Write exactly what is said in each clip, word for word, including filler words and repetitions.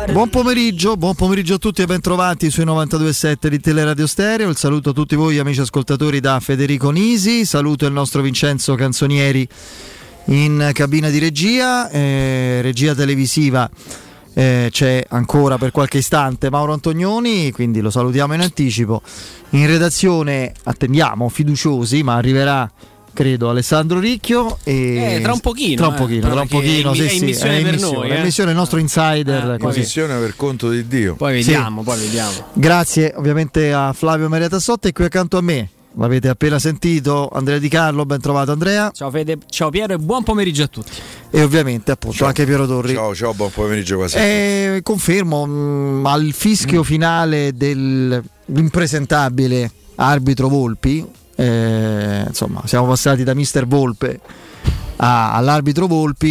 Buon pomeriggio, buon pomeriggio a tutti e ben trovati sui novantadue virgola sette di Teleradio Stereo. Il saluto a tutti voi amici ascoltatori da Federico Nisi, saluto il nostro Vincenzo Canzonieri in cabina di regia, eh, regia televisiva. Eh, c'è ancora per qualche istante Mauro Antonioni, quindi lo salutiamo in anticipo. In redazione attendiamo fiduciosi, ma arriverà credo Alessandro Ricchio e eh, tra un pochino tra un pochino, eh, tra un pochino è, sì, è sì, missione è per missione, noi è eh. missione il nostro insider, eh, così. Missione per conto di Dio. Poi vediamo, sì. poi vediamo. Grazie ovviamente a Flavio Maria Tassotti e qui accanto a me, l'avete appena sentito, Andrea Di Carlo. Ben trovato Andrea. Ciao Fede, ciao Piero e buon pomeriggio a tutti. E ovviamente appunto ciao. anche Piero Torri. Ciao, ciao, buon pomeriggio quasi. Eh, confermo mh, al fischio mm. finale dell'impresentabile arbitro Volpi, eh, insomma siamo passati da mister Volpe a, all'arbitro Volpi.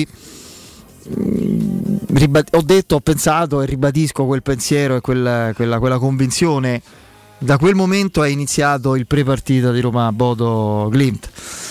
Mm, ribad- ho detto, ho pensato e ribadisco quel pensiero e quella, quella, quella convinzione. Da quel momento è iniziato il pre-partita di Roma Bodo Glimt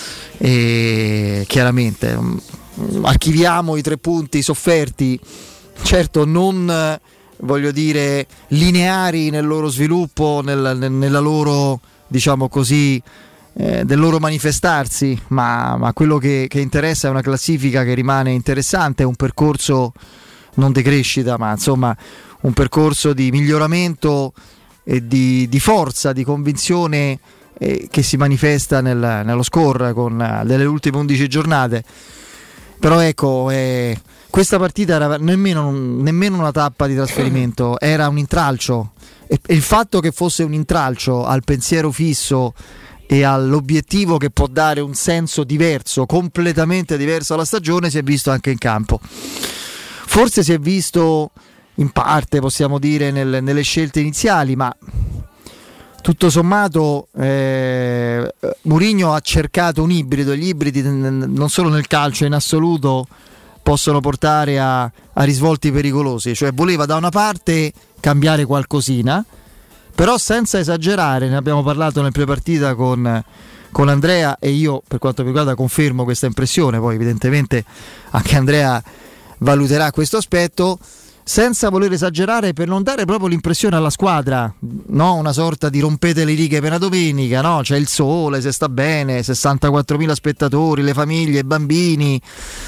e chiaramente um, archiviamo i tre punti sofferti, certo non voglio dire lineari nel loro sviluppo, nel, nel, nella loro diciamo così eh, del loro manifestarsi, ma, ma quello che, che interessa è una classifica che rimane interessante, è un percorso non di crescita ma insomma un percorso di miglioramento e di, di forza, di convinzione eh, che si manifesta nel, nello score con uh, delle ultime undici giornate. Però ecco, eh, questa partita era nemmeno, nemmeno una tappa di trasferimento, era un intralcio e, e il fatto che fosse un intralcio al pensiero fisso e all'obiettivo che può dare un senso diverso, completamente diverso alla stagione, si è visto anche in campo. Forse si è visto in parte, possiamo dire, nel, nelle scelte iniziali, ma tutto sommato eh, Mourinho ha cercato un ibrido. Gli ibridi non solo nel calcio, in assoluto possono portare a, a risvolti pericolosi, cioè voleva da una parte cambiare qualcosina, però senza esagerare. Ne abbiamo parlato nel pre-partita con, con Andrea e io per quanto mi riguarda confermo questa impressione, poi evidentemente anche Andrea valuterà questo aspetto, senza voler esagerare, per non dare proprio l'impressione alla squadra, no? Una sorta di rompete le righe per una domenica, no? C'è il sole, se sta bene, sessantaquattromila spettatori, le famiglie, i bambini,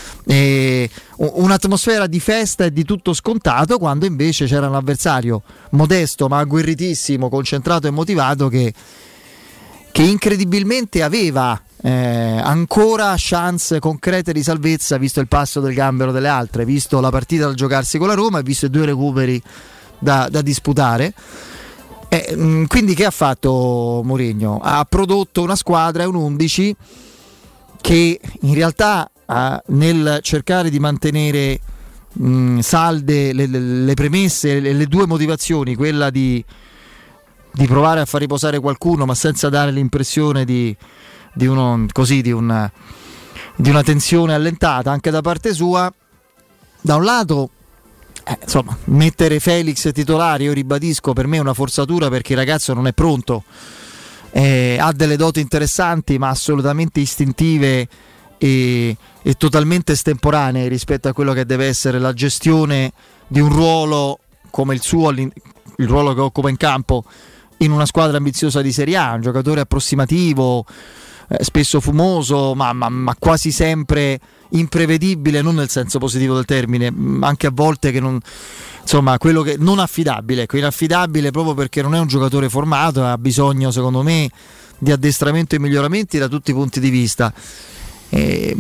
e un'atmosfera di festa e di tutto scontato, quando invece c'era un avversario modesto ma agguerritissimo, concentrato e motivato che, che incredibilmente aveva Eh, ancora chance concrete di salvezza, visto il passo del gambero delle altre, visto la partita da giocarsi con la Roma e visto i due recuperi da, da disputare. Eh, mh, quindi che ha fatto Mourinho? Ha prodotto una squadra e un undici che in realtà eh, nel cercare di mantenere mh, salde le, le, le premesse, le, le due motivazioni, quella di, di provare a far riposare qualcuno ma senza dare l'impressione di di uno così di una, di una tensione allentata anche da parte sua. Da un lato eh, insomma mettere Felix titolare, io ribadisco, per me è una forzatura perché il ragazzo non è pronto, eh, ha delle doti interessanti ma assolutamente istintive e, e totalmente estemporanee rispetto a quello che deve essere la gestione di un ruolo come il suo, il ruolo che occupa in campo in una squadra ambiziosa di Serie A, un giocatore approssimativo, Eh, spesso fumoso, ma, ma, ma quasi sempre imprevedibile, non nel senso positivo del termine, anche a volte che non, insomma, quello che non affidabile, ecco, inaffidabile proprio perché non è un giocatore formato, ha bisogno secondo me di addestramento e miglioramenti da tutti i punti di vista. E,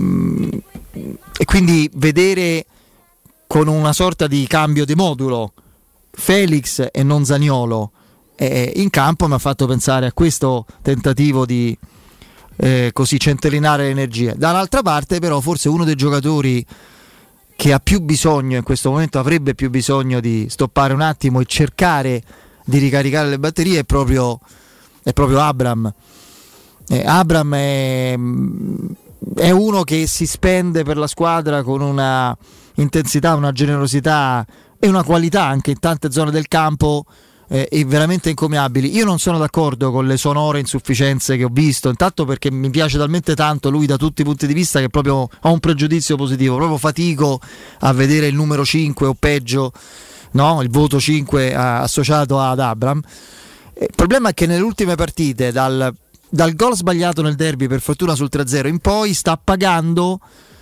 e quindi vedere con una sorta di cambio di modulo Felix e non Zaniolo eh, in campo mi ha fatto pensare a questo tentativo di Eh, così centellinare le energie. Dall'altra parte però forse uno dei giocatori che ha più bisogno in questo momento, avrebbe più bisogno di stoppare un attimo e cercare di ricaricare le batterie è proprio, è proprio Abraham. eh, Abraham è, è uno che si spende per la squadra con una intensità, una generosità e una qualità anche in tante zone del campo Eh, e veramente incommiabili. Io non sono d'accordo con le sonore insufficienze che ho visto, intanto perché mi piace talmente tanto lui da tutti i punti di vista che proprio ho un pregiudizio positivo, proprio fatico a vedere il numero cinque o peggio no? Il voto cinque associato ad Abraham. Il problema è che nelle ultime partite, dal, dal gol sbagliato nel derby, per fortuna sul tre a zero in poi, sta pagando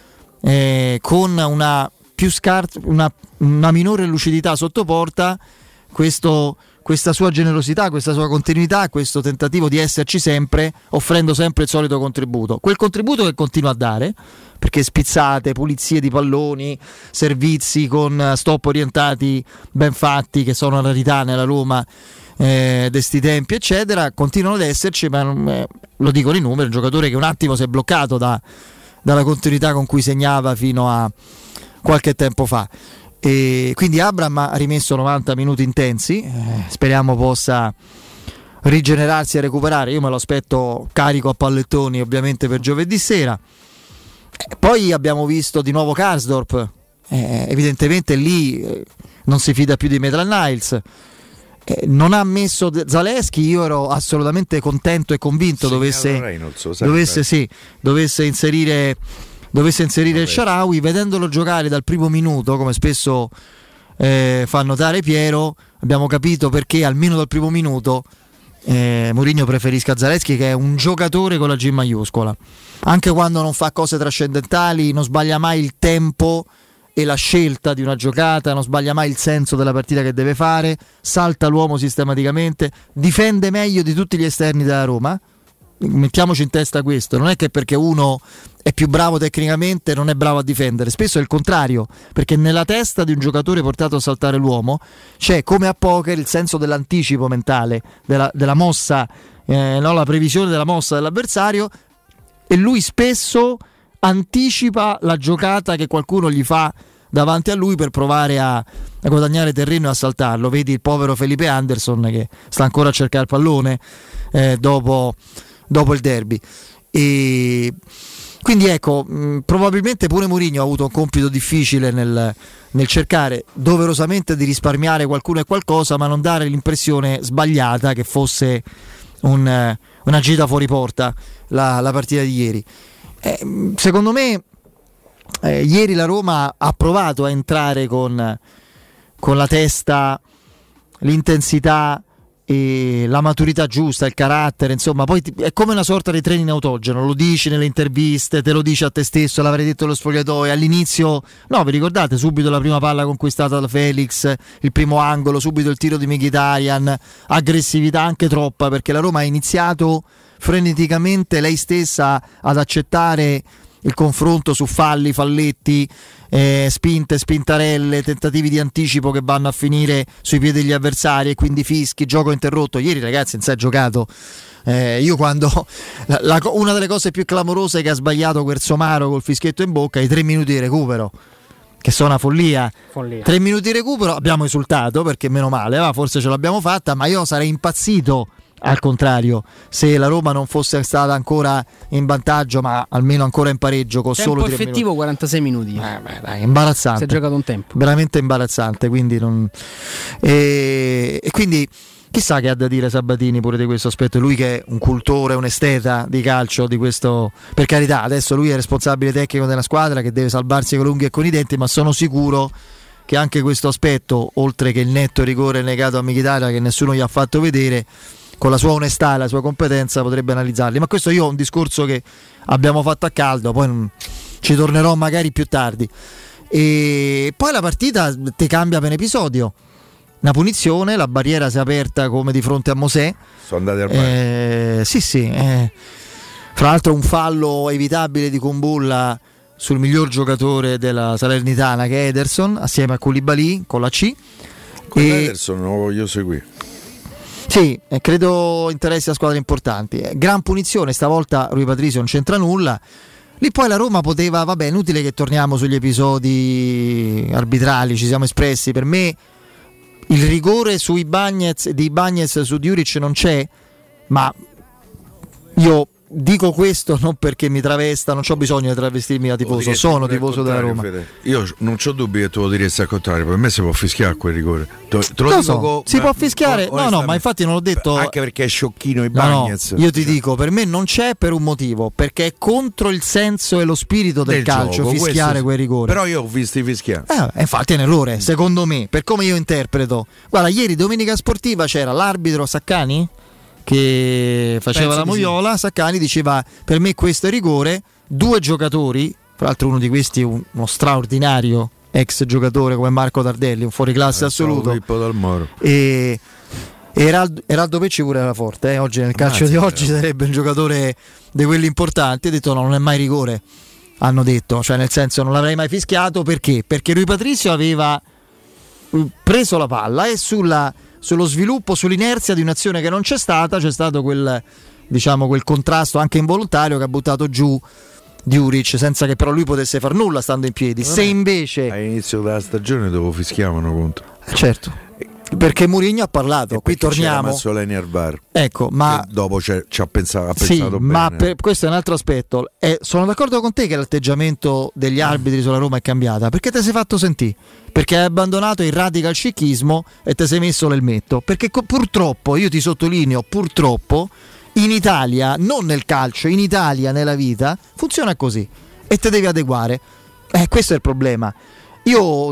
eh, con una più scar- una, una minore lucidità sotto porta questo, questa sua generosità, questa sua continuità, questo tentativo di esserci sempre, offrendo sempre il solito contributo. Quel contributo che continua a dare, perché spizzate, pulizie di palloni, servizi con stop orientati ben fatti, che sono una rarità nella Roma eh, di sti tempi, eccetera, continuano ad esserci, ma eh, lo dicono i numeri, un giocatore che un attimo si è bloccato da, dalla continuità con cui segnava fino a qualche tempo fa. E quindi Abraham ha rimesso novanta minuti intensi, eh, speriamo possa rigenerarsi e recuperare. Io me lo aspetto carico a pallettoni ovviamente per giovedì sera. Eh, poi abbiamo visto di nuovo Karsdorp, eh, evidentemente lì eh, non si fida più di Maitland-Niles, eh, non ha messo Zalewski. Io ero assolutamente contento e convinto dovesse, Reynolds, dovesse, sì, dovesse inserire dovesse inserire il Shaarawy. Vedendolo giocare dal primo minuto, come spesso eh, fa notare Piero, abbiamo capito perché almeno dal primo minuto eh, Mourinho preferisca Zalewski, che è un giocatore con la G maiuscola, anche quando non fa cose trascendentali, non sbaglia mai il tempo e la scelta di una giocata, non sbaglia mai il senso della partita che deve fare, salta l'uomo sistematicamente, difende meglio di tutti gli esterni della Roma. Mettiamoci in testa questo, non è che perché uno è più bravo tecnicamente non è bravo a difendere, spesso è il contrario, perché nella testa di un giocatore portato a saltare l'uomo c'è, come a poker, il senso dell'anticipo mentale, della, della mossa, eh, no? La previsione della mossa dell'avversario, e lui spesso anticipa la giocata che qualcuno gli fa davanti a lui per provare a, a guadagnare terreno e a saltarlo. Vedi il povero Felipe Anderson che sta ancora a cercare il pallone eh, dopo dopo il derby. E quindi ecco, mh, probabilmente pure Mourinho ha avuto un compito difficile nel, nel cercare doverosamente di risparmiare qualcuno e qualcosa, ma non dare l'impressione sbagliata che fosse un, una gita fuori porta la, la partita di ieri. Eh, secondo me eh, ieri la Roma ha provato a entrare con, con la testa, l'intensità e la maturità giusta, il carattere, insomma, poi ti, è come una sorta di treno in autogeno, lo dici nelle interviste, te lo dici a te stesso, l'avrei detto allo spogliatoio all'inizio. No, vi ricordate subito la prima palla conquistata da Felix, il primo angolo, subito il tiro di Mkhitaryan, aggressività anche troppa, perché la Roma ha iniziato freneticamente lei stessa ad accettare il confronto su falli, falletti, eh, spinte, spintarelle, tentativi di anticipo che vanno a finire sui piedi degli avversari, e quindi fischi, gioco interrotto. Ieri ragazzi non si è giocato. Eh, io quando la, la, una delle cose più clamorose che ha sbagliato quel Somaro col fischietto in bocca, i tre minuti di recupero, che sono una follia. follia. Tre minuti di recupero, abbiamo esultato perché meno male, va, forse ce l'abbiamo fatta, ma io sarei impazzito al contrario se la Roma non fosse stata ancora in vantaggio, ma almeno ancora in pareggio con tempo solo tre effettivo minuti. quarantasei minuti. Eh, beh, dai, imbarazzante. Si è giocato un tempo veramente imbarazzante, quindi non... e, e quindi chissà che ha da dire Sabatini pure di questo aspetto, lui che è un cultore, un esteta di calcio, di questo, per carità, adesso lui è responsabile tecnico della squadra che deve salvarsi con l'unghie e con i denti, ma sono sicuro che anche questo aspetto, oltre che il netto rigore negato a Mkhitaryan che nessuno gli ha fatto vedere, con la sua onestà e la sua competenza potrebbe analizzarli. Ma questo io ho un discorso che abbiamo fatto a caldo, poi non, ci tornerò magari più tardi. E poi la partita ti cambia per episodio, una punizione, la barriera si è aperta come di fronte a Mosè. Sono andati al bagno. Eh, sì sì eh. Fra l'altro un fallo evitabile di Kumbulla sul miglior giocatore della Salernitana, che è Ederson, assieme a Koulibaly con la C. Con e... Ederson non lo voglio seguire. Sì, eh, credo interessi a squadre importanti. Eh, gran punizione, stavolta Rui Patricio non c'entra nulla. Lì poi la Roma poteva, vabbè, inutile che torniamo sugli episodi arbitrali, ci siamo espressi. Per me il rigore sui Bagnez, di Bagnez su Djuric non c'è, ma io dico questo non perché mi travesta, non ho bisogno di travestirmi da tifoso, sono tifoso della Roma. Fede. Io non c'ho dubbi che tu lo diresti al contrario, per me si può fischiare quel rigore. Te, te lo lo dico so, co- si ma, può fischiare, no no, ma infatti non l'ho detto. Anche perché è sciocchino i no, Bagnez. no, io ti dico, per me non c'è per un motivo, perché è contro il senso e lo spirito del, del calcio gioco, fischiare quel rigore. Però io ho visto i fischiare. Eh, infatti è un errore, secondo me, per come io interpreto. Guarda, ieri domenica sportiva c'era l'arbitro Saccani che faceva Penso la moviola, sì. Saccani diceva per me questo è rigore, due giocatori, tra l'altro uno di questi un, uno straordinario ex giocatore come Marco Tardelli, un fuoriclasse eh, assoluto, e Eraldo, Eraldo Pecci pure era forte, eh? Oggi nel calcio ah, di oggi era. Sarebbe un giocatore di quelli importanti. Ha detto no, non è mai rigore, hanno detto, cioè nel senso non l'avrei mai fischiato, perché? Perché Rui Patricio aveva preso la palla e sulla sullo sviluppo, sull'inerzia di un'azione che non c'è stata, c'è stato quel, diciamo, quel contrasto anche involontario che ha buttato giù Djuric senza che però lui potesse far nulla stando in piedi. Se invece all'inizio della stagione dopo fischiavano contro, certo, perché Mourinho ha parlato, qui torniamo al bar. Ecco, ma dopo c'è, ci ha pensato, ha sì, pensato bene. Ma per, questo è un altro aspetto. Eh, sono d'accordo con te che l'atteggiamento degli arbitri sulla Roma è cambiata, perché ti sei fatto sentire, perché hai abbandonato il radical scichismo e ti sei messo l'elmetto, perché co- purtroppo, io ti sottolineo, purtroppo in Italia, non nel calcio, in Italia nella vita funziona così e te devi adeguare. Eh, questo è il problema. Io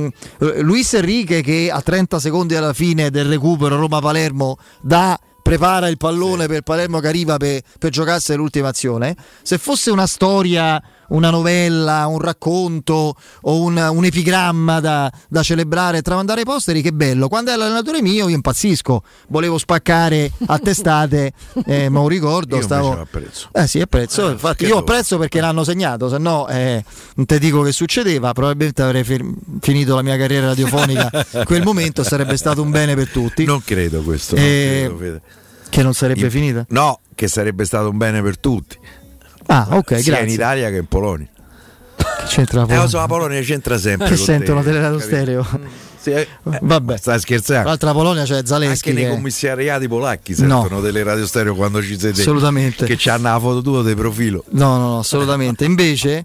Luis Enrique, che a trenta secondi alla fine del recupero Roma-Palermo dà, prepara il pallone sì. per Palermo che arriva per, per giocarsi l'ultima azione, se fosse una storia, una novella, un racconto o un, un epigramma da, da celebrare e tramandare ai posteri, che bello. Quando è l'allenatore mio io impazzisco, volevo spaccare a testate, eh, ma un ricordo io stavo apprezzo. Eh sì, apprezzo, eh, infatti io apprezzo perché l'hanno segnato, se no eh, non te dico che succedeva, probabilmente avrei fer- finito la mia carriera radiofonica in quel momento, sarebbe stato un bene per tutti. Non credo questo, eh, non credo, che non sarebbe in, finita? No, che sarebbe stato un bene per tutti. Ah, ok, sia grazie. in Italia che in Polonia. Che c'entra la Polonia? Eh, lo so, la Polonia c'entra sempre. Che con sentono te, teleradio stereo. Sì, eh, vabbè, stai scherzando? L'altra Polonia c'è Zaleschi. Anche che... nei commissariati polacchi sentono no. delle radio stereo quando ci siete. Assolutamente. Che c'hanno la foto tua di profilo. No, no, no, assolutamente. Invece,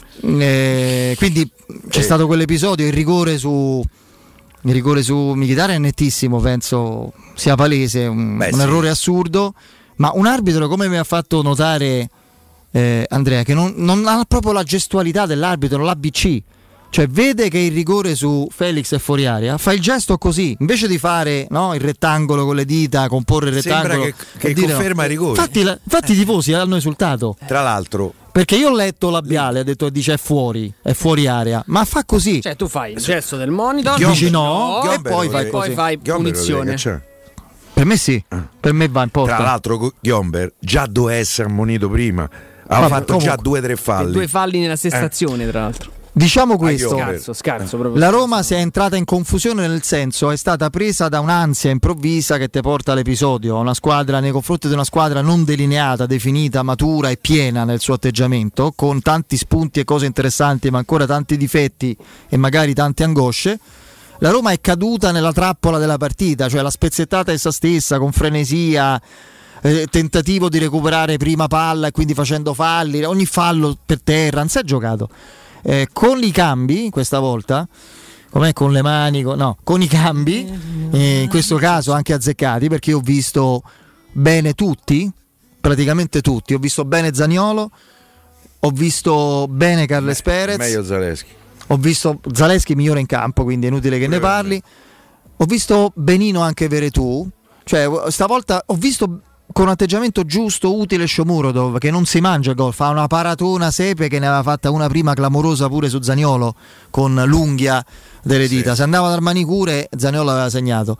eh, quindi c'è eh. stato quell'episodio, il rigore su. Il rigore su Mkhitaryan è nettissimo, penso sia palese, un, Beh, un sì. errore assurdo. Ma un arbitro, come mi ha fatto notare eh, Andrea, che non, non ha proprio la gestualità dell'arbitro, l'A B C. Cioè vede che il rigore su Felix è fuori area, fa il gesto così, invece di fare no, il rettangolo con le dita, comporre il rettangolo. Sembra che, che conferma no. il rigore. Infatti, la, infatti i tifosi hanno esultato. Tra l'altro, perché io ho letto labiale, ha detto, dice è fuori, è fuori area, ma fa così. Cioè tu fai il gesto del monitor, Ghiombe, dici no, no e poi fai, e poi fai punizione. Per me sì, per me va in porta. Tra l'altro Ghiomber già doveva essere ammonito prima, ha Vabbè, fatto comunque, già due o tre falli. E due falli nella stessa eh. azione, tra l'altro. Diciamo questo, scarso, scarso, proprio la scarso. Roma si è entrata in confusione, nel senso è stata presa da un'ansia improvvisa che ti porta all'episodio, una squadra nei confronti di una squadra non delineata, definita, matura e piena nel suo atteggiamento, con tanti spunti e cose interessanti ma ancora tanti difetti e magari tante angosce. La Roma è caduta nella trappola della partita, cioè la spezzettata essa stessa con frenesia, eh, tentativo di recuperare prima palla e quindi facendo falli, ogni fallo per terra, non si è giocato. Eh, con i cambi questa volta, com'è con le mani, con, no, con i cambi, eh, in questo caso anche azzeccati, perché io ho visto bene tutti, praticamente tutti, ho visto bene Zaniolo, ho visto bene Carles Perez, meglio Zaleschi. Ho visto Zaleschi migliore in campo, quindi è inutile che ne parli. Ho visto benino anche Veretù, cioè stavolta ho visto con un atteggiamento giusto, utile Shomurodov, che non si mangia il gol, fa una paratona Sepe che ne aveva fatta una prima clamorosa pure su Zaniolo con l'unghia delle dita, sì. Se andava dal manicure Zaniolo aveva segnato.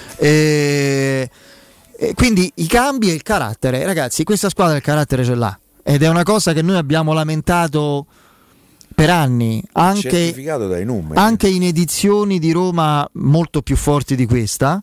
E... e quindi i cambi e il carattere, ragazzi, questa squadra il carattere ce l'ha ed è una cosa che noi abbiamo lamentato per anni, anche, dai numeri. Anche in edizioni di Roma molto più forti di questa,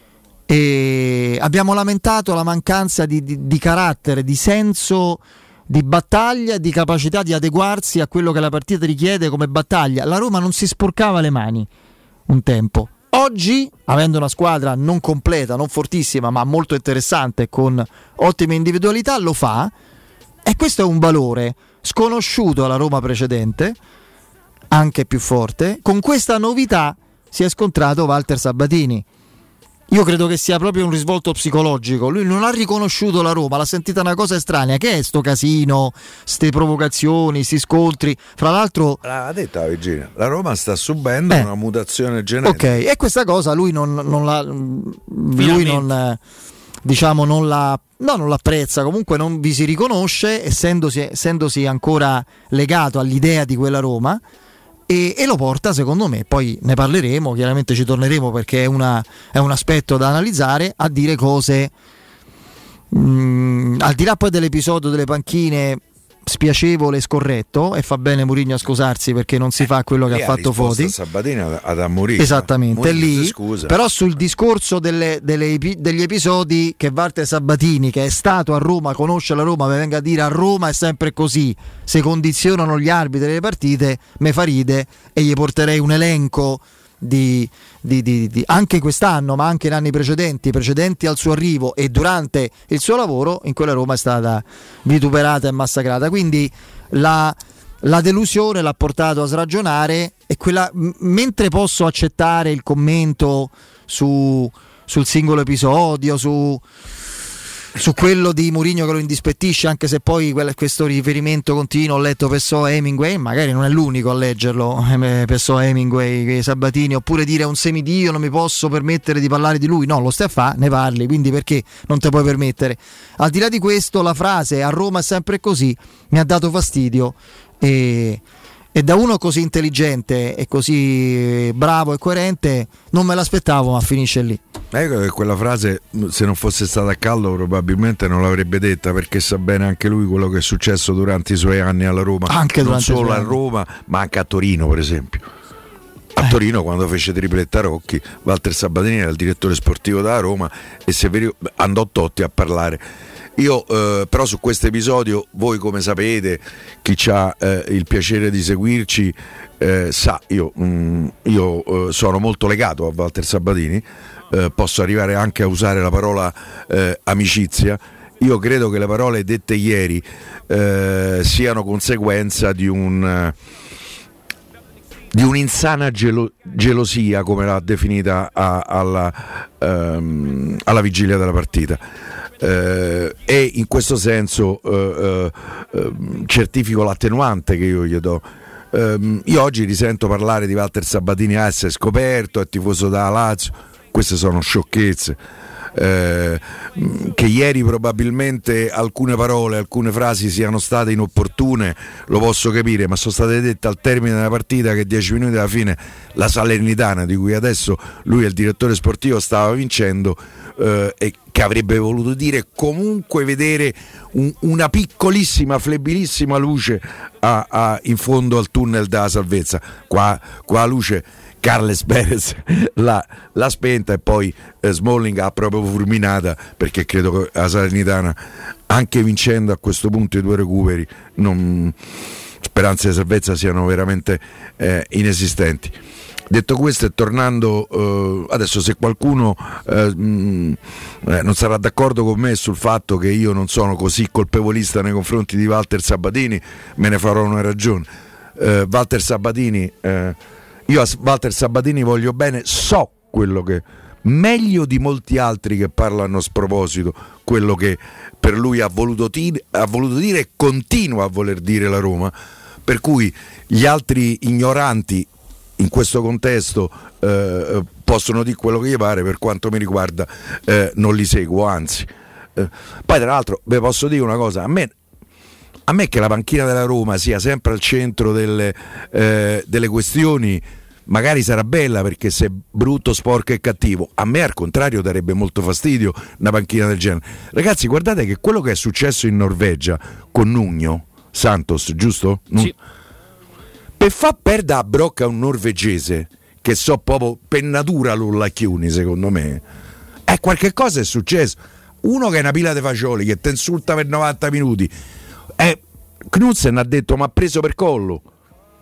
e abbiamo lamentato la mancanza di, di, di carattere, di senso di battaglia, di capacità di adeguarsi a quello che la partita richiede come battaglia. La Roma non si sporcava le mani un tempo, Oggi, avendo una squadra non completa, non fortissima, ma molto interessante, con ottime individualità, lo fa, e questo è un valore sconosciuto alla Roma precedente, anche più forte. Con questa novità si è scontrato Walter Sabatini. Io credo che sia proprio un risvolto psicologico. Lui non ha riconosciuto la Roma, l'ha sentita una cosa estranea. Che è sto casino, ste provocazioni, sti scontri? Fra l'altro, l'ha detta Virginia, la Roma sta subendo eh, una mutazione genetica. Ok, e questa cosa lui non, non la lui non, diciamo non la no, non l'apprezza, comunque non vi si riconosce, essendosi, essendosi ancora legato all'idea di quella Roma. E, e lo porta, secondo me, poi ne parleremo, chiaramente ci torneremo perché è, una, è un aspetto da analizzare, a dire cose mh, al di là poi dell'episodio delle panchine spiacevole e scorretto, e fa bene Mourinho a scusarsi perché non si fa quello che eh, ha fatto Foti Sabatini ad Mourinho. Esattamente, lì, però sul discorso delle, delle, degli episodi che Walter Sabatini, che è stato a Roma, conosce la Roma, mi venga a dire a Roma è sempre così, se condizionano gli arbitri delle partite, me fa ride, e gli porterei un elenco Di, di, di, di anche quest'anno, ma anche in anni precedenti, precedenti al suo arrivo e durante il suo lavoro, in quella Roma è stata vituperata e massacrata. Quindi la, la delusione l'ha portato a sragionare, e quella, m- mentre posso accettare il commento su, sul singolo episodio, su su quello di Mourinho che lo indispettisce, anche se poi quel, questo riferimento continuo, ho letto Pessoa e Hemingway, magari non è l'unico a leggerlo, eh, Pessoa, Hemingway, Sabatini, oppure dire è un semidio, non mi posso permettere di parlare di lui. No, lo stai a fa, ne parli, quindi perché non te puoi permettere? Al di là di questo, la frase a Roma è sempre così mi ha dato fastidio, e e da uno così intelligente e così bravo e coerente non me l'aspettavo, ma finisce lì. Ecco che quella frase, se non fosse stata a caldo, probabilmente non l'avrebbe detta, perché sa bene anche lui quello che è successo durante i suoi anni alla Roma, anche non solo a anni. Roma, ma anche a Torino, per esempio. A eh. Torino, quando fece tripletta Rocchi, Walter Sabatini era il direttore sportivo della Roma e Severio andò Totti a parlare. Io eh, però su questo episodio, voi come sapete, chi ha eh, il piacere di seguirci eh, sa, io, mh, io eh, sono molto legato a Walter Sabatini, eh, posso arrivare anche a usare la parola eh, amicizia. Io credo che le parole dette ieri eh, siano conseguenza di un di un'insana gelo- gelosia, come l'ha definita a, alla, ehm, alla vigilia della partita. Uh, e in questo senso uh, uh, uh, certifico l'attenuante che io gli do. Uh, io oggi risento parlare di Walter Sabatini, ah, si è scoperto, è tifoso da Lazio. Queste sono sciocchezze. Uh, che ieri probabilmente alcune parole, alcune frasi siano state inopportune, lo posso capire, ma sono state dette al termine della partita, che dieci minuti alla fine la Salernitana, di cui adesso lui è il direttore sportivo, stava vincendo, uh, e che avrebbe voluto dire comunque vedere un, una piccolissima, flebilissima luce a, a, in fondo al tunnel della salvezza. Qua, qua la luce Carles Perez l'ha, l'ha spenta, e poi eh, Smalling ha proprio fulminata, perché credo che la Salernitana, anche vincendo a questo punto i due recuperi, non, speranze di salvezza siano veramente eh, inesistenti. Detto questo, e tornando eh, adesso, se qualcuno eh, mh, eh, non sarà d'accordo con me sul fatto che io non sono così colpevolista nei confronti di Walter Sabatini, me ne farò una ragione. eh, Walter Sabatini eh, io a Walter Sabatini voglio bene, so quello che, meglio di molti altri che parlano a sproposito, quello che per lui ha voluto, dire, ha voluto dire e continua a voler dire la Roma, per cui gli altri ignoranti in questo contesto eh, possono dire quello che gli pare. Per quanto mi riguarda eh, non li seguo, anzi. Eh, poi tra l'altro vi posso dire una cosa, a me, a me che la panchina della Roma sia sempre al centro delle, eh, delle questioni, magari sarà bella, perché se è brutto, sporco e cattivo, a me al contrario darebbe molto fastidio una panchina del genere. Ragazzi, guardate che quello che è successo in Norvegia con Nuno Santos, giusto? Sì. Per far perdere a brocca un norvegese, che so proprio per natura l'Ullacchiuni, secondo me, eh, qualche cosa è successo. Uno che è una pila di fagioli, che ti insulta per novanta minuti, eh, Knudsen ha detto ma ha preso per collo,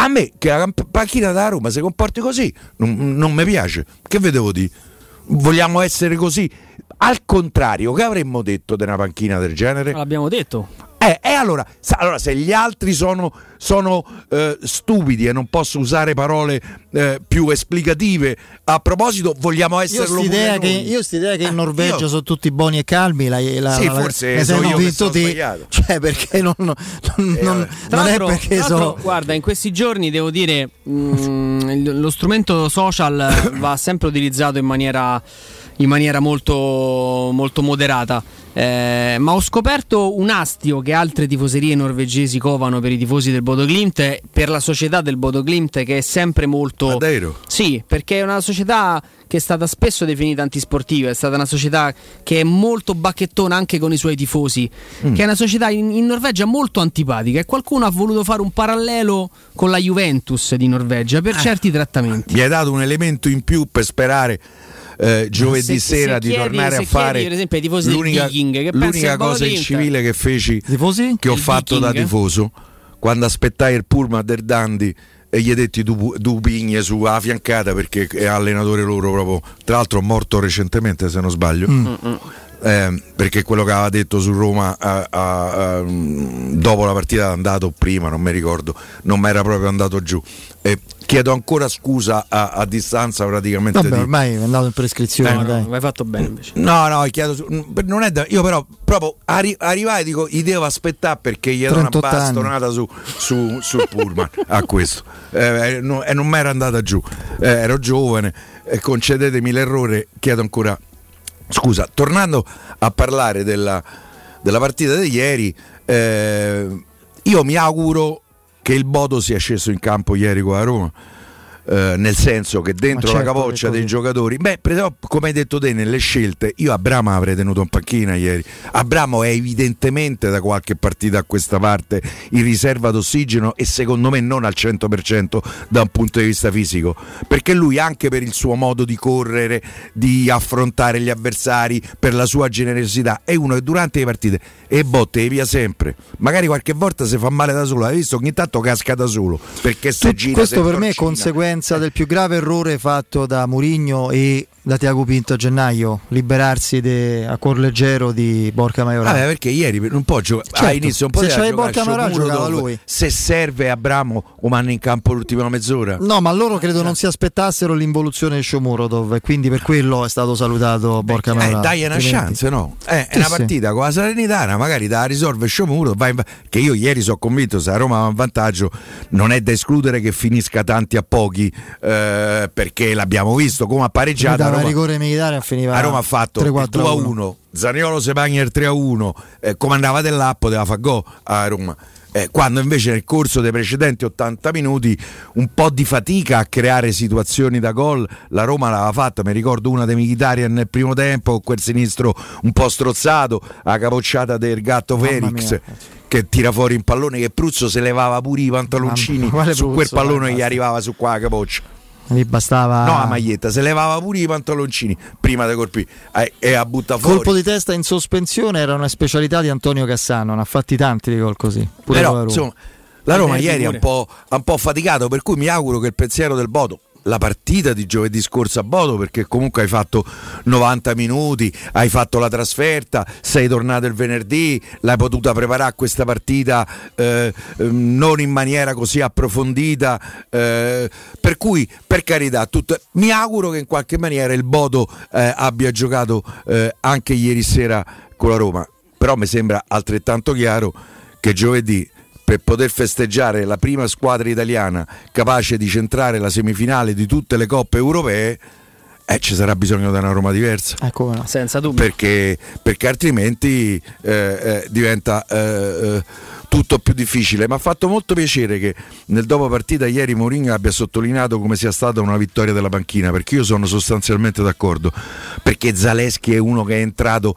A me che la panchina da Roma si comporti così non, non mi piace. Che vedevo di? Vogliamo essere così? Al contrario, che avremmo detto di una panchina del genere? L'abbiamo detto. Eh, e allora, allora se gli altri sono, sono eh, stupidi e non posso usare parole eh, più esplicative, a proposito vogliamo esserlo io pure che, noi. io st'idea che in Eh, Norvegia io- sono tutti buoni e calmi la, la, Sì, la, forse la, sono sei io che vinto sono te, sbagliato. cioè perché non, non, non, Eh, non vabbè. Tra è l'altro- perché tra l'altro, so guarda, in questi giorni devo dire mh, il- lo strumento social va sempre utilizzato in maniera in maniera molto, molto moderata. Eh, ma ho scoperto un astio che altre tifoserie norvegesi covano per i tifosi del Bodo Glimt, per la società del Bodo Glimt, che è sempre molto. Ma davvero? Sì, perché è una società che è stata spesso definita antisportiva, è stata una società che è molto bacchettona anche con i suoi tifosi, mm. che è una società in, in Norvegia molto antipatica, e qualcuno ha voluto fare un parallelo con la Juventus di Norvegia per eh. certi trattamenti. Mi hai dato un elemento in più per sperare Eh, giovedì se, sera se di chiedi, tornare se a fare chiedi, per esempio, ai tifosi l'unica, del Viking, che l'unica cosa in civile che feci tifosi? che ho Il fatto Viking. da tifoso quando aspettai il pullman del Dundee e gli detti du, du pigne sulla fiancata, perché è allenatore loro proprio, tra l'altro morto recentemente se non sbaglio, mm. eh, perché quello che aveva detto su Roma a, a, a, dopo la partita è andato prima, non mi ricordo, non mi era proprio andato giù. E chiedo ancora scusa a, a distanza praticamente. Vabbè, di... ormai è andato in prescrizione, eh, dai. no, hai fatto bene invece. No, no, chiedo, non è da, io però proprio arri- arrivai e dico gli devo aspettare perché gli do una bastonata su, su, sul pullman a questo eh, no, e non mi era andata giù, eh, ero giovane e concedetemi l'errore, chiedo ancora scusa. Tornando a parlare della, della partita di ieri, eh, io mi auguro che il Bodo sia sceso in campo ieri con la Roma, eh, nel senso che dentro certo, la capoccia dei giocatori, beh, però, come hai detto te nelle scelte, io Abramo avrei tenuto in panchina ieri. Abramo è evidentemente da qualche partita a questa parte in riserva d'ossigeno, e secondo me non al cento per cento da un punto di vista fisico, perché lui, anche per il suo modo di correre, di affrontare gli avversari, per la sua generosità, è uno che durante le partite e botte e via sempre, magari qualche volta si fa male da solo, hai visto che ogni tanto casca da solo perché se gira, questo se per me è torcina. conseguenza del più grave errore fatto da Mourinho e da Tiago Pinto a gennaio, liberarsi de, a cuor leggero di Borca Majoral. Vabbè, perché ieri non può giocare, certo, all'inizio un po' se c'aveva Borca Majoral giocava lui. Se serve Abramo o manna in campo l'ultima mezz'ora. No, ma loro credo non si aspettassero l'involuzione di Shomurodov, e quindi per quello è stato salutato Borca Majoral. Eh, dai una chance, no? Eh, sì, è una sì. partita con la Salernitana, magari da risolve Shomurodov, vai in... che io ieri sono convinto se la Roma va in vantaggio non è da escludere che finisca tanti a pochi, eh, perché l'abbiamo visto come ha pareggiato. Roma... rigore militare finiva a Roma ha fatto il due a uno, Zaniolo se pagna il tre a uno, eh, comandava dell'app, poteva fare gol a Roma. Eh, quando invece nel corso dei precedenti ottanta minuti un po' di fatica a creare situazioni da gol la Roma l'aveva fatta. Mi ricordo una dei Mkhitaryan nel primo tempo, quel sinistro un po' strozzato, la capocciata del gatto Felix che tira fuori un pallone che Pruzzo se levava pure i pantaloncini su Pruzzo, quel pallone vai, gli arrivava su qua la capoccia. Gli bastava no, la maglietta, se levava pure i pantaloncini prima dei colpi eh, e a butta fuori. Colpo di testa in sospensione era una specialità di Antonio Cassano, ne ha fatti tanti di gol così. Pure però la Roma. insomma la Roma ieri ha un po', ha un po' faticato, per cui mi auguro che il pensiero del Bodo, la partita di giovedì scorso a Bodo, perché comunque hai fatto novanta minuti, hai fatto la trasferta, sei tornato il venerdì, l'hai potuta preparare questa partita eh, non in maniera così approfondita, eh, per cui per carità tutto, mi auguro che in qualche maniera il Bodo eh, abbia giocato eh, anche ieri sera con la Roma, però mi sembra altrettanto chiaro che giovedì, per poter festeggiare la prima squadra italiana capace di centrare la semifinale di tutte le coppe europee, eh, ci sarà bisogno di una Roma diversa. Ecco, no. Senza dubbio. Perché, perché altrimenti eh, eh, diventa eh, eh, tutto più difficile. Mi ha fatto molto piacere che nel dopo partita ieri Mourinho abbia sottolineato come sia stata una vittoria della panchina, perché io sono sostanzialmente d'accordo, perché Zaleschi è uno che è entrato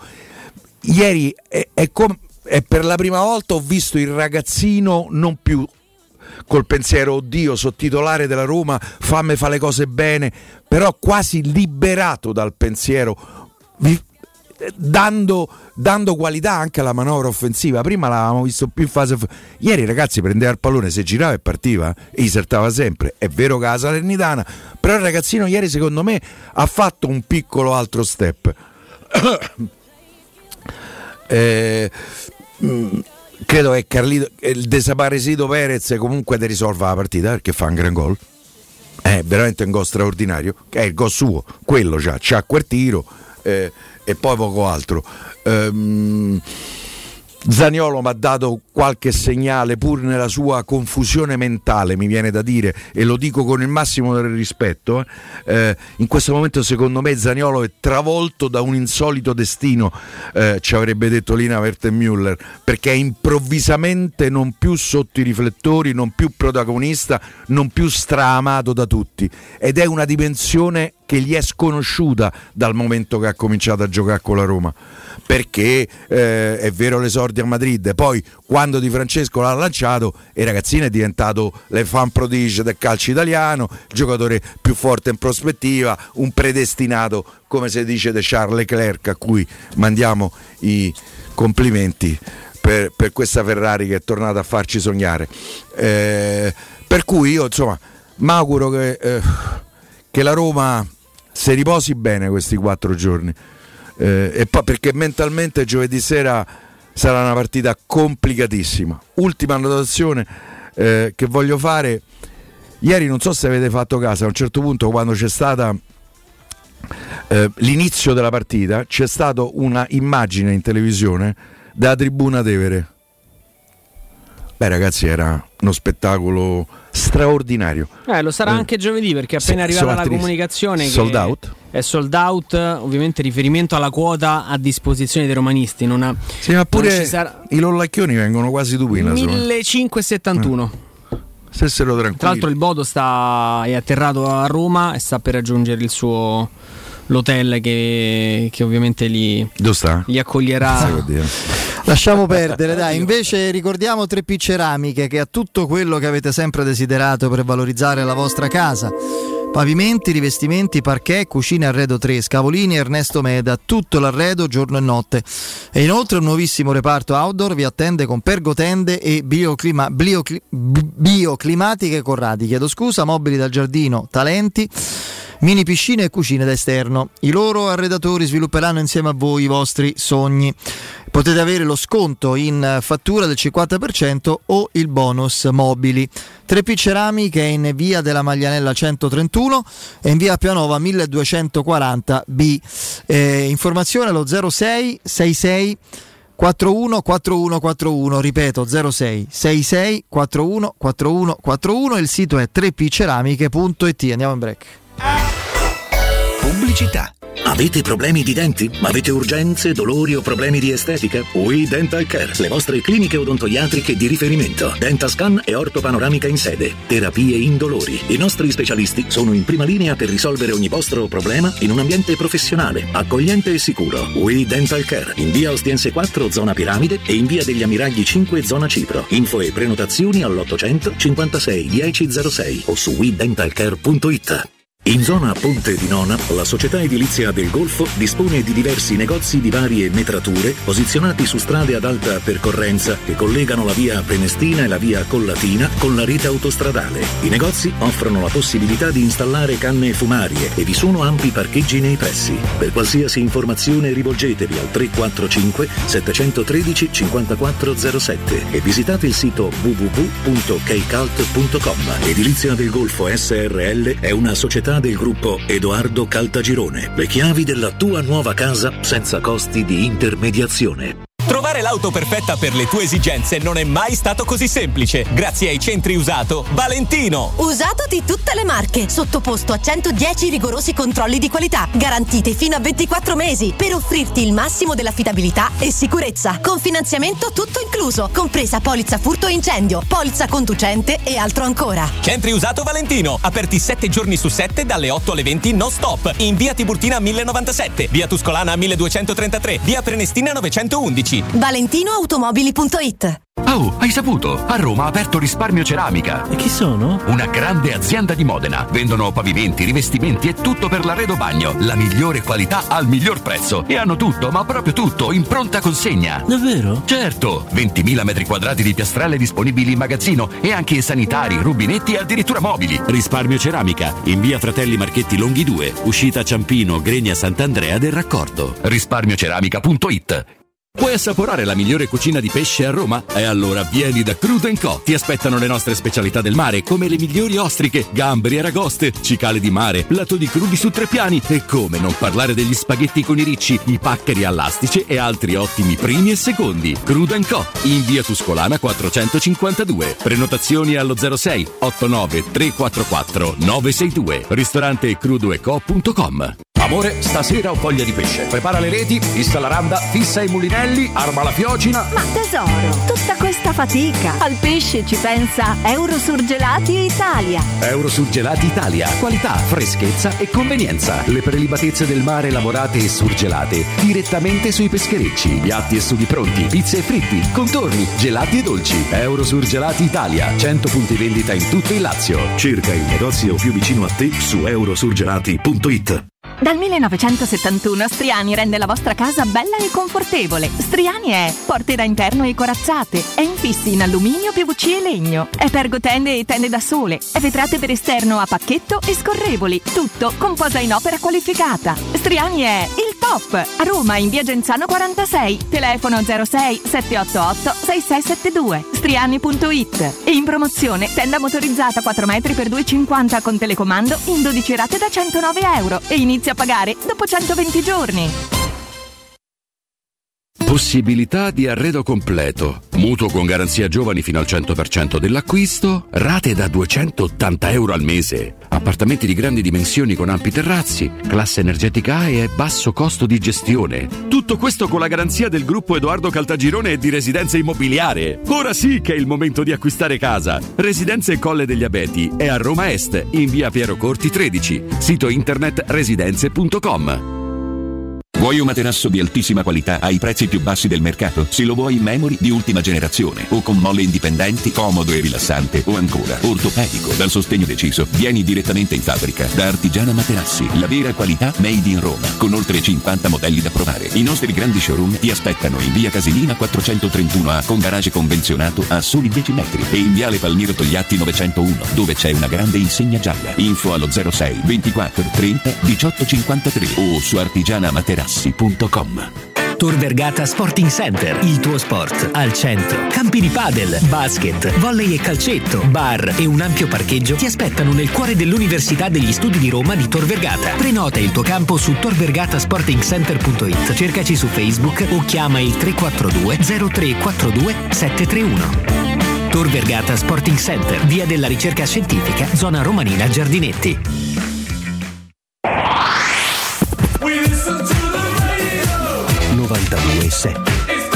ieri, è, è come e per la prima volta ho visto il ragazzino non più col pensiero oddio sono titolare della Roma, fammi fa le cose bene, però quasi liberato dal pensiero dando, dando qualità anche alla manovra offensiva. Prima l'avevamo visto più in fase off- ieri ragazzi prendeva il pallone, se girava e partiva e gli saltava sempre. È vero che la Salernitana, però il ragazzino ieri secondo me ha fatto un piccolo altro step. eh, mh, credo che Carlito, il desaparecido Perez comunque ti risolva la partita perché fa un gran gol, è veramente un gol straordinario, che è il gol suo, quello c'ha, c'ha quel tiro eh, e poi poco altro. ehm, Zaniolo mi ha dato qualche segnale pur nella sua confusione mentale, mi viene da dire, e lo dico con il massimo del rispetto. Eh, in questo momento secondo me Zaniolo è travolto da un insolito destino, eh, ci avrebbe detto Lina Wertmüller, perché è improvvisamente non più sotto i riflettori, non più protagonista, non più straamato da tutti, ed è una dimensione che gli è sconosciuta dal momento che ha cominciato a giocare con la Roma, perché eh, è vero l'esordio a Madrid, poi quando Di Francesco l'ha lanciato il ragazzino è diventato l'enfant prodige del calcio italiano, il giocatore più forte in prospettiva, un predestinato, come si dice di Charles Leclerc, a cui mandiamo i complimenti per, per questa Ferrari che è tornata a farci sognare. Eh, per cui io insomma mi auguro che, eh, che la Roma si riposi bene questi quattro giorni, eh, e poi perché mentalmente giovedì sera sarà una partita complicatissima. Ultima annotazione eh, che voglio fare: ieri non so se avete fatto caso, a un certo punto quando c'è stata eh, l'inizio della partita c'è stata una immagine in televisione dalla tribuna Tevere. Beh ragazzi, era uno spettacolo straordinario. Eh, lo sarà eh. anche giovedì, perché appena è arrivata la comunicazione sold che out. È sold out, ovviamente riferimento alla quota a disposizione dei romanisti. Non ha, sì, ma pure sarà... i lollacchioni vengono quasi dupina. millecinquecentosettantuno. Eh. Stessero tranquilli. Tra l'altro il Bodo sta, è atterrato a Roma e sta per raggiungere il suo l'hotel che, che ovviamente li, li accoglierà. Lasciamo perdere, dai. Invece ricordiamo tre P Ceramiche, che ha tutto quello che avete sempre desiderato per valorizzare la vostra casa: pavimenti, rivestimenti, parquet, cucine, arredo tre, Scavolini, Ernesto Meda, tutto l'arredo giorno e notte. E inoltre un nuovissimo reparto outdoor vi attende con pergotende e bioclima, biocli, bioclimatiche Corradi, chiedo scusa, mobili da giardino, Talenti, mini piscine e cucine da esterno. I loro arredatori svilupperanno insieme a voi i vostri sogni. Potete avere lo sconto in fattura del cinquanta per cento o il bonus mobili. tre P Ceramiche è in via della Maglianella centotrentuno e in via Pianova milleduecentoquaranta B. Eh, informazione allo zero sei sei sei quattro uno quattro uno quattro uno, ripeto zero sei sei sei quattro uno quattro uno quattro uno, il sito è tre p ceramiche punto it. Andiamo in break. Pubblicità. Avete problemi di denti? Avete urgenze, dolori o problemi di estetica? We Dental Care, le vostre cliniche odontoiatriche di riferimento. Dentascan e ortopanoramica in sede. Terapie indolori. I nostri specialisti sono in prima linea per risolvere ogni vostro problema in un ambiente professionale, accogliente e sicuro. We Dental Care, in via Ostiense quattro, zona Piramide, e in via degli Ammiragli cinque, zona Cipro. Info e prenotazioni all'ottocento cinquantasei dieci zero sei o su we dental care punto it. In zona Ponte di Nona, la società edilizia del Golfo dispone di diversi negozi di varie metrature posizionati su strade ad alta percorrenza che collegano la via Prenestina e la via Collatina con la rete autostradale. I negozi offrono la possibilità di installare canne fumarie e vi sono ampi parcheggi nei pressi. Per qualsiasi informazione rivolgetevi al tre quattro cinque sette uno tre cinque zero sette e visitate il sito w w w punto keycult punto com. Edilizia del Golfo S R L è una società del gruppo Edoardo Caltagirone. Le chiavi della tua nuova casa senza costi di intermediazione. Trovare l'auto perfetta per le tue esigenze non è mai stato così semplice. Grazie ai centri usato Valentino. Usato di tutte le marche, sottoposto a centodieci rigorosi controlli di qualità, garantiti fino a ventiquattro mesi, per offrirti il massimo dell'affidabilità e sicurezza. Con finanziamento tutto incluso, compresa polizza furto e incendio, polizza conducente e altro ancora. Centri usato Valentino, aperti sette giorni su sette dalle otto alle venti non stop. In via Tiburtina mille novantasette, via Tuscolana milleduecentotrentatré, via Prenestina novecentoundici. valentino automobili punto it. Oh, hai saputo? A Roma ha aperto Risparmio Ceramica. E chi sono? Una grande azienda di Modena. Vendono pavimenti, rivestimenti e tutto per l'arredo bagno. La migliore qualità al miglior prezzo. E hanno tutto, ma proprio tutto, in pronta consegna. Davvero? Certo! ventimila metri quadrati di piastrelle disponibili in magazzino e anche sanitari, rubinetti e addirittura mobili. Risparmio Ceramica, in via Fratelli Marchetti Longhi due, uscita Ciampino, Gregna Sant'Andrea del Raccordo. risparmio ceramica punto it. Vuoi assaporare la migliore cucina di pesce a Roma? E allora vieni da Crudo and Co. Ti aspettano le nostre specialità del mare, come le migliori ostriche, gamberi e aragoste, cicale di mare, lato di crudi su tre piani e come non parlare degli spaghetti con i ricci, i paccheri all'astice e altri ottimi primi e secondi. Crudo and Co. in via Tuscolana quattrocentocinquantadue. Prenotazioni allo zero sei otto nove tre quattro quattro nove sei due. Ristorante crudo e co punto com. Amore, stasera ho voglia di pesce. Prepara le reti, fissa la randa, fissa i mulinelli, arma la fiocina. Ma tesoro, tutta questa fatica. Al pesce ci pensa Eurosurgelati Italia. Eurosurgelati Italia. Qualità, freschezza e convenienza. Le prelibatezze del mare lavorate e surgelate direttamente sui pescherecci. Piatti e sughi pronti, pizze e fritti, contorni, gelati e dolci. Eurosurgelati Italia. cento punti vendita in tutto il Lazio. Cerca il negozio più vicino a te su eurosurgelati punto it. Dal millenovecentosettantuno Striani rende la vostra casa bella e confortevole. Striani è porte da interno e corazzate, è infissi in alluminio, P V C e legno, è pergotende e tende da sole, è vetrate per esterno a pacchetto e scorrevoli, tutto con posa in opera qualificata. Striani è il top! A Roma in via Genzano quarantasei, telefono zero sei sette otto otto sei sei sette due, striani punto it. E in promozione tenda motorizzata quattro metri per due e cinquanta con telecomando in dodici rate da centonove euro e inizia a pagare dopo centoventi giorni. Possibilità di arredo completo, mutuo con garanzia giovani fino al cento per cento dell'acquisto, rate da duecentottanta euro al mese, appartamenti di grandi dimensioni con ampi terrazzi, classe energetica A e basso costo di gestione. Tutto questo con la garanzia del gruppo Edoardo Caltagirone e di Residenza Immobiliare. Ora sì che è il momento di acquistare casa. Residenze Colle degli Abeti è a Roma Est, in via Piero Corti tredici, sito internet residenze punto com. Vuoi un materasso di altissima qualità ai prezzi più bassi del mercato? Se lo vuoi in memory di ultima generazione o con molle indipendenti, comodo e rilassante o ancora ortopedico dal sostegno deciso, vieni direttamente in fabbrica da Artigiana Materassi, la vera qualità made in Roma, con oltre cinquanta modelli da provare. I nostri grandi showroom ti aspettano in via Casilina quattrocentotrentuno A con garage convenzionato a soli dieci metri e in viale Palmiro Togliatti novecentouno dove c'è una grande insegna gialla. Info allo zero sei ventiquattro trenta diciotto cinquantatré o su artigiana materassi punto com. Tor Vergata Sporting Center, il tuo sport al centro. Campi di padel, basket, volley e calcetto, bar e un ampio parcheggio ti aspettano nel cuore dell'Università degli Studi di Roma di Tor Vergata. Prenota il tuo campo su tor vergata sporting center punto it, cercaci su Facebook o chiama il tre quattro due zero tre quattro due sette tre uno. Tor Vergata Sporting Center, via della ricerca scientifica, zona Romanina Giardinetti. novantadue sette.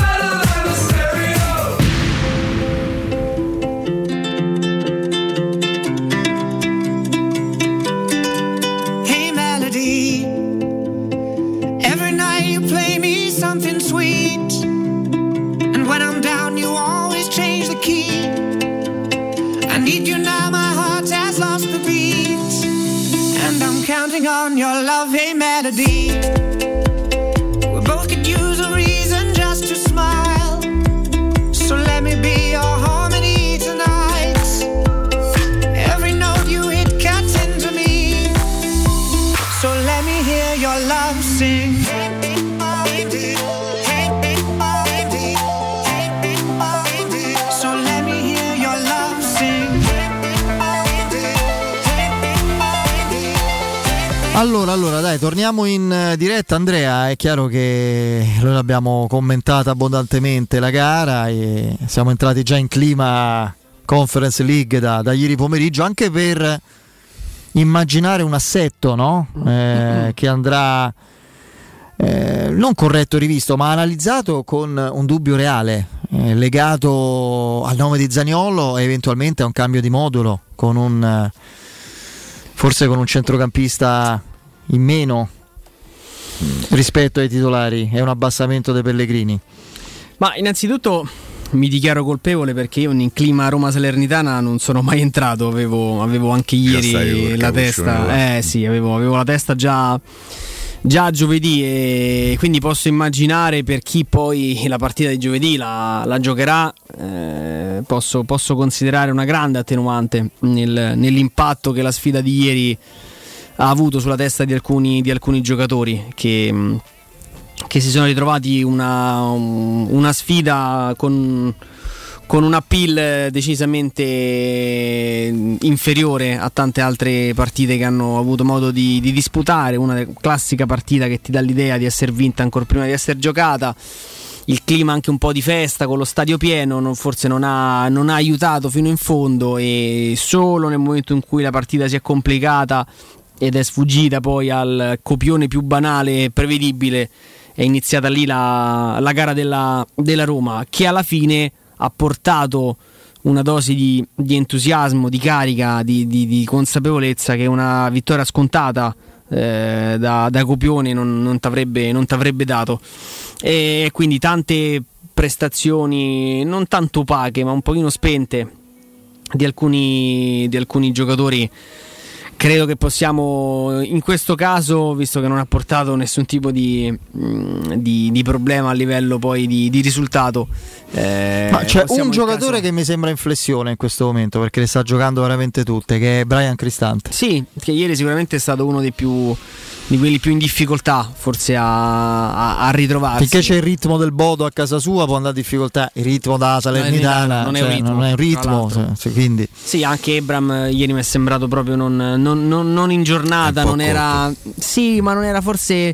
Hey melody, every night you play me something sweet, and when I'm down you always change the key. I need you now, my heart has lost the beat, and I'm counting on your love. Hey melody, both could use a reason just to smile, so let me be your harmony tonight. Every note you hit cuts into me, so let me hear your love sing. So let me hear your love sing. Allora, allora, dai, torniamo in diretta. Andrea, è chiaro che noi l'abbiamo commentata abbondantemente la gara e siamo entrati già in clima Conference League da, da ieri pomeriggio, anche per immaginare un assetto, no? Eh, che andrà eh, non corretto e rivisto, ma analizzato con un dubbio reale, eh, legato al nome di Zaniolo e eventualmente a un cambio di modulo, con un forse con un centrocampista in meno rispetto ai titolari e un abbassamento dei Pellegrini. Ma innanzitutto mi dichiaro colpevole perché io in clima Roma Salernitana non sono mai entrato, avevo, avevo anche ieri la testa, eh sì, avevo, avevo la testa già, già giovedì, e quindi posso immaginare per chi poi la partita di giovedì la, la giocherà, eh, posso, posso considerare una grande attenuante nel, nell'impatto che la sfida di ieri ha avuto sulla testa di alcuni, di alcuni giocatori che, che si sono ritrovati una, una sfida con, con un appeal decisamente inferiore a tante altre partite che hanno avuto modo di, di disputare. Una classica partita che ti dà l'idea di essere vinta ancora prima di essere giocata. Il clima anche un po' di festa con lo stadio pieno non, forse non ha, non ha aiutato fino in fondo, e solo nel momento in cui la partita si è complicata ed è sfuggita poi al copione più banale e prevedibile, è iniziata lì la, la gara della, della Roma, che alla fine ha portato una dose di, di entusiasmo, di carica, di, di, di consapevolezza che una vittoria scontata eh, da, da copione non, non t'avrebbe, non t'avrebbe dato, e quindi tante prestazioni non tanto opache ma un pochino spente di alcuni, di alcuni giocatori. Credo che possiamo, in questo caso, visto che non ha portato nessun tipo di, di, di problema a livello poi di, di risultato, eh, ma c'è un giocatore caso... che mi sembra in flessione in questo momento, perché le sta giocando veramente tutte, che è Brian Cristante. Sì, che ieri sicuramente è stato uno dei più, di quelli più in difficoltà forse a, a, a ritrovarsi. Finché c'è il ritmo del Bodo a casa sua può andare a difficoltà, il ritmo da Salernitana non è cioè, un ritmo, non è un ritmo cioè, quindi. Sì, anche Ebram ieri mi è sembrato proprio non, non, non, non in giornata, non era sì, ma non era forse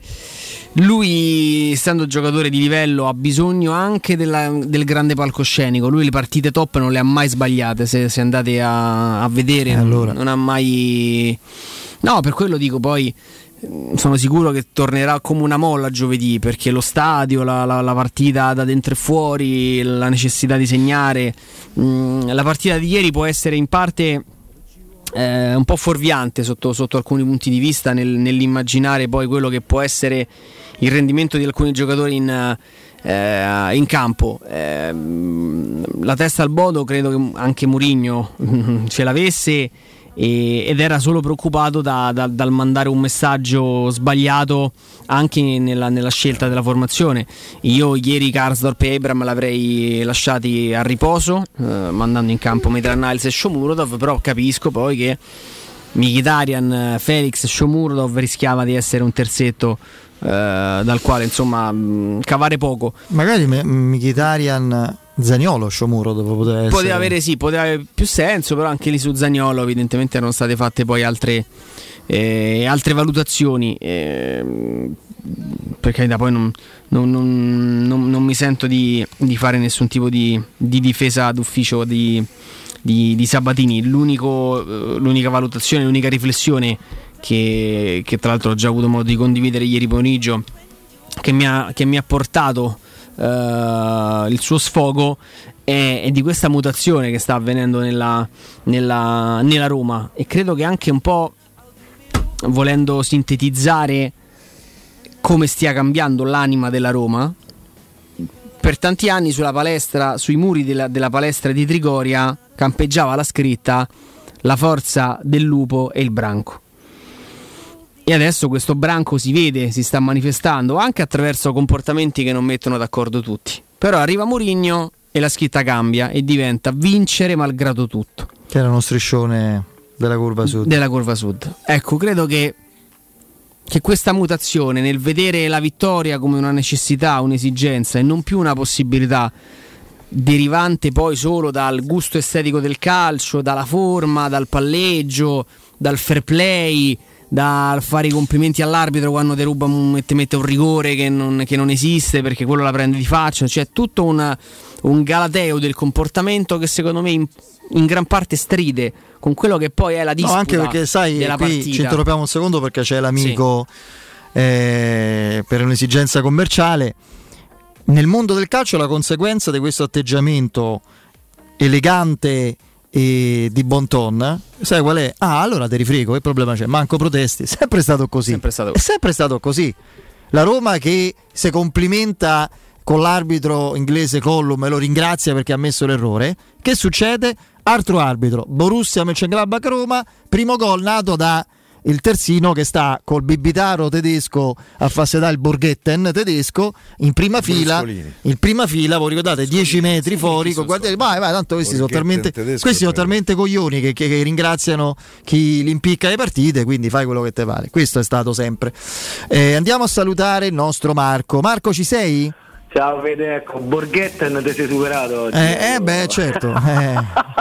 lui, essendo giocatore di livello, ha bisogno anche della, del grande palcoscenico. Lui le partite top non le ha mai sbagliate, se, se andate a, a vedere, eh, allora. non, non ha mai, no, per quello dico, poi sono sicuro che tornerà come una molla giovedì, perché lo stadio, la, la, la partita da dentro e fuori, la necessità di segnare, mh, la partita di ieri può essere in parte eh, un po' fuorviante sotto, sotto alcuni punti di vista, nel, nell'immaginare poi quello che può essere il rendimento di alcuni giocatori in, eh, in campo. Eh, la testa al Bodo credo che anche Mourinho ce l'avesse, ed era solo preoccupato da, da, dal mandare un messaggio sbagliato anche nella, nella scelta della formazione. Io ieri Karsdorp e Ebram l'avrei lasciati a riposo, eh, mandando in campo Maitland-Niles e Shomurodov, però capisco poi che Mkhitaryan, Felix, Shomurodov rischiava di essere un terzetto eh, dal quale insomma mh, cavare poco. Magari Mkhitaryan, Zaniolo, Shomurodov poteva essere, poteva avere sì, poteva avere più senso, però anche lì su Zaniolo evidentemente erano state fatte poi altre eh, altre valutazioni, eh, perché da poi non, non, non, non, non mi sento di, di fare nessun tipo di, di difesa d'ufficio di, di, di Sabatini. L'unico, l'unica valutazione, l'unica riflessione che, che tra l'altro ho già avuto modo di condividere ieri pomeriggio, che mi ha, che mi ha portato Uh, il suo sfogo è, è di questa mutazione che sta avvenendo nella, nella, nella Roma, e credo che anche un po', volendo sintetizzare come stia cambiando l'anima della Roma, per tanti anni sulla palestra, sui muri della, della palestra di Trigoria campeggiava la scritta "la forza del lupo e il branco". E adesso questo branco si vede, si sta manifestando anche attraverso comportamenti che non mettono d'accordo tutti. Però arriva Mourinho e la scritta cambia e diventa "vincere malgrado tutto", che era uno striscione della curva sud. Della curva sud. Ecco, credo che, che questa mutazione nel vedere la vittoria come una necessità, un'esigenza e non più una possibilità derivante poi solo dal gusto estetico del calcio, dalla forma, dal palleggio, dal fair play, da fare i complimenti all'arbitro quando ti ruba e ti mette un rigore che non, che non esiste perché quello la prende di faccia, cioè tutto un, un galateo del comportamento che secondo me in, in gran parte stride con quello che poi è la disputa. No, anche perché sai, della qui partita. Ci interrompiamo un secondo perché c'è l'amico, sì. eh, per un'esigenza commerciale. Nel mondo del calcio la conseguenza di questo atteggiamento elegante e di bon ton, sai qual è? Ah, allora te rifrego, che problema c'è? Manco protesti, è sempre stato così. Sempre stato così. È sempre stato così. La Roma che si complimenta con l'arbitro inglese Collum e lo ringrazia perché ha messo l'errore. Che succede? Altro arbitro, Borussia Mönchengladbach Roma, primo gol nato da il terzino che sta col bibitaro tedesco a fassetà il Borghetten tedesco in prima fila. Bruscolini. In prima fila, voi ricordate, dieci metri fuori, con guardate, vai, vai, tanto questi sono talmente, questi sono talmente coglioni che, che, che ringraziano chi li impicca le partite, quindi fai quello che te pare. Questo è stato sempre. Eh, andiamo a salutare il nostro Marco. Marco, ci sei? Ciao, vede, ecco, Borghetten ti sei superato oggi. Eh, eh beh, certo. Eh.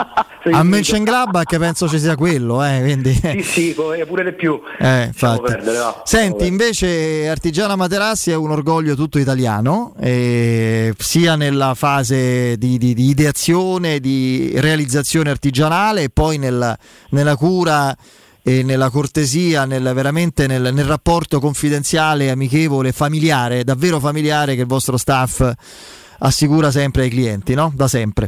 A Mönchengladbach penso ci sia quello, eh, quindi. Sì, sì, pure di più. Eh, perdere, no. Senti, invece Artigiana Materassi è un orgoglio tutto italiano, eh, sia nella fase di, di, di ideazione, di realizzazione artigianale e poi nel, nella cura e nella cortesia, nel, veramente nel, nel rapporto confidenziale, amichevole, familiare, davvero familiare che il vostro staff assicura sempre ai clienti, no? Da sempre.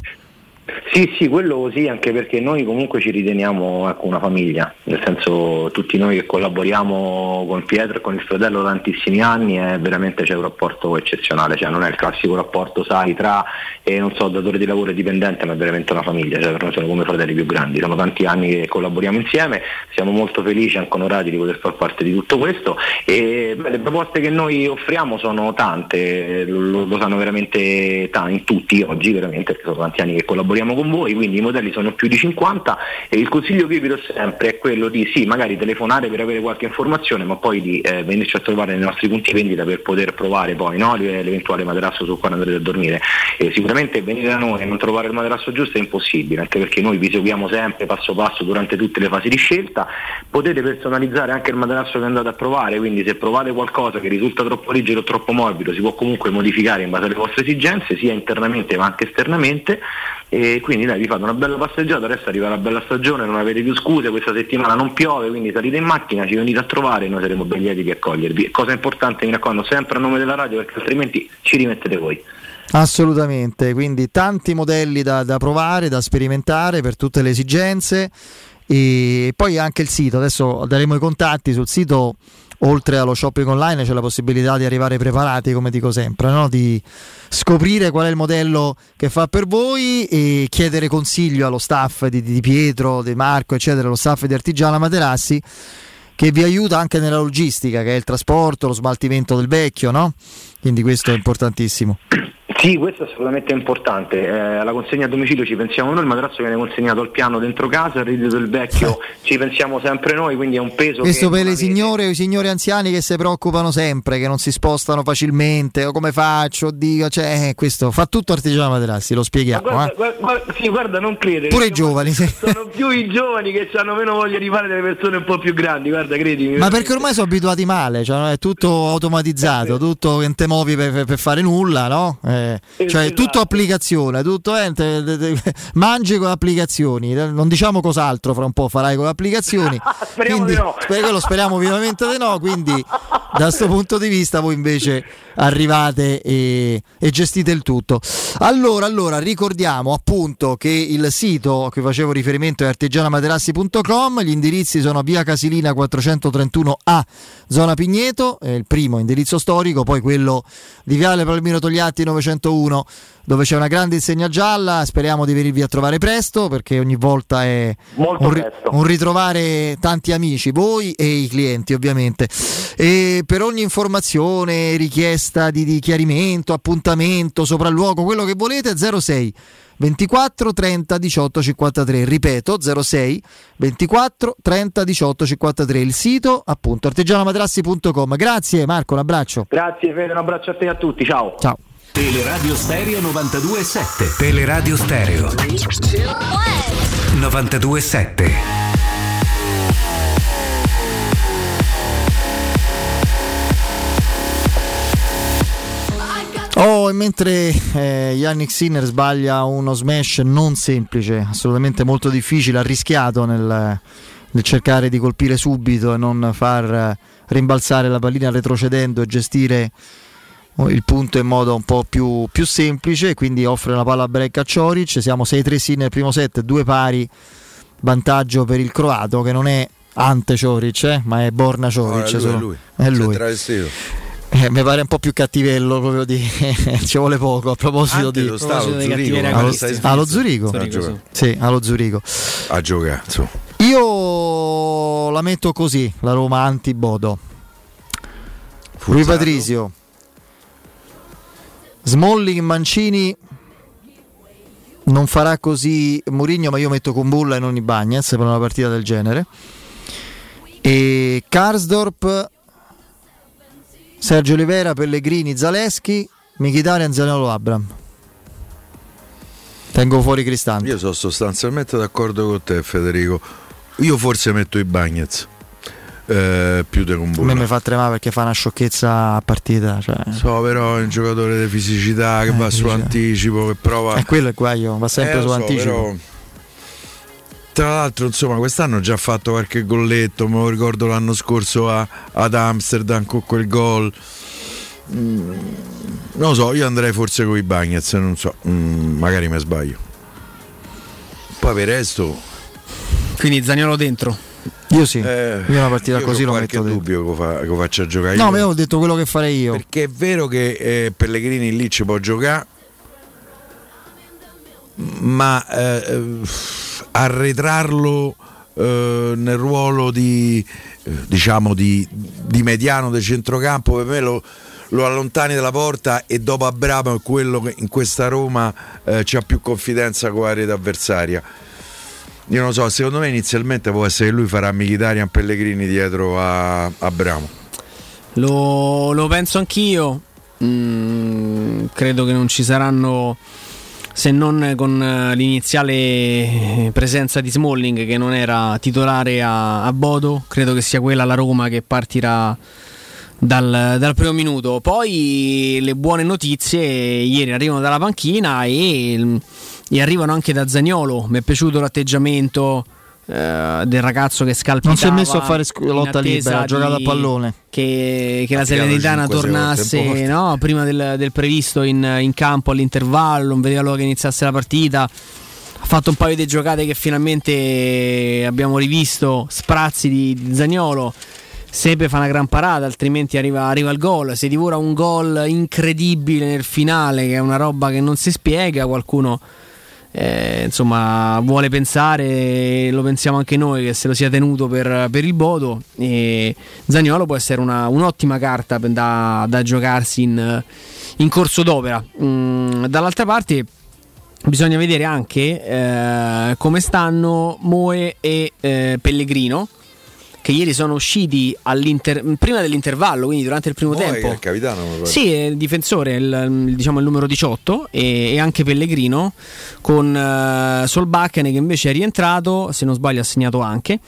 Sì, sì, quello sì, anche perché noi comunque ci riteniamo, ecco, una famiglia, nel senso tutti noi che collaboriamo con Pietro e con il fratello da tantissimi anni, è veramente c'è un rapporto eccezionale, cioè non è il classico rapporto, sai, tra eh, non so, datore di lavoro e dipendente, ma è veramente una famiglia, cioè per noi sono come fratelli più grandi, sono tanti anni che collaboriamo insieme, siamo molto felici e anche onorati di poter far parte di tutto questo e beh, le proposte che noi offriamo sono tante, lo, lo sanno veramente tanti, tutti oggi veramente, perché sono tanti anni che collaboriamo con voi, quindi i modelli sono più di cinquanta e il consiglio che vi do sempre è quello di sì, magari telefonare per avere qualche informazione, ma poi di eh, venirci a trovare nei nostri punti vendita per poter provare poi, no, l'eventuale materasso sul quale andrete a dormire. Eh, sicuramente venire da noi e non trovare il materasso giusto è impossibile, anche perché noi vi seguiamo sempre passo passo durante tutte le fasi di scelta, potete personalizzare anche il materasso che andate a provare, quindi se provate qualcosa che risulta troppo rigido o troppo morbido si può comunque modificare in base alle vostre esigenze, sia internamente ma anche esternamente. E quindi dai, vi fate una bella passeggiata, adesso arriva la bella stagione, non avete più scuse, questa settimana non piove, quindi salite in macchina, ci venite a trovare e noi saremo ben lieti di accogliervi. Cosa importante, mi raccomando, sempre a nome della radio, perché altrimenti ci rimettete voi. Assolutamente, quindi tanti modelli da, da provare, da sperimentare per tutte le esigenze e poi anche il sito, adesso daremo i contatti sul sito. Oltre allo shopping online c'è la possibilità di arrivare preparati, come dico sempre, no? Di scoprire qual è il modello che fa per voi e chiedere consiglio allo staff di, di Pietro, di Marco, eccetera, lo staff di Artigiana Materassi, che vi aiuta anche nella logistica, che è il trasporto, lo smaltimento del vecchio, no? Quindi questo è importantissimo. Sì, questo è assolutamente importante. Eh, alla consegna a domicilio ci pensiamo noi, il materasso viene consegnato al piano dentro casa, il ritiro del vecchio ci pensiamo sempre noi, quindi è un peso. Questo che per le signore o i signori anziani che si preoccupano sempre, che non si spostano facilmente, o come faccio, oddio, cioè, eh, questo fa tutto Artigiana Materassi, lo spieghiamo. Guarda, eh. guarda, guarda, sì, guarda, non credere. Pure i giovani. Sì. Sono più i giovani che hanno meno voglia di fare delle persone un po' più grandi, guarda, credimi. Ma perché ormai sono abituati male, cioè è tutto automatizzato, eh, tutto che non te muovi per, per fare nulla, no? Eh, cioè esatto. Tutto applicazione, tutto eh, te, te, te, mangi con applicazioni, non diciamo cos'altro fra un po' farai con applicazioni. Speriamo quindi, di no. Spero, lo speriamo vivamente di no, quindi da questo punto di vista voi invece arrivate e, e gestite il tutto. Allora, allora ricordiamo appunto che il sito a cui facevo riferimento è artigianamaterassi punto com, gli indirizzi sono via Casilina quattrocentotrentuno A, zona Pigneto, è il primo indirizzo storico, poi quello di viale Palmiro Togliatti novecentouno, dove c'è una grande insegna gialla, speriamo di venirvi a trovare presto perché ogni volta è un, ri- un ritrovare tanti amici, voi e i clienti ovviamente. E per ogni informazione, richiesta di, di chiarimento, appuntamento, sopralluogo, quello che volete, zero sei ventiquattro trenta diciotto cinquantatré, ripeto zero sei ventiquattro trenta diciotto cinquantatré, il sito appunto artigianamaterassi punto com. Grazie Marco, un abbraccio. Grazie Fede, un abbraccio a te e a tutti, ciao. Ciao. Teleradio Stereo novantadue sette. Teleradio Stereo novantadue sette. Oh, e mentre eh, Yannick Sinner sbaglia uno smash non semplice, assolutamente molto difficile, arrischiato nel, nel cercare di colpire subito e non far rimbalzare la pallina retrocedendo e gestire il punto in modo un po' più, più semplice, quindi offre la palla a break a Ćorić. Siamo sei tre sì nel primo set, due pari, vantaggio per il croato che non è Ante Ćorić, eh, ma è Borna Ćorić. No, è lui, è lui. È lui. È Eh, mi pare un po' più cattivello proprio di ci vuole poco a proposito Ante di lo sta allo Zurigo, allo, allo Zurigo. Zurigo. Sì, allo Zurigo a giocare. Io la metto così, la Roma anti-Bodo. Rui Patrizio, Smalling, Mancini. Non farà così Mourinho, ma io metto Kumbulla e non Ibañez per una partita del genere. E Karsdorp, Sergio Oliveira, Pellegrini, Zaleschi, Mkhitaryan, Zaniolo, Abraham. Tengo fuori Cristante. Io sono sostanzialmente d'accordo con te, Federico. Io forse metto Ibañez eh, più di Kumbulla. A me mi fa tremare perché fa una sciocchezza a partita, cioè. So, però è un giocatore di fisicità che eh, va su anticipo, che prova. E quello è il guaio, va sempre eh, su so, anticipo. Però... Tra l'altro, insomma, quest'anno ha già fatto qualche golletto, me lo ricordo l'anno scorso a, ad Amsterdam con quel gol. Mm, non lo so, io andrei forse con i Bagnets, non so, mm, magari mi sbaglio. Poi per il resto. Quindi Zaniolo dentro. Io sì, eh, io una partita io così lo metto. Ho qualche dubbio che, fa, che faccia giocare. No, io. ma io ho detto quello che farei io. Perché è vero che eh, Pellegrini lì ci può giocare, ma eh, arretrarlo eh, nel ruolo di eh, diciamo di, di mediano del centrocampo per me lo, lo allontani dalla porta, e dopo Abramo è quello che in questa Roma eh, c'ha più confidenza con la rete avversaria. Io non lo so, secondo me inizialmente può essere che lui farà Mkhitaryan, Pellegrini dietro a Abramo. Lo, lo penso anch'io. Mm, credo che non ci saranno, se non con l'iniziale presenza di Smalling, che non era titolare a, a Bodo, credo che sia quella la Roma che partirà dal, dal primo minuto. Poi le buone notizie ieri arrivano dalla panchina e, e arrivano anche da Zaniolo. Mi è piaciuto l'atteggiamento eh, del ragazzo che scalpitava, non si è messo a fare sc- lotta libera, ha giocato a pallone, che, che la Salernitana tornasse no, prima del, del previsto in, in campo all'intervallo, non vedeva l'ora che iniziasse la partita. Ha fatto un paio di giocate che finalmente abbiamo rivisto, sprazzi di, di Zaniolo. Sepe fa una gran parata, altrimenti arriva, arriva il gol. Si divora un gol incredibile nel finale, che è una roba che non si spiega. Qualcuno eh, insomma vuole pensare, lo pensiamo anche noi, che se lo sia tenuto per, per il Bodo. E Zaniolo può essere una, un'ottima carta da, da giocarsi in, in corso d'opera. Mm, dall'altra parte bisogna vedere anche eh, come stanno Moe e eh, Pellegrino, che ieri sono usciti prima dell'intervallo, quindi durante il primo Moe, tempo. È il capitano, mi pare. Sì, è il difensore, il, diciamo il numero diciotto, e, e anche Pellegrino, con uh, Solbakken che invece è rientrato, se non sbaglio ha segnato anche.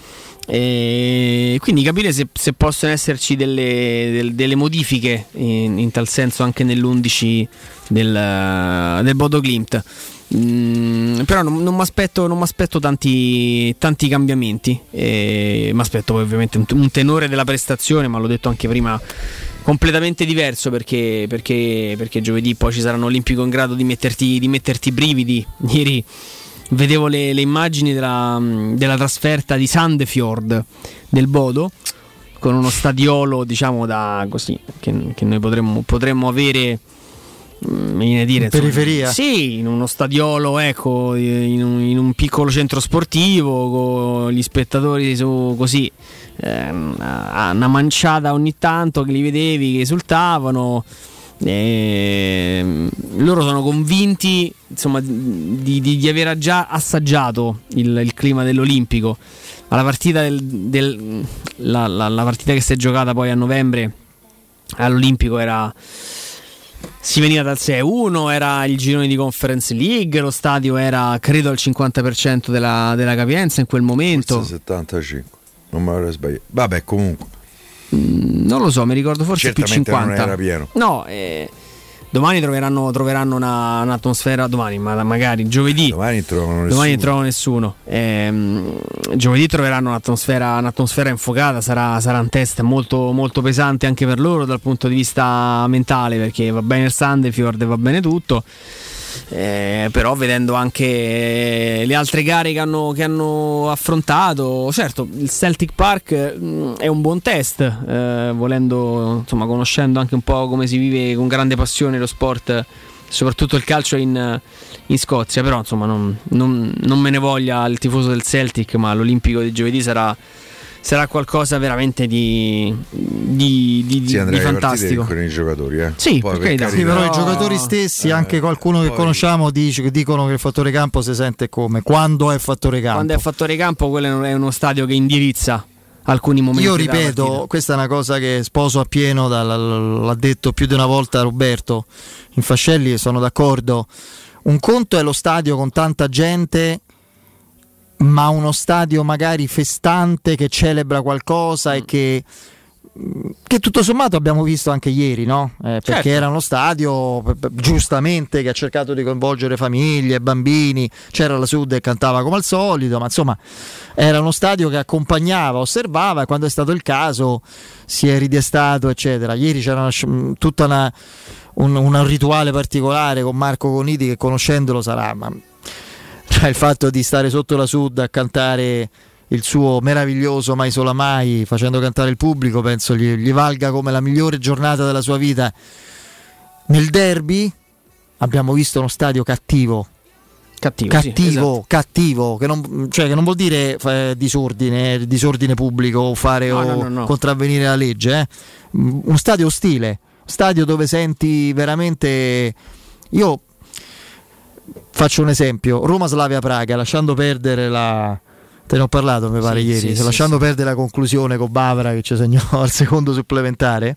E quindi capire se, se possono esserci delle, delle, delle modifiche in, in tal senso anche nell'undici del, del Bodo Glimt. Mm, però non, non mi aspetto non mi aspetto tanti, tanti cambiamenti, mi aspetto poi ovviamente un, un tenore della prestazione, ma l'ho detto anche prima, completamente diverso, perché, perché, perché giovedì poi ci saranno Olimpico in grado di metterti, di metterti brividi. Ieri vedevo le, le immagini della, della trasferta di Sandefjord del Bodo, con uno stadiolo diciamo da così che, che noi potremmo, potremmo avere in dire, in periferia, sì, in uno stadiolo, ecco, in un, in un piccolo centro sportivo, con gli spettatori su, così eh, una manciata ogni tanto che li vedevi che esultavano. E loro sono convinti, insomma, di, di, di aver già assaggiato il, il clima dell'Olimpico. Alla partita del, del la, la, la partita che si è giocata poi a novembre all'Olimpico era, si veniva dal sei a uno, era il girone di Conference League, lo stadio era credo al cinquanta per cento della, della capienza in quel momento. Forse settantacinque, non mi avrei sbagliato. Vabbè, comunque mm, non lo so, mi ricordo forse certamente più cinquanta. Non era pieno. No, eh, domani troveranno, troveranno una, un'atmosfera, domani, ma magari giovedì. Domani trovano nessuno. Domani trovano nessuno. Eh, giovedì troveranno un'atmosfera, un'atmosfera infuocata, sarà, sarà un test molto, molto pesante anche per loro dal punto di vista mentale, perché va bene il Sandefjord e va bene tutto. eh, però vedendo anche le altre gare che hanno, che hanno affrontato, certo il Celtic Park mh, è un buon test, eh, volendo, insomma, conoscendo anche un po' come si vive con grande passione lo sport, soprattutto il calcio in, in Scozia, però insomma non, non, non me ne voglia il tifoso del Celtic, ma l'Olimpico di giovedì sarà sarà qualcosa veramente di, di, di, sì, di fantastico con i giocatori, eh. Sì, Poi, per carità, sì, però i giocatori stessi, eh, anche qualcuno che poi conosciamo dice, dicono che il fattore campo si sente come quando è fattore campo. Quando è fattore campo, quello è uno stadio che indirizza alcuni momenti. Io ripeto, questa è una cosa che sposo appieno, dal, l'ha detto più di una volta Roberto in Fascelli, e sono d'accordo. Un conto è lo stadio con tanta gente, ma uno stadio magari festante che celebra qualcosa, mm. e che, che tutto sommato abbiamo visto anche ieri, no? Eh, perché certo. Era uno stadio giustamente che ha cercato di coinvolgere famiglie, bambini, c'era la Sud che cantava come al solito, ma insomma era uno stadio che accompagnava, osservava, e quando è stato il caso si è ridestato, eccetera. Ieri c'era una, tutta una, un, un rituale particolare con Marco Coniti, che conoscendolo sarà, ma cioè il fatto di stare sotto la Sud a cantare il suo meraviglioso Mai Sola Mai, facendo cantare il pubblico, penso gli, gli valga come la migliore giornata della sua vita. Nel derby abbiamo visto uno stadio cattivo, cattivo, cattivo, sì, esatto. cattivo che, non, cioè, che non vuol dire eh, disordine, disordine pubblico o fare no, o no, no, no. contravvenire la legge, eh. Uno stadio ostile, stadio dove senti veramente. Io faccio un esempio: Roma-Slavia Praga, lasciando perdere la, te ne ho parlato mi pare sì, ieri, sì, lasciando sì, perdere sì. la conclusione con Bavara che ci segnò al secondo supplementare,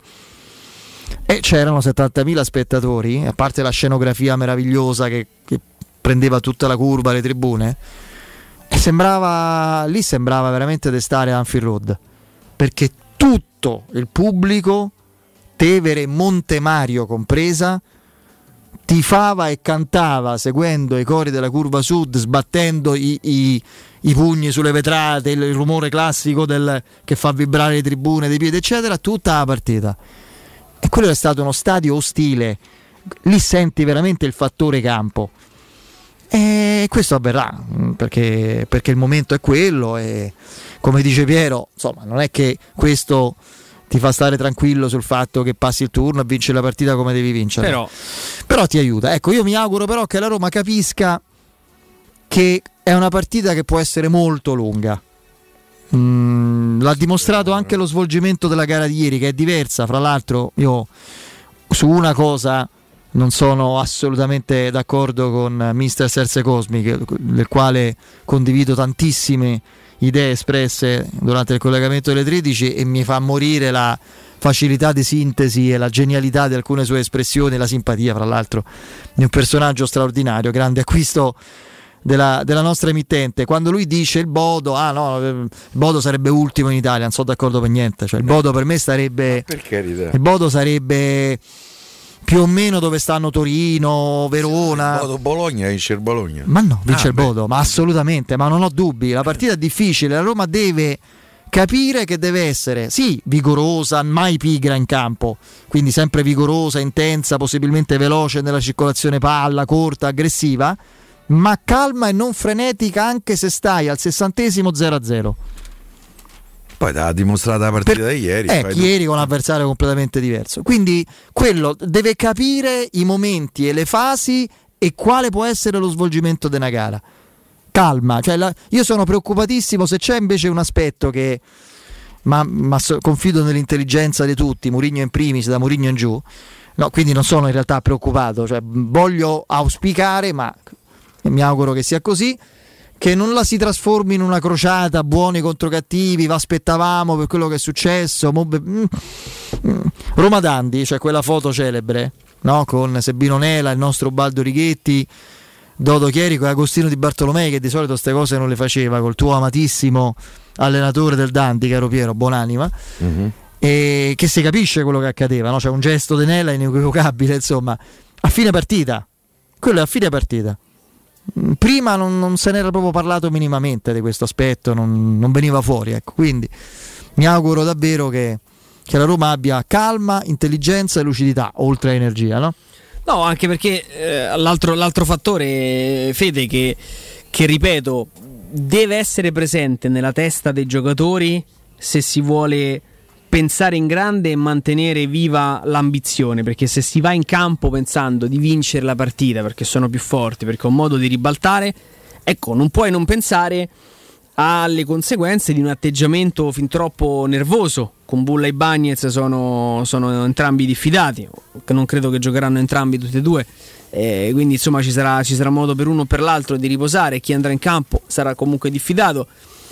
e c'erano settantamila spettatori, a parte la scenografia meravigliosa che, che prendeva tutta la curva, le tribune, e sembrava, lì sembrava veramente di stare a Anfield Road, perché tutto il pubblico, Tevere e Montemario compresa, tifava e cantava seguendo i cori della curva sud, sbattendo i, i, i pugni sulle vetrate, il, il rumore classico del, che fa vibrare le tribune dei piedi, eccetera, tutta la partita. E quello è stato uno stadio ostile, lì senti veramente il fattore campo, e questo avverrà perché, perché il momento è quello, e come dice Piero, insomma, non è che questo ti fa stare tranquillo sul fatto che passi il turno e vinci la partita come devi vincere, però, però ti aiuta. Ecco, io mi auguro però che la Roma capisca che è una partita che può essere molto lunga. Mm, l'ha dimostrato anche lo svolgimento della gara di ieri, che è diversa. Fra l'altro io su una cosa non sono assolutamente d'accordo con mister Serse Cosmi, che, del quale condivido tantissime idee espresse durante il collegamento delle tredici, e mi fa morire la facilità di sintesi e la genialità di alcune sue espressioni, la simpatia fra l'altro di un personaggio straordinario, grande acquisto della, della nostra emittente. Quando lui dice il Bodo, ah no, il Bodo sarebbe ultimo in Italia, non sono d'accordo per niente, cioè il Bodo per me sarebbe, per carità, il Bodo sarebbe più o meno dove stanno Torino, Verona. Bodo Bologna, vince il Bologna. Ma no, vince ah, il Bodo, ma assolutamente, ma non ho dubbi. La partita è difficile, la Roma deve capire che deve essere, sì, vigorosa, mai pigra in campo, quindi sempre vigorosa, intensa, possibilmente veloce nella circolazione palla, corta, aggressiva, ma calma e non frenetica anche se stai al sessantesimo zero a zero. Poi l'ha dimostrata la partita per, di ieri. Eh, ieri con un avversario completamente diverso. Quindi quello deve capire i momenti e le fasi e quale può essere lo svolgimento di una gara. Calma, cioè la, io sono preoccupatissimo se c'è invece un aspetto che, ma, ma so, confido nell'intelligenza di tutti, Mourinho in primis, da Mourinho in giù, no, quindi non sono in realtà preoccupato, cioè voglio auspicare, ma mi auguro che sia così, che non la si trasformi in una crociata buoni contro cattivi, va aspettavamo per quello che è successo. Roma Dandi, cioè quella foto celebre, no? Con Sebino Nela, il nostro Baldo Righetti, Dodo Chierico e Agostino Di Bartolomei, che di solito queste cose non le faceva, col tuo amatissimo allenatore del Dandi, caro Piero, buonanima, mm-hmm. E che si capisce quello che accadeva, no? C'è un gesto di Nela inequivocabile, insomma, a fine partita, quello è a fine partita. Prima non, non se n'era proprio parlato minimamente di questo aspetto, non, non veniva fuori, ecco. Quindi mi auguro davvero che, che la Roma abbia calma, intelligenza e lucidità oltre a energia, no? No, anche perché eh, l'altro, l'altro fattore, Fede, che, che ripeto, deve essere presente nella testa dei giocatori se si vuole pensare in grande e mantenere viva l'ambizione, perché se si va in campo pensando di vincere la partita perché sono più forti, perché ho un modo di ribaltare, ecco, non puoi non pensare alle conseguenze di un atteggiamento fin troppo nervoso. Con Bulla e Bagnez sono, sono entrambi diffidati, non credo che giocheranno entrambi tutti e due, eh, quindi insomma ci sarà, ci sarà modo per uno o per l'altro di riposare. Chi andrà in campo sarà comunque diffidato.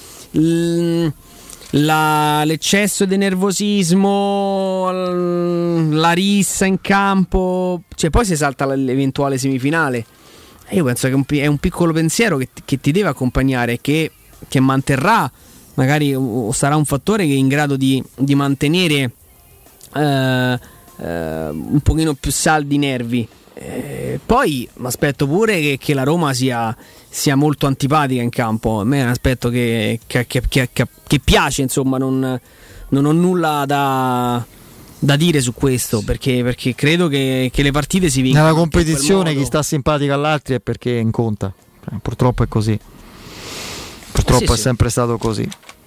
L- la, l'eccesso di nervosismo, l- la rissa in campo, cioè poi si salta l'eventuale semifinale. Io penso che è un, è un piccolo pensiero che, che ti deve accompagnare, che, che manterrà magari, o sarà un fattore che è in grado di, di mantenere eh, eh, un pochino più saldi i nervi. Eh, poi mi aspetto pure che, che la Roma sia, sia molto antipatica in campo. A me è un aspetto che, che, che, che, che piace, insomma, non, non ho nulla da, da dire su questo, perché, perché credo che, che le partite si vincono. Nella competizione chi sta simpatico all'altro è perché inconta, purtroppo è così. Purtroppo eh sì, è sì. sempre stato così.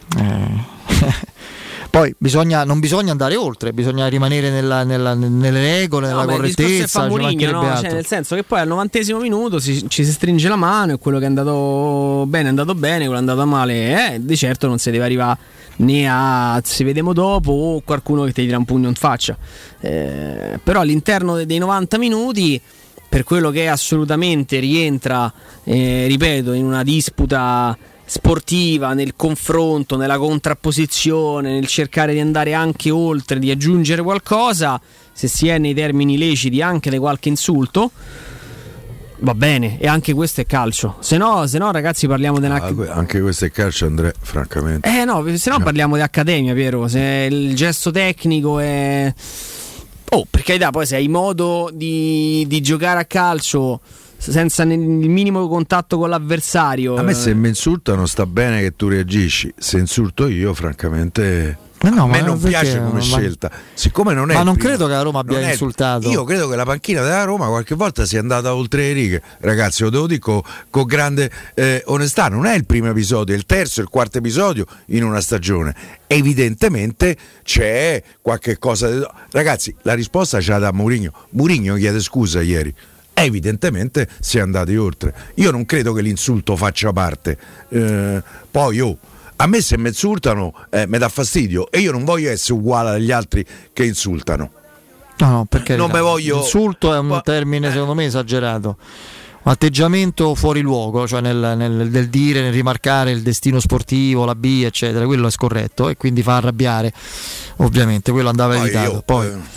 Eh. Poi bisogna, non bisogna andare oltre, bisogna rimanere nella, nella, nelle regole, no, nella correttezza. Mourinho, no? Cioè, nel senso che poi al novantesimo minuto si, ci si stringe la mano e quello che è andato bene è andato bene, quello è andato male, eh, di certo non si deve arrivare né a ci vediamo dopo o qualcuno che ti tira un pugno in faccia. Eh, però all'interno dei novanta minuti, per quello che assolutamente rientra, eh, ripeto, in una disputa sportiva, nel confronto, nella contrapposizione, nel cercare di andare anche oltre, di aggiungere qualcosa, se si è nei termini leciti anche di qualche insulto, va bene, e anche questo è calcio. Se no, se no ragazzi, parliamo di una... ah, anche questo è calcio, Andrea, francamente. Eh no, se no, no. parliamo di accademia, Piero. Se il gesto tecnico è... Oh, per carità, poi se hai modo di, di giocare a calcio senza il minimo contatto con l'avversario. A me se mi insultano sta bene che tu reagisci, se insulto io francamente ma no, a me ma non perché, piace come ma... scelta, siccome non è ma non primo, credo che la Roma abbia è, insultato. Io credo che la panchina della Roma qualche volta sia andata oltre le righe, ragazzi, lo devo dire con, con grande eh, onestà, non è il primo episodio, è il terzo, il quarto episodio in una stagione, evidentemente c'è qualche cosa di... Ragazzi, la risposta ce l'ha da Mourinho. Mourinho chiede scusa ieri, evidentemente si è andati oltre. Io non credo che l'insulto faccia parte, eh, poi oh, a me se mi insultano eh, mi dà fastidio e io non voglio essere uguale agli altri che insultano. No, no, perché non me voglio... Insulto è un termine secondo me esagerato, un atteggiamento fuori luogo, cioè nel, nel, nel dire, nel rimarcare il destino sportivo, la B, eccetera, quello è scorretto e quindi fa arrabbiare, ovviamente, quello andava poi evitato. Io, poi... Eh...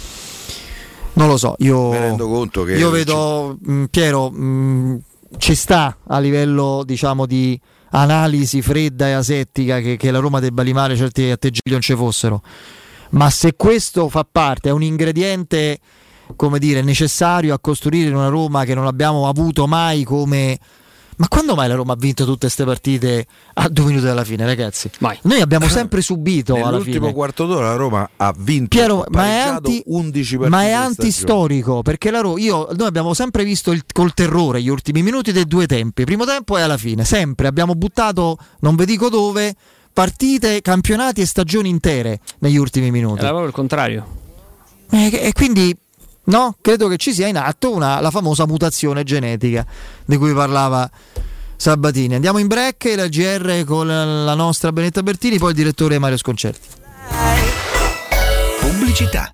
Non lo so, io, mi rendo conto che io vedo mh, Piero, mh, ci sta a livello, diciamo, di analisi fredda e asettica che, che la Roma debba limare certi atteggiamenti non ci fossero, ma se questo fa parte, è un ingrediente, come dire, necessario a costruire una Roma che non abbiamo avuto mai come... Ma quando mai la Roma ha vinto tutte queste partite a due minuti dalla fine, ragazzi? Mai. Noi abbiamo sempre subito alla fine. Nell'ultimo quarto d'ora la Roma ha vinto, Piero, ma è anti, undici partite. Ma è antistorico, perché la Roma, io, noi abbiamo sempre visto il, col terrore gli ultimi minuti dei due tempi, primo tempo e alla fine, sempre abbiamo buttato, non vi dico dove, partite, campionati e stagioni intere negli ultimi minuti. Era proprio il contrario. E, e quindi... No, credo che ci sia in atto una, la famosa mutazione genetica di cui parlava Sabatini. Andiamo in break, la G R con la nostra Benetta Bertini, poi il direttore Mario Sconcerti. Pubblicità.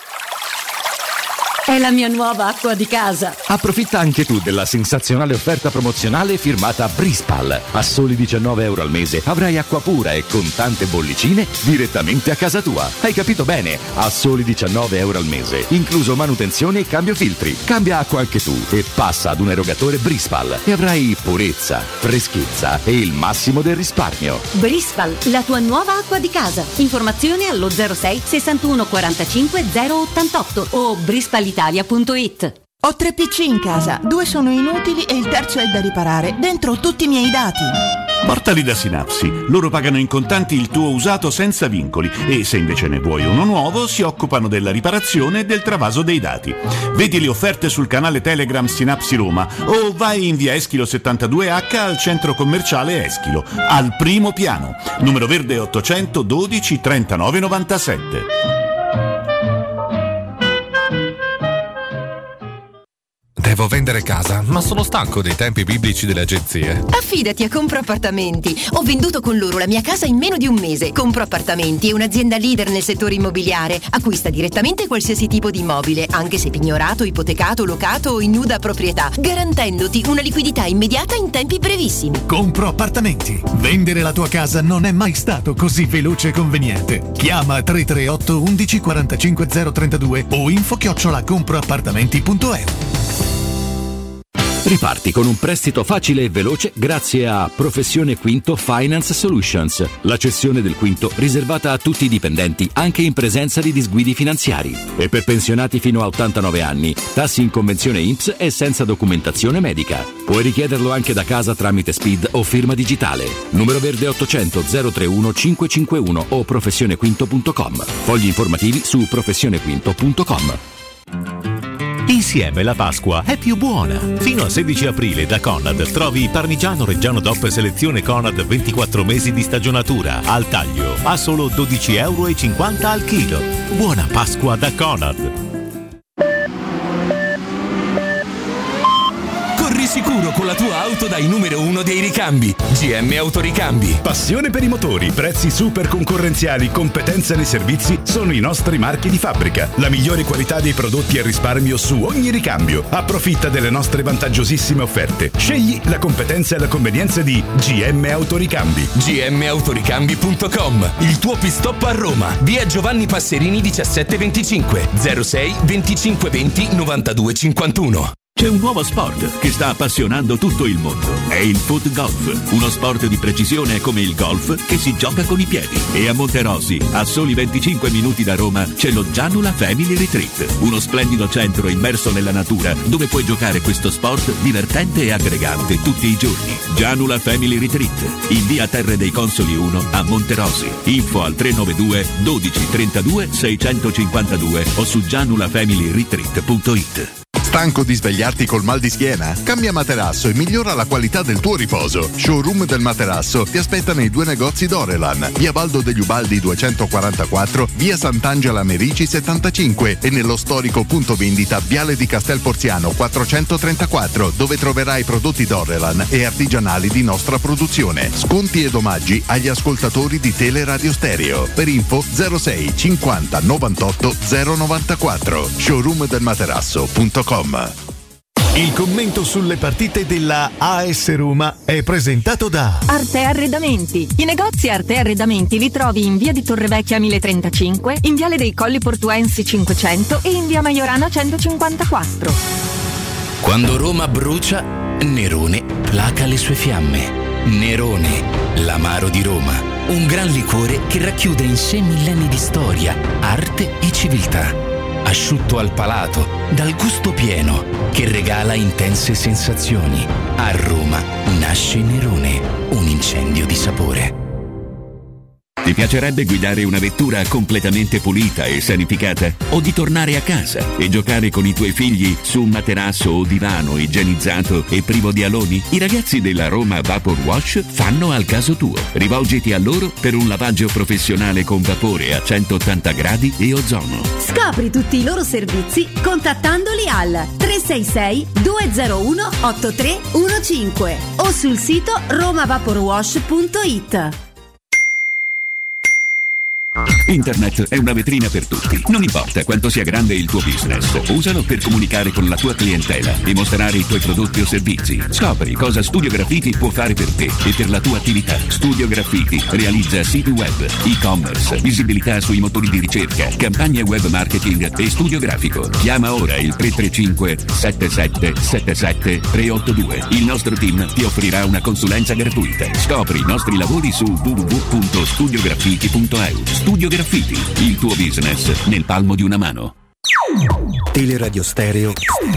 È la mia nuova acqua di casa. Approfitta anche tu della sensazionale offerta promozionale firmata Brispal. A soli diciannove euro al mese avrai acqua pura e con tante bollicine direttamente a casa tua. Hai capito bene? A soli diciannove euro al mese, incluso manutenzione e cambio filtri. Cambia acqua anche tu e passa ad un erogatore Brispal e avrai purezza, freschezza e il massimo del risparmio. Brispal, la tua nuova acqua di casa. Informazioni allo zero sei sessantuno quarantacinque zero ottantotto o brispal italia punto it. Ho tre P C in casa, due sono inutili e il terzo è da riparare. Dentro tutti i miei dati. Portali da Synapsi, loro pagano in contanti il tuo usato senza vincoli e se invece ne vuoi uno nuovo si occupano della riparazione e del travaso dei dati. Vedi le offerte sul canale Telegram Synapsi Roma o vai in via Eschilo settantadue H al centro commerciale Eschilo, al primo piano, numero verde ottocento dodici trentanove novantasette. Devo vendere casa, ma sono stanco dei tempi biblici delle agenzie. Affidati a Compro Appartamenti. Ho venduto con loro la mia casa in meno di un mese. Compro Appartamenti è un'azienda leader nel settore immobiliare. Acquista direttamente qualsiasi tipo di immobile, anche se pignorato, ipotecato, locato o in nuda proprietà, garantendoti una liquidità immediata in tempi brevissimi. Compro Appartamenti. Vendere la tua casa non è mai stato così veloce e conveniente. Chiama tre tre otto undici quarantacinque zero trentadue o info chiocciola comproappartamenti punto e u. Riparti con un prestito facile e veloce grazie a Professione Quinto Finance Solutions, la cessione del quinto riservata a tutti i dipendenti anche in presenza di disguidi finanziari. E per pensionati fino a ottantanove anni, tassi in convenzione I N P S e senza documentazione medica. Puoi richiederlo anche da casa tramite S P I D o firma digitale. Numero verde ottocento zero trentuno cinquecentocinquantuno o professionequinto punto com. Fogli informativi su professionequinto punto com. Insieme la Pasqua è più buona. Fino al sedici aprile da Conad trovi parmigiano reggiano D O P selezione Conad ventiquattro mesi di stagionatura al taglio a solo dodici virgola cinquanta euro al chilo. Buona Pasqua da Conad. Sicuro con la tua auto dai numero uno dei ricambi. G M Autoricambi. Passione per i motori, prezzi super concorrenziali, competenza nei servizi sono i nostri marchi di fabbrica. La migliore qualità dei prodotti e risparmio su ogni ricambio. Approfitta delle nostre vantaggiosissime offerte. Scegli la competenza e la convenienza di G M Autoricambi. G M Autoricambi punto com. Il tuo pit stop a Roma. Via Giovanni Passerini diciassette venticinque zero sei venticinque venti novantadue cinquantuno. C'è un nuovo sport che sta appassionando tutto il mondo. È il foot golf, uno sport di precisione come il golf che si gioca con i piedi. E a Monterosi, a soli venticinque minuti da Roma, c'è lo Gianula Family Retreat, uno splendido centro immerso nella natura dove puoi giocare questo sport divertente e aggregante tutti i giorni. Gianula Family Retreat, in via Terre dei Consoli uno a Monterosi. Info al tre nove due dodici trentadue seicentocinquantadue o su gianula family retreat punto it. Stanco di svegliarti col mal di schiena? Cambia materasso e migliora la qualità del tuo riposo. Showroom del materasso ti aspetta nei due negozi Dorelan, via Baldo degli Ubaldi duecentoquarantaquattro, via Sant'Angela Merici settantacinque e nello storico punto vendita Viale di Castel Porziano quattrocentotrentaquattro, dove troverai prodotti Dorelan e artigianali di nostra produzione. Sconti ed omaggi agli ascoltatori di Teleradio Stereo. Per info zero sei cinquanta novantotto zero novantaquattro. showroom del materasso punto com. Il commento sulle partite della A S Roma è presentato da Arte Arredamenti. I negozi Arte Arredamenti li trovi in via di Torrevecchia mille trentacinque, in viale dei Colli Portuensi cinquecento e in via Maiorana centocinquantaquattro. Quando Roma brucia, Nerone placa le sue fiamme. Nerone, l'amaro di Roma. Un gran liquore che racchiude in sé millenni di storia, arte e civiltà. Asciutto al palato, dal gusto pieno, che regala intense sensazioni. A Roma nasce Nerone, un incendio di sapore. Ti piacerebbe guidare una vettura completamente pulita e sanificata? O di tornare a casa e giocare con i tuoi figli su un materasso o divano igienizzato e privo di aloni? I ragazzi della Roma Vapor Wash fanno al caso tuo. Rivolgiti a loro per un lavaggio professionale con vapore a centottanta gradi e ozono. Scopri tutti i loro servizi contattandoli al tre sei sei due zero uno otto tre uno cinque o sul sito roma vapor wash punto it. Internet è una vetrina per tutti. Non importa quanto sia grande il tuo business, usalo per comunicare con la tua clientela e mostrare i tuoi prodotti o servizi. Scopri cosa Studio Graffiti può fare per te e per la tua attività. Studio Graffiti realizza siti web, e-commerce, visibilità sui motori di ricerca, campagne web marketing e studio grafico. Chiama ora il tre tre cinque sette sette sette sette tre otto due. Il nostro team ti offrirà una consulenza gratuita. Scopri i nostri lavori su w w w punto studio graffiti punto e u. Studio Graffiti, il tuo business nel palmo di una mano. Teleradio Stereo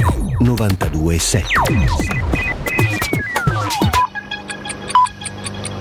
novantadue sette.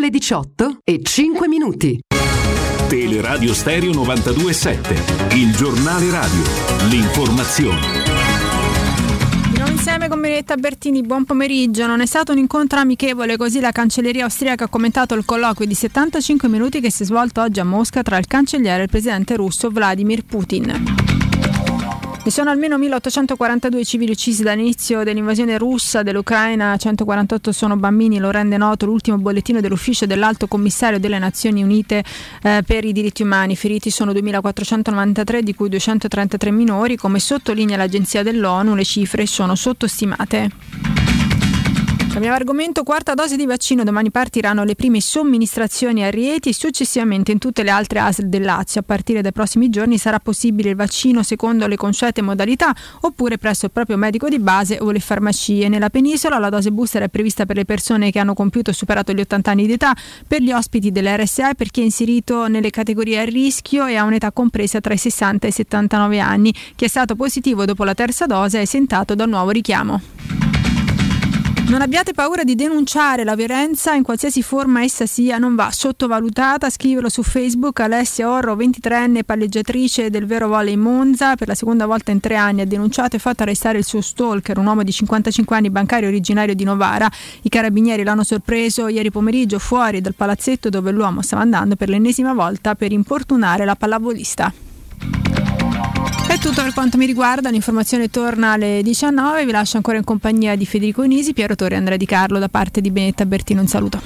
ore diciotto e cinque minuti. Teleradio Stereo novantadue virgola sette, il giornale radio, l'informazione. Insieme con Benedetta Bertini, buon pomeriggio. Non è stato un incontro amichevole, così la cancelleria austriaca ha commentato il colloquio di settantacinque minuti che si è svolto oggi a Mosca tra il cancelliere e il presidente russo Vladimir Putin. Vi sono almeno milleottocentoquarantadue civili uccisi dall'inizio dell'invasione russa dell'Ucraina, centoquarantotto sono bambini, lo rende noto l'ultimo bollettino dell'ufficio dell'Alto Commissario delle Nazioni Unite eh, per i diritti umani. I feriti sono duemilaquattrocentonovantatré, di cui duecentotrentatré minori. Come sottolinea l'agenzia dell'ONU, le cifre sono sottostimate. Cambiamo argomento, quarta dose di vaccino, domani partiranno le prime somministrazioni a Rieti e successivamente in tutte le altre A S L del Lazio. A partire dai prossimi giorni sarà possibile il vaccino secondo le consuete modalità oppure presso il proprio medico di base o le farmacie. Nella penisola la dose booster è prevista per le persone che hanno compiuto e superato gli ottanta anni di età, per gli ospiti delle R S A e per chi è inserito nelle categorie a rischio e ha un'età compresa tra i sessanta e i settantanove anni. Chi è stato positivo dopo la terza dose è esentato dal nuovo richiamo. Non abbiate paura di denunciare la violenza in qualsiasi forma essa sia, non va sottovalutata. Scriverlo su Facebook. Alessia Orro, ventitreenne palleggiatrice del Vero Volley Monza, per la seconda volta in tre anni ha denunciato e fatto arrestare il suo stalker, un uomo di cinquantacinque anni, bancario originario di Novara. I carabinieri l'hanno sorpreso ieri pomeriggio fuori dal palazzetto dove l'uomo stava andando per l'ennesima volta per importunare la pallavolista. È tutto per quanto mi riguarda, l'informazione torna alle diciannove, vi lascio ancora in compagnia di Federico Nisi, Piero Torre e Andrea Di Carlo. Da parte di Benedetta Bertino un saluto.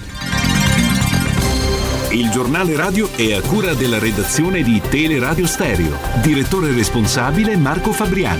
Il giornale radio è a cura della redazione di Teleradio Stereo, direttore responsabile Marco Fabriani.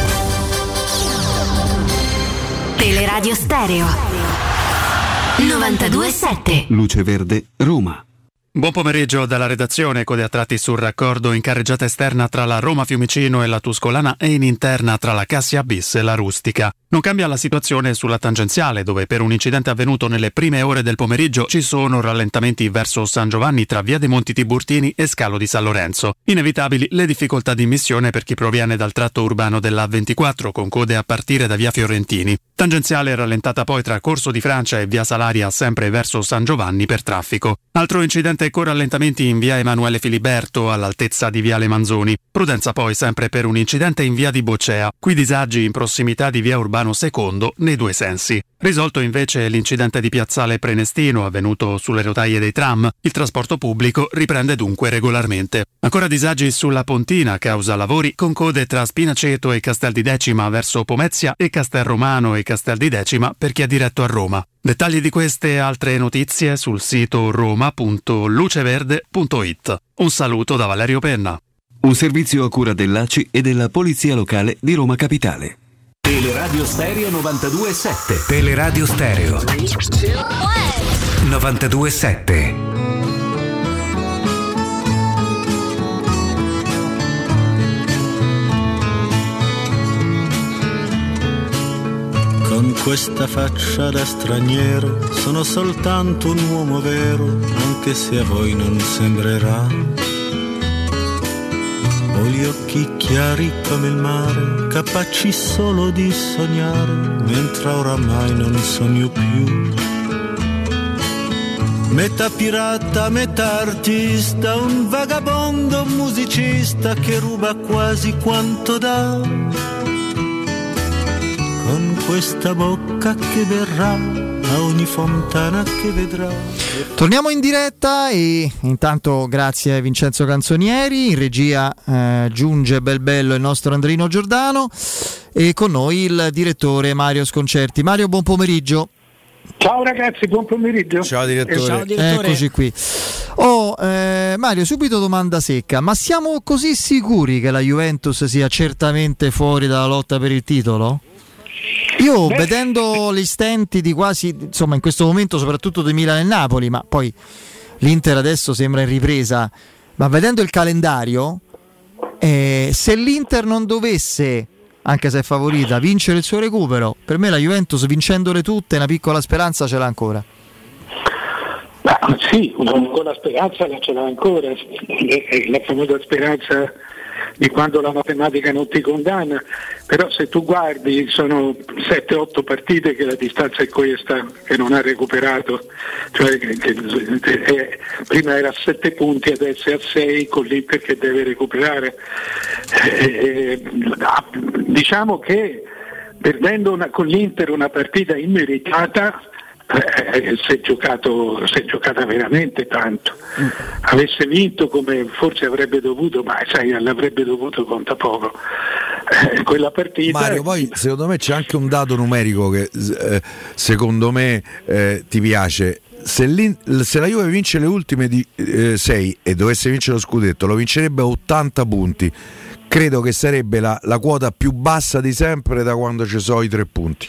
Teleradio Stereo novantadue virgola sette. Luce Verde, Roma. Buon pomeriggio dalla redazione, code a tratti sul raccordo in carreggiata esterna tra la Roma Fiumicino e la Tuscolana e in interna tra la Cassia Bis e la Rustica. Non cambia la situazione sulla tangenziale, dove per un incidente avvenuto nelle prime ore del pomeriggio ci sono rallentamenti verso San Giovanni tra via dei Monti Tiburtini e Scalo di San Lorenzo. Inevitabili le difficoltà di immissione per chi proviene dal tratto urbano della A ventiquattro, con code a partire da via Fiorentini. Tangenziale rallentata poi tra Corso di Francia e via Salaria, sempre verso San Giovanni per traffico. Altro incidente con rallentamenti in via Emanuele Filiberto all'altezza di viale Manzoni. Prudenza poi sempre per un incidente in via di Boccea. Qui disagi in prossimità di via Urbano secondo nei due sensi. Risolto invece l'incidente di piazzale Prenestino avvenuto sulle rotaie dei tram. Il trasporto pubblico riprende dunque regolarmente. Ancora disagi sulla Pontina causa lavori con code tra Spinaceto e Castel di Decima verso Pomezia e Castelromano e Castel di Decima per chi è diretto a Roma. Dettagli di queste e altre notizie sul sito roma punto luceverde punto it. Un saluto da Valerio Penna. Un servizio a cura dell'A C I e della Polizia Locale di Roma Capitale. Teleradio Stereo novantadue virgola sette. Teleradio Stereo novantadue virgola sette. Con questa faccia da straniero sono soltanto un uomo vero, anche se a voi non sembrerà. Ho gli occhi chiari come il mare, capaci solo di sognare, mentre oramai non sogno più. Metà pirata, metà artista, un vagabondo musicista che ruba quasi quanto dà. Con questa bocca che verrà a ogni fontana che vedrà. Torniamo in diretta e intanto grazie a Vincenzo Canzonieri, in regia eh, giunge bel bello il nostro Andrino Giordano e con noi il direttore Mario Sconcerti. Mario, buon pomeriggio. Ciao ragazzi, buon pomeriggio. Ciao direttore. Ciao, direttore. Eccoci qui. Oh, eh, Mario, subito domanda secca, ma siamo così sicuri che la Juventus sia certamente fuori dalla lotta per il titolo? Io Beh, vedendo gli stenti di quasi, insomma in questo momento soprattutto di Milan e Napoli, ma poi l'Inter adesso sembra in ripresa, ma vedendo il calendario, eh, se l'Inter non dovesse, anche se è favorita, vincere il suo recupero, per me la Juventus vincendole tutte una piccola speranza ce l'ha ancora. Ma sì, una piccola speranza ce l'ha ancora, la famosa speranza di quando la matematica non ti condanna, però se tu guardi sono sette otto partite che la distanza è questa, che non ha recuperato, cioè che, che, eh, prima era a sette punti, adesso è a sei con l'Inter che deve recuperare. Eh, diciamo che perdendo una, con l'Inter una partita immeritata, Eh, si è giocato, si è giocata veramente tanto. Avesse vinto come forse avrebbe dovuto, ma sai, l'avrebbe dovuto conta poco. Eh, quella partita. Mario, poi secondo me c'è anche un dato numerico che eh, secondo me eh, ti piace. Se, se la Juve vince le ultime di, eh, sei e dovesse vincere lo scudetto, lo vincerebbe a ottanta punti. Credo che sarebbe la, la quota più bassa di sempre da quando ci sono i tre punti.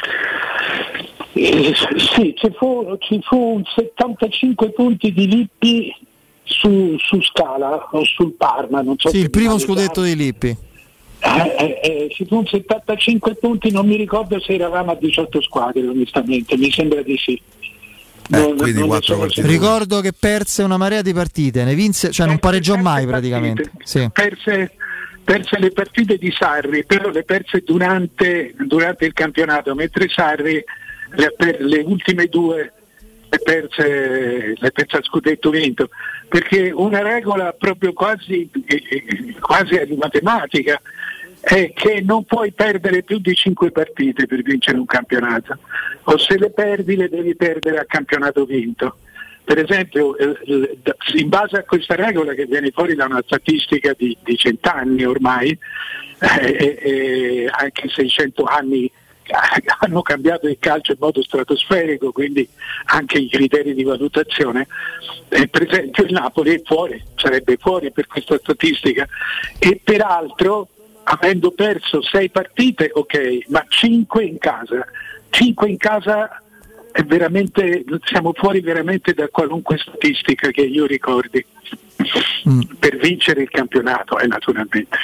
Eh, sì, ci fu, ci fu un settantacinque punti di Lippi su, su Scala o sul Parma, non so. Sì, il primo scudetto di Lippi. Eh, eh, eh, ci fu un settantacinque punti, non mi ricordo se eravamo a diciotto squadre, onestamente, mi sembra di sì. Eh, quindi non quattro so, ricordo che perse una marea di partite, ne vinse, cioè non pareggiò mai praticamente. Sì. Perse, perse le partite di Sarri, però le perse durante, durante il campionato, mentre Sarri Le, per le ultime due le perse, le perse a scudetto vinto, perché una regola proprio quasi, quasi di matematica è che non puoi perdere più di cinque partite per vincere un campionato, o se le perdi le devi perdere a campionato vinto. Per esempio, in base a questa regola che viene fuori da una statistica di, di cent'anni ormai, eh, eh, anche seicento anni hanno cambiato il calcio in modo stratosferico, quindi anche i criteri di valutazione. Eh, per esempio il Napoli è fuori, sarebbe fuori per questa statistica, e peraltro avendo perso sei partite, ok, ma cinque in casa, cinque in casa è veramente, siamo fuori veramente da qualunque statistica che io ricordi mm. per vincere il campionato, eh, naturalmente.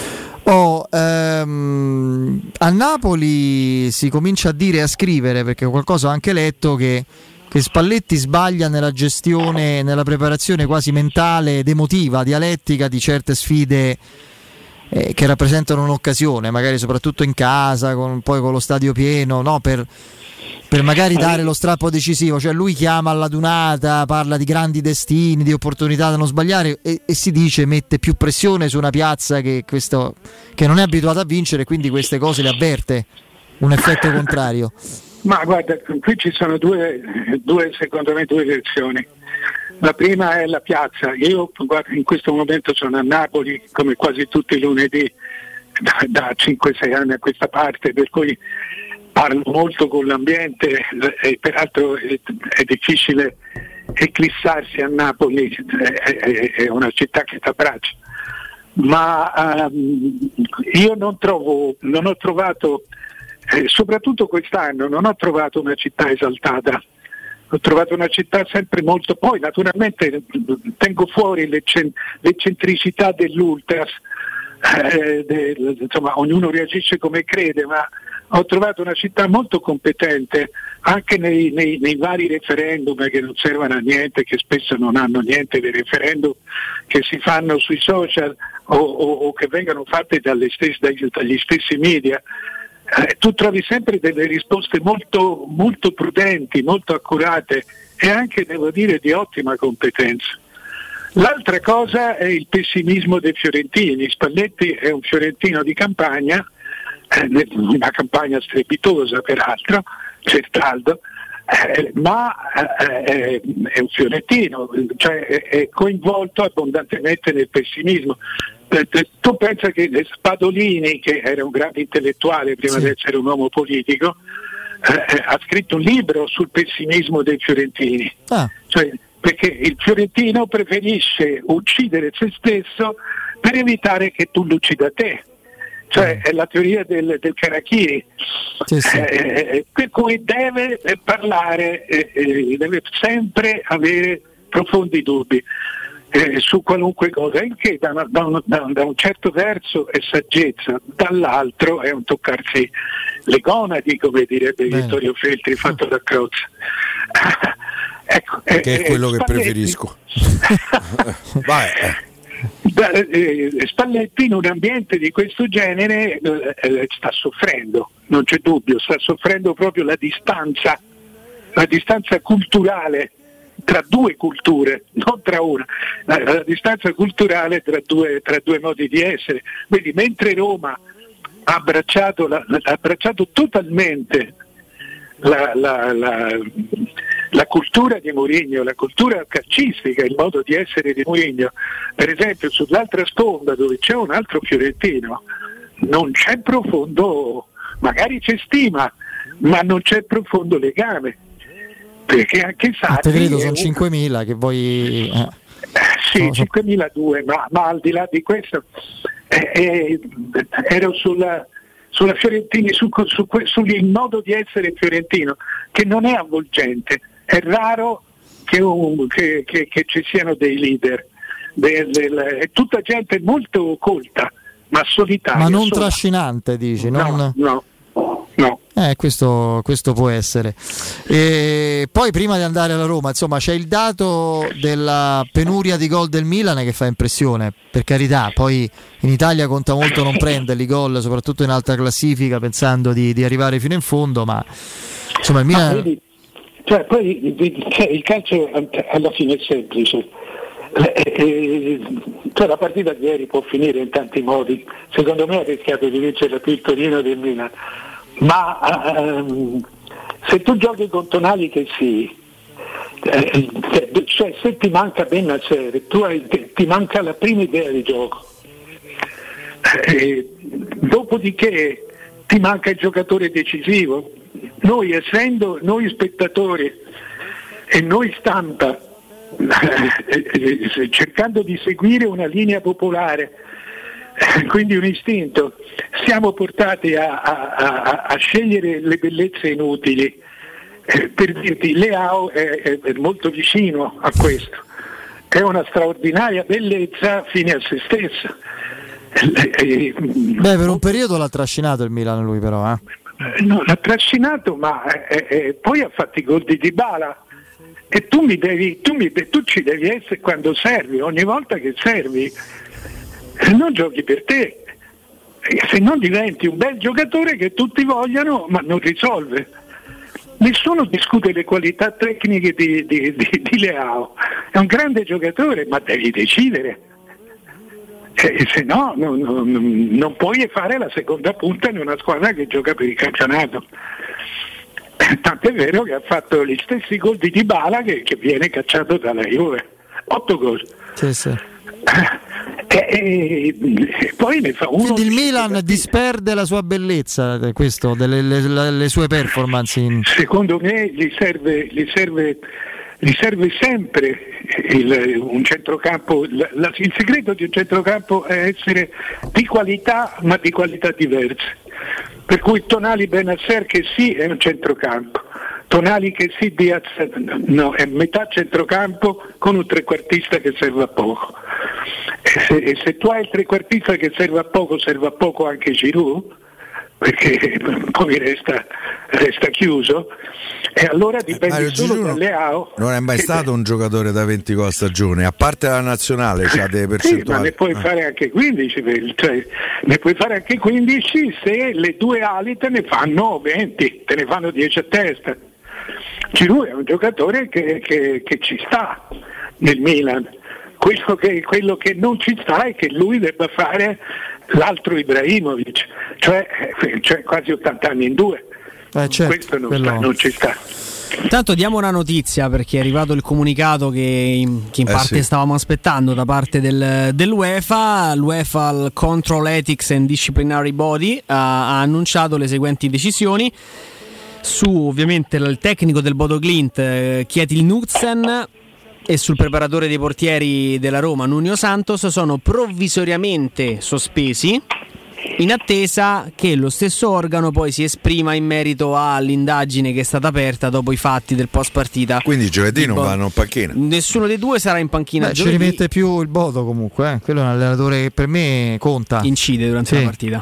Oh, ehm, a Napoli si comincia a dire e a scrivere, perché qualcosa ho anche letto, che, che Spalletti sbaglia nella gestione, nella preparazione quasi mentale ed emotiva, dialettica di certe sfide eh, che rappresentano un'occasione, magari soprattutto in casa, con, poi con lo stadio pieno, no? per, per magari dare lo strappo decisivo. Cioè lui chiama all'adunata, parla di grandi destini, di opportunità da non sbagliare, e, e si dice mette più pressione su una piazza che, questo, che non è abituata a vincere, quindi queste cose le avverte, un effetto contrario. Ma guarda, qui ci sono due, due secondo me due versioni. La prima è la piazza. Io guarda, in questo momento sono a Napoli come quasi tutti i lunedì da, da cinque sei anni a questa parte, per cui parlo molto con l'ambiente, e peraltro è, è difficile eclissarsi a Napoli, è, è, è una città che t'abbraccia, ma um, io non trovo, non ho trovato, eh, soprattutto quest'anno, non ho trovato una città esaltata, ho trovato una città sempre molto, poi naturalmente tengo fuori l'eccentricità dell'Ultras, eh, de, insomma ognuno reagisce come crede, ma ho trovato una città molto competente anche nei, nei, nei vari referendum che non servono a niente, che spesso non hanno niente dei referendum che si fanno sui social o, o, o che vengono fatte dalle stesse, dagli, dagli stessi media. Eh, tu trovi sempre delle risposte molto, molto prudenti, molto accurate e anche, devo dire, di ottima competenza. L'altra cosa è il pessimismo dei fiorentini. Spalletti è un fiorentino di campagna, eh, una campagna strepitosa peraltro, Certaldo, eh, ma eh, è un fiorentino, cioè è, è coinvolto abbondantemente nel pessimismo. Tu pensa che Spadolini, che era un grande intellettuale prima sì. di essere un uomo politico, eh, ha scritto un libro sul pessimismo dei fiorentini, ah. cioè, perché il fiorentino preferisce uccidere se stesso per evitare che tu l'uccida te, cioè è la teoria del, del Karachiri, sì, sì. Eh, per cui deve parlare, eh, deve sempre avere profondi dubbi Eh, su qualunque cosa, il che da, da, un, da un certo verso è saggezza, dall'altro è un toccarsi le gonadi, come direbbe Beh. Vittorio Feltri, fatto da Crozza. ecco, che eh, è quello eh, che Spalletti. Preferisco. Vai. eh, Spalletti in un ambiente di questo genere eh, sta soffrendo, non c'è dubbio, sta soffrendo proprio la distanza, la distanza culturale tra due culture, non tra una, la, la distanza culturale tra due, tra due modi di essere. Vedi, mentre Roma ha abbracciato, la, ha abbracciato totalmente la, la, la, la cultura di Mourinho, la cultura calcistica, il modo di essere di Mourinho, per esempio sull'altra sponda dove c'è un altro fiorentino non c'è profondo, magari c'è stima, ma non c'è profondo legame, perché anche Sarri credo sono un... cinquemila che voi eh. sì, no, cinquemiladue, ma, ma al di là di questo eh, eh, ero sulla sulla Fiorentina, su, su, sul modo di essere fiorentino, che non è avvolgente. È raro che, un, che, che, che ci siano dei leader, del, del, è tutta gente molto colta, ma solitaria. Ma non sola. Trascinante, dici? Non... No, no, no. Eh, questo, questo può essere. E poi prima di andare alla Roma, insomma, c'è il dato della penuria di gol del Milan che fa impressione, per carità, poi in Italia conta molto non prenderli i gol, soprattutto in alta classifica, pensando di, di arrivare fino in fondo, ma insomma il Milan... Ah, vedi, cioè, poi cioè, il calcio alla fine è semplice. Eh, cioè, la partita di ieri può finire in tanti modi, secondo me ha rischiato di vincere più il Torino del Milan, ma ehm, se tu giochi con Tonali che sì, eh, cioè se ti manca Bennacer, tu hai, ti manca la prima idea di gioco, eh, dopodiché ti manca il giocatore decisivo. Noi essendo noi spettatori e noi stampa, eh, cercando di seguire una linea popolare, quindi un istinto, siamo portati a, a, a, a scegliere le bellezze inutili. Eh, per dirti, Leao è, è, è molto vicino a questo, è una straordinaria bellezza fine a se stessa. Beh, per un periodo l'ha trascinato il Milan lui però, eh? No, l'ha trascinato, ma eh, eh, poi ha fatto i gol di Dybala. E tu mi devi, tu, mi, tu ci devi essere quando servi, ogni volta che servi. Non giochi per te, se non diventi un bel giocatore che tutti vogliono, ma non risolve. Nessuno discute le qualità tecniche di, di, di, di Leao, è un grande giocatore, ma devi decidere, eh, se no non, non, non puoi fare la seconda punta in una squadra che gioca per il campionato. Tant'è vero che ha fatto gli stessi gol di Dybala che, che viene cacciato dalla Juve, otto gol. Sì, sì. E, e, e poi ne fa uno. Quindi il Milan disperde la sua bellezza, questo, delle le, le sue performance. In... Secondo me gli serve, gli serve, gli serve sempre il, un centrocampo. La, la, il segreto di un centrocampo è essere di qualità, ma di qualità diverse. Per cui Tonali Bennacer che sì è un centrocampo, Tonali che sì Diaz no, è metà centrocampo con un trequartista che serve a poco. E se, e se tu hai il trequartista che serve a poco, serve a poco anche Giroud, perché poi resta, resta chiuso, e allora dipende Mario solo Giroud da Leao. Non è mai stato un giocatore da venti gol a stagione, a parte la nazionale c'ha delle percentuali. Sì, ma ne puoi ah. fare anche quindici, cioè, ne puoi fare anche quindici se le due ali te ne fanno venti, te ne fanno dieci a testa. Giroud è un giocatore che, che, che ci sta nel Milan. Quello che, quello che non ci sta è che lui debba fare l'altro Ibrahimovic, cioè, cioè quasi ottanta anni in due. Eh, certo, questo non, quello... sta, non ci sta. Intanto diamo una notizia, perché è arrivato il comunicato che in, che in eh parte sì. stavamo aspettando da parte del, dell'UEFA. L'UEFA, il Control Ethics and Disciplinary Body, ha, ha annunciato le seguenti decisioni su ovviamente il tecnico del Bodo Glimt, eh, Kjetil Knudsen, e sul preparatore dei portieri della Roma, Nuno Santos. Sono provvisoriamente sospesi in attesa che lo stesso organo poi si esprima in merito all'indagine che è stata aperta dopo i fatti del post partita. Quindi giovedì non vanno in panchina. Nessuno dei due sarà in panchina. Beh, giovedì. Ci rimette più il Bodo comunque, eh. Quello è un allenatore che per me conta. Incide durante sì. la partita.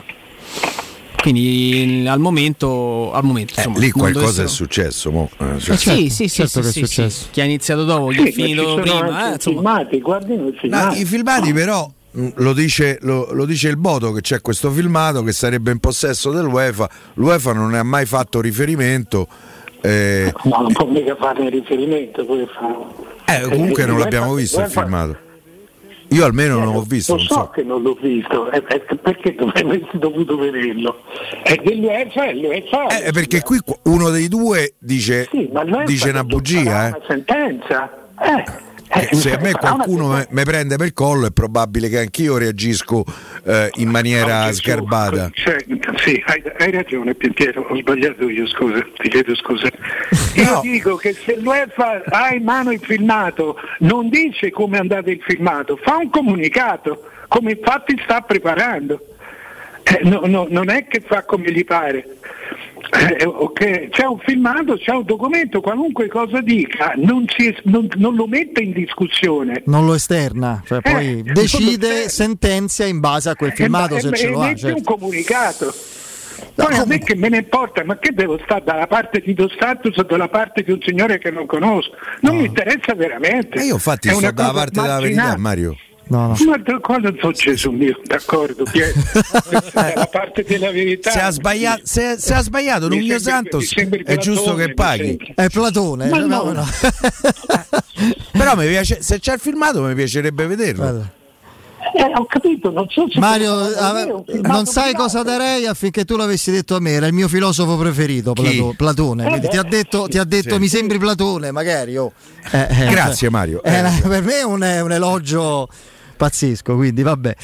Quindi al momento, al momento eh, insomma, lì qualcosa dovessero... è successo mo. Eh, cioè. eh, sì, sì, sì, certo sì, che sì, è successo. sì. Chi ha iniziato dopo, chi Sì, è finito ma ci sono prima. anche Eh, insomma. filmati, guardino i filmati. No, i filmati però lo dice, lo, lo dice il Bodo che c'è questo filmato che sarebbe in possesso dell'UEFA. L'UEFA non ne ha mai fatto riferimento. Eh, no, non può mica fare riferimento. Eh, comunque eh, non l'abbiamo visto il filmato. Io almeno eh, non l'ho visto. Lo non so, so che non l'ho visto, eh, eh, perché avresti dovuto vederlo? È dell'UEFA, è l'UEFA. Eh, perché qui uno dei due dice, sì, ma dice una bugia. Eh. Una sentenza. Eh. Eh, se a me qualcuno mi prende per il collo è probabile che anch'io reagisco eh, in maniera no, sgarbata. Cioè, sì, hai, hai ragione Piero, ho sbagliato io, scusa, ti chiedo scusa. Io no. dico che se l'UEFA ha in mano il filmato, non dice come è andato il filmato, fa un comunicato, come infatti sta preparando. Eh, no, no, non è che fa come gli pare. Eh, okay. C'è un filmato, c'è un documento, qualunque cosa dica, non, si, non, non lo mette in discussione. Non lo esterna, cioè eh, poi decide, sentenzia in base a quel filmato eh, se eh, ce lo ha. Certo. un comunicato. Poi no, a me che me ne importa, ma che devo stare dalla parte di Dos Santos o dalla parte di un signore che non conosco? Non no. mi interessa veramente. E io infatti sto dalla parte della verità, Mario. No, no. Ma cosa so Gesù mio, d'accordo, Piero. Questa è la parte della verità. Se ha sbagliato, se, se ha sbagliato Nuno Santos è giusto che paghi. È Platone. Ma no, no. Però mi piace, se c'è il filmato mi piacerebbe vederlo. Allora. Eh, ho capito, non so se Mario, ave, non sai privato. Cosa darei affinché tu l'avessi detto a me, era il mio filosofo preferito, Plato, Platone. Eh ti ha detto, ti ha detto sì. mi sembri Platone, magari. Oh. Eh, eh, Grazie cioè, Mario. Eh, eh. Per me è un, è un elogio pazzesco, quindi vabbè.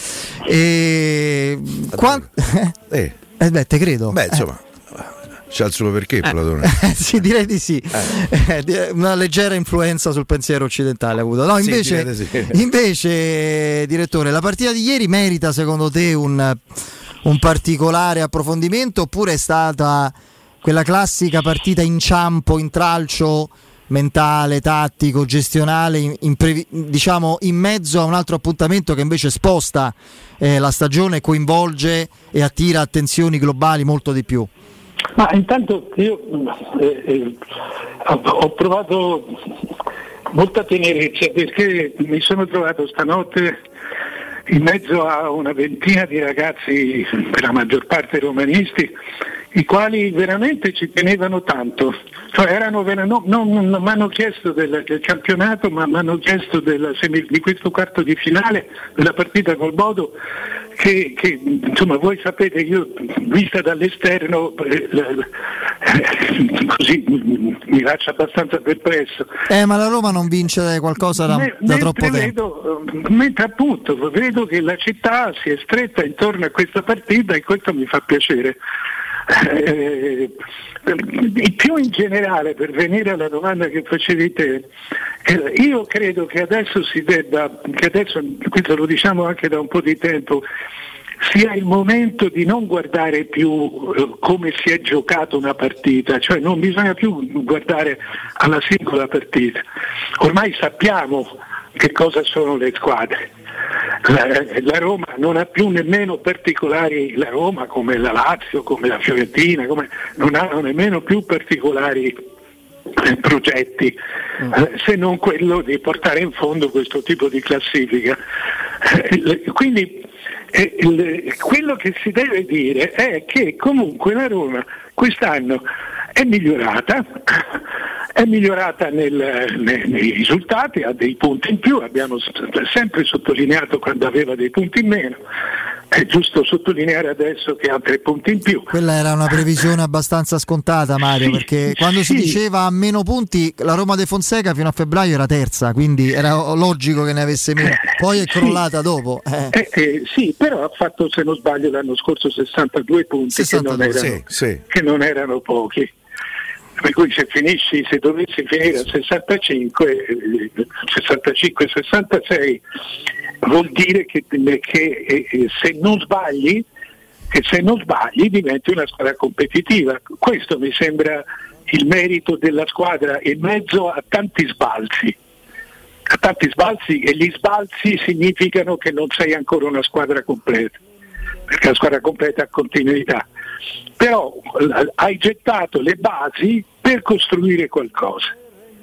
E qua... eh. eh beh, te credo. Beh, insomma. Eh. C'ha il suo perché Platone? Eh, sì, direi di sì. Eh. Una leggera influenza sul pensiero occidentale ha avuto. No, invece, sì, sì. invece, direttore, la partita di ieri merita secondo te un, un particolare approfondimento oppure è stata quella classica partita inciampo, intralcio mentale, tattico, gestionale, in, in previ, diciamo in mezzo a un altro appuntamento che invece sposta eh, la stagione, coinvolge e attira attenzioni globali molto di più? Ma intanto io eh, eh, ho provato molta tenerezza perché mi sono trovato stanotte in mezzo a una ventina di ragazzi, per la maggior parte romanisti, i quali veramente ci tenevano tanto, cioè erano non, non, non mi hanno chiesto del, del campionato, ma mi hanno chiesto del, di questo quarto di finale, della partita col Bodo, che, che insomma voi sapete, io vista dall'esterno eh, eh, così mi lascia abbastanza perplesso. Eh ma la Roma non vince qualcosa da, Me, da troppo vedo, tempo. Mentre appunto vedo che la città si è stretta intorno a questa partita e questo mi fa piacere. Eh, più in generale, per venire alla domanda che facevi te, eh, io credo che adesso si debba, che adesso questo lo diciamo anche da un po' di tempo, sia il momento di non guardare più eh, come si è giocata una partita, cioè non bisogna più guardare alla singola partita, ormai sappiamo che cosa sono le squadre. La, la Roma non ha più nemmeno particolari, la Roma come la Lazio, come la Fiorentina, come, non hanno nemmeno più particolari eh, progetti, mm. eh, se non quello di portare in fondo questo tipo di classifica. Eh, quindi eh, il, quello che si deve dire è che comunque la Roma quest'anno è migliorata, è migliorata nel, nei, nei risultati, ha dei punti in più, abbiamo sempre sottolineato quando aveva dei punti in meno, è giusto sottolineare adesso che ha tre punti in più. Quella era una previsione abbastanza scontata, Mario, sì, perché quando sì. si diceva a meno punti la Roma de Fonseca fino a febbraio era terza, quindi era logico che ne avesse meno, poi è crollata sì. dopo. Eh. Eh, eh, sì, però ha fatto, se non sbaglio, l'anno scorso sessantadue punti, sessantadue, che, non erano, sì, sì. che non erano pochi. Per cui se finisci, se dovessi finire a sessantacinque, sessantacinque sessantasei vuol dire che, che eh, se non sbagli, che se non sbagli diventi una squadra competitiva. Questo mi sembra il merito della squadra in mezzo a tanti sbalzi. A tanti sbalzi, e gli sbalzi significano che non sei ancora una squadra completa, perché la squadra completa ha continuità. Però hai gettato le basi per costruire qualcosa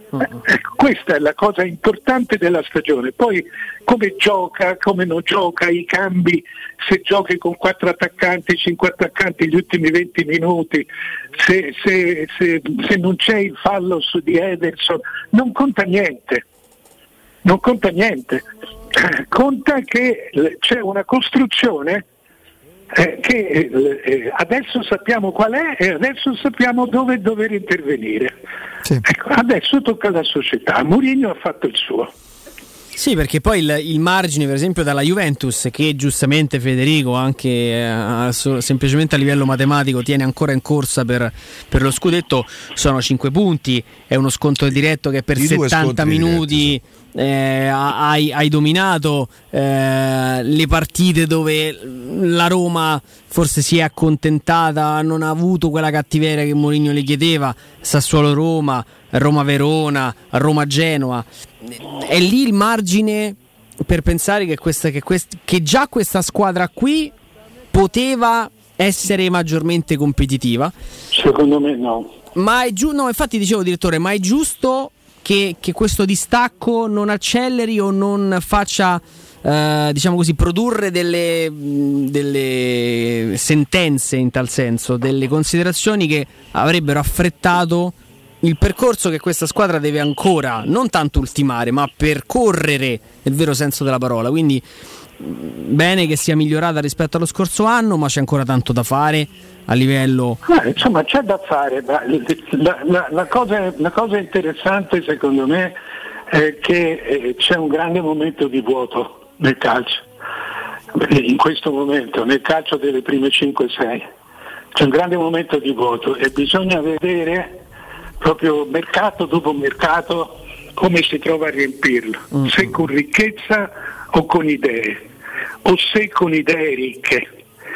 Eh, questa è la cosa importante della stagione. Poi come gioca, come non gioca, i cambi, se giochi con quattro attaccanti, cinque attaccanti gli ultimi venti minuti, se, se, se, se non c'è il fallo su di Ederson, non conta niente. Non conta niente. Conta che c'è una costruzione Eh, che eh, adesso sappiamo qual è e adesso sappiamo dove dover intervenire. Sì. Ecco, adesso tocca alla società. Mourinho ha fatto il suo. Sì, perché poi il, il margine, per esempio, dalla Juventus, che giustamente Federico anche eh, so, semplicemente a livello matematico tiene ancora in corsa per, per lo scudetto, sono cinque punti, è uno scontro diretto che per I settanta minuti eh, hai, hai dominato eh, le partite dove la Roma forse si è accontentata, non ha avuto quella cattiveria che Mourinho le chiedeva, Sassuolo-Roma, Roma-Verona, Roma-Genoa. È lì il margine per pensare che, questa, che, quest, che già questa squadra qui poteva essere maggiormente competitiva. Secondo me no. Ma è giusto, no, infatti dicevo direttore, ma è giusto che, che questo distacco non acceleri o non faccia eh, diciamo così produrre delle, delle sentenze in tal senso, delle considerazioni che avrebbero affrettato il percorso che questa squadra deve ancora non tanto ultimare ma percorrere nel vero senso della parola. Quindi bene che sia migliorata rispetto allo scorso anno, ma c'è ancora tanto da fare a livello eh, insomma c'è da fare. La, la, la, cosa, la cosa interessante secondo me è che eh, c'è un grande momento di vuoto nel calcio in questo momento, nel calcio delle prime cinque sei c'è un grande momento di vuoto e bisogna vedere proprio mercato dopo mercato come si trova a riempirlo, mm-hmm. se con ricchezza o con idee, o se con idee ricche.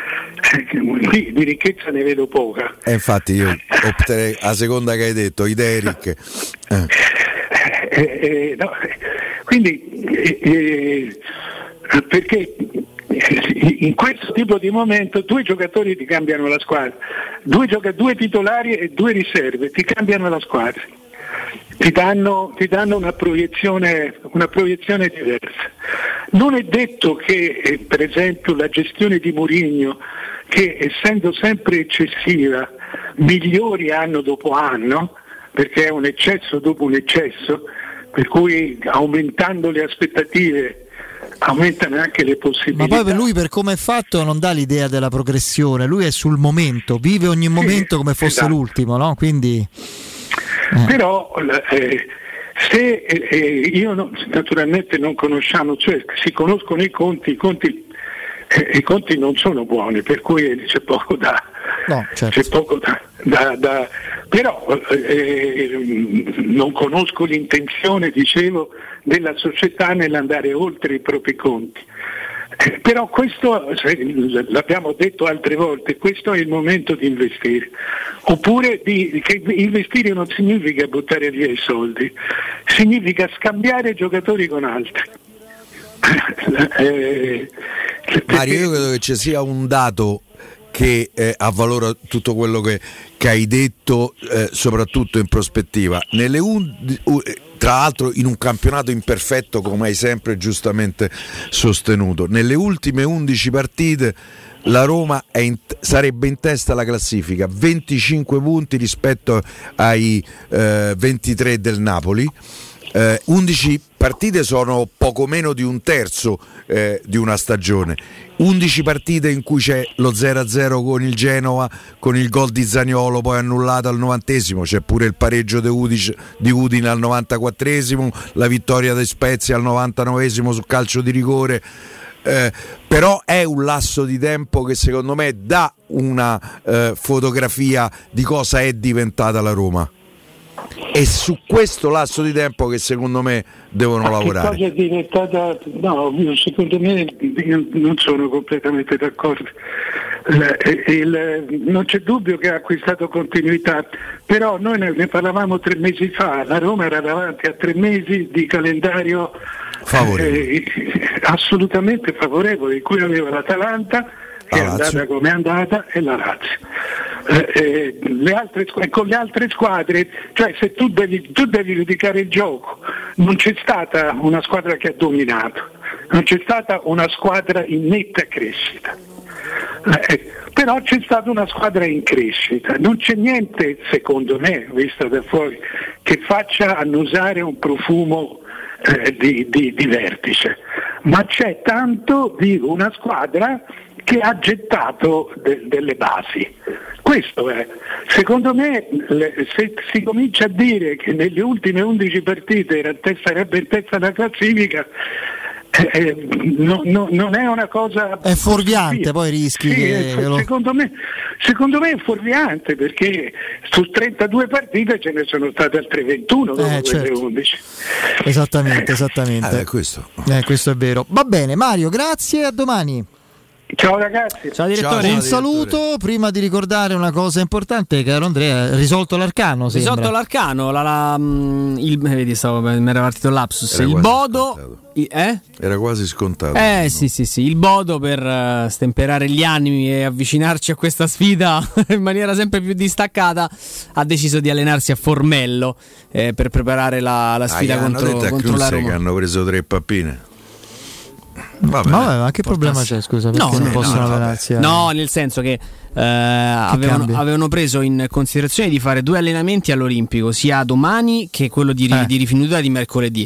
Qui di ricchezza ne vedo poca. E infatti io opterei a seconda che hai detto, idee ricche. Eh. Eh, eh, no. Quindi eh, eh, perché in questo tipo di momento due giocatori ti cambiano la squadra, due, gioca- due titolari e due riserve ti cambiano la squadra, ti danno, ti danno una proiezione, una proiezione diversa. Non è detto che eh, per esempio la gestione di Mourinho, che essendo sempre eccessiva migliori anno dopo anno, perché è un eccesso dopo un eccesso, per cui aumentando le aspettative aumentano anche le possibilità. Ma poi per lui, per come è fatto, non dà l'idea della progressione, lui è sul momento, vive ogni momento come fosse esatto. l'ultimo, no? Quindi eh. però eh, se eh, io no, naturalmente non conosciamo, cioè si conoscono i conti, i conti eh, i conti non sono buoni, per cui c'è poco da no, certo. c'è poco da, da, da però eh, non conosco l'intenzione, dicevo, della società nell'andare oltre i propri conti. Eh, però questo, l'abbiamo detto altre volte, questo è il momento di investire. Oppure di, che investire non significa buttare via i soldi, significa scambiare giocatori con altri. eh, Mario, io credo che ci sia un dato che eh, avvalora tutto quello che, che hai detto, eh, soprattutto in prospettiva. Nelle un, uh, tra l'altro in un campionato imperfetto, come hai sempre giustamente sostenuto, nelle ultime undici partite la Roma è in, sarebbe in testa alla classifica, venticinque punti rispetto ai eh, ventitré del Napoli. Eh, undici partite sono poco meno di un terzo eh, di una stagione, undici partite in cui c'è lo zero a zero con il Genova, con il gol di Zaniolo poi annullato al novantesimo, c'è pure il pareggio di Udine, di Udine al novantaquattresimo, la vittoria di Spezia al novantanovesimo su calcio di rigore. Eh, però è un lasso di tempo che secondo me dà una eh, fotografia di cosa è diventata la Roma. È su questo lasso di tempo che secondo me devono Ma lavorare. Che cosa è diventata? No, secondo me io non sono completamente d'accordo. Il, il, non c'è dubbio che ha acquistato continuità, però noi ne, ne parlavamo tre mesi fa, la Roma era davanti a tre mesi di calendario favorevole. Eh, assolutamente favorevole, in cui aveva l'Atalanta che è andata come è andata e la Lazio. eh, eh, le altre squadre, con le altre squadre, cioè se tu devi, tu devi giudicare il gioco, non c'è stata una squadra che ha dominato, non c'è stata una squadra in netta crescita. Eh, però c'è stata una squadra in crescita, non c'è niente, secondo me, vista da fuori, che faccia annusare un profumo eh, di, di, di vertice, ma c'è tanto di una squadra che ha gettato de, delle basi. Questo è, secondo me, le, se si comincia a dire che nelle ultime undici partite era in testa, sarebbe in testa della classifica, Eh, no, no, non è una cosa, è fuorviante, poi rischi sì, che è, lo... secondo me secondo me è fuorviante, perché su trentadue partite ce ne sono state altre ventuno dopo eh, quelle certo. undici. Esattamente, esattamente. Eh, questo. Eh, questo è vero. Va bene, Mario, grazie, a domani. Ciao ragazzi. Ciao direttore. Un saluto, prima di ricordare una cosa importante, caro Andrea, risolto l'arcano, risolto sembra. l'arcano, la, la, il, vedi, stavo, mi era partito il lapsus, Era il quasi bodo, i, eh? Era quasi scontato. Eh sì sì sì, il bodo per uh, stemperare gli animi e avvicinarci a questa sfida in maniera sempre più distaccata, ha deciso di allenarsi a Formello eh, per preparare la, la sfida ah, contro, hanno detto contro a la Cruz Roma. che hanno preso tre pappine. Vabbè, ma che problema c'è, scusa, perché no, non no, possono no, allenarsi? No, nel senso che, eh, avevano, avevano preso in considerazione di fare due allenamenti all'Olimpico, sia domani che quello di, eh. di rifinitura di mercoledì.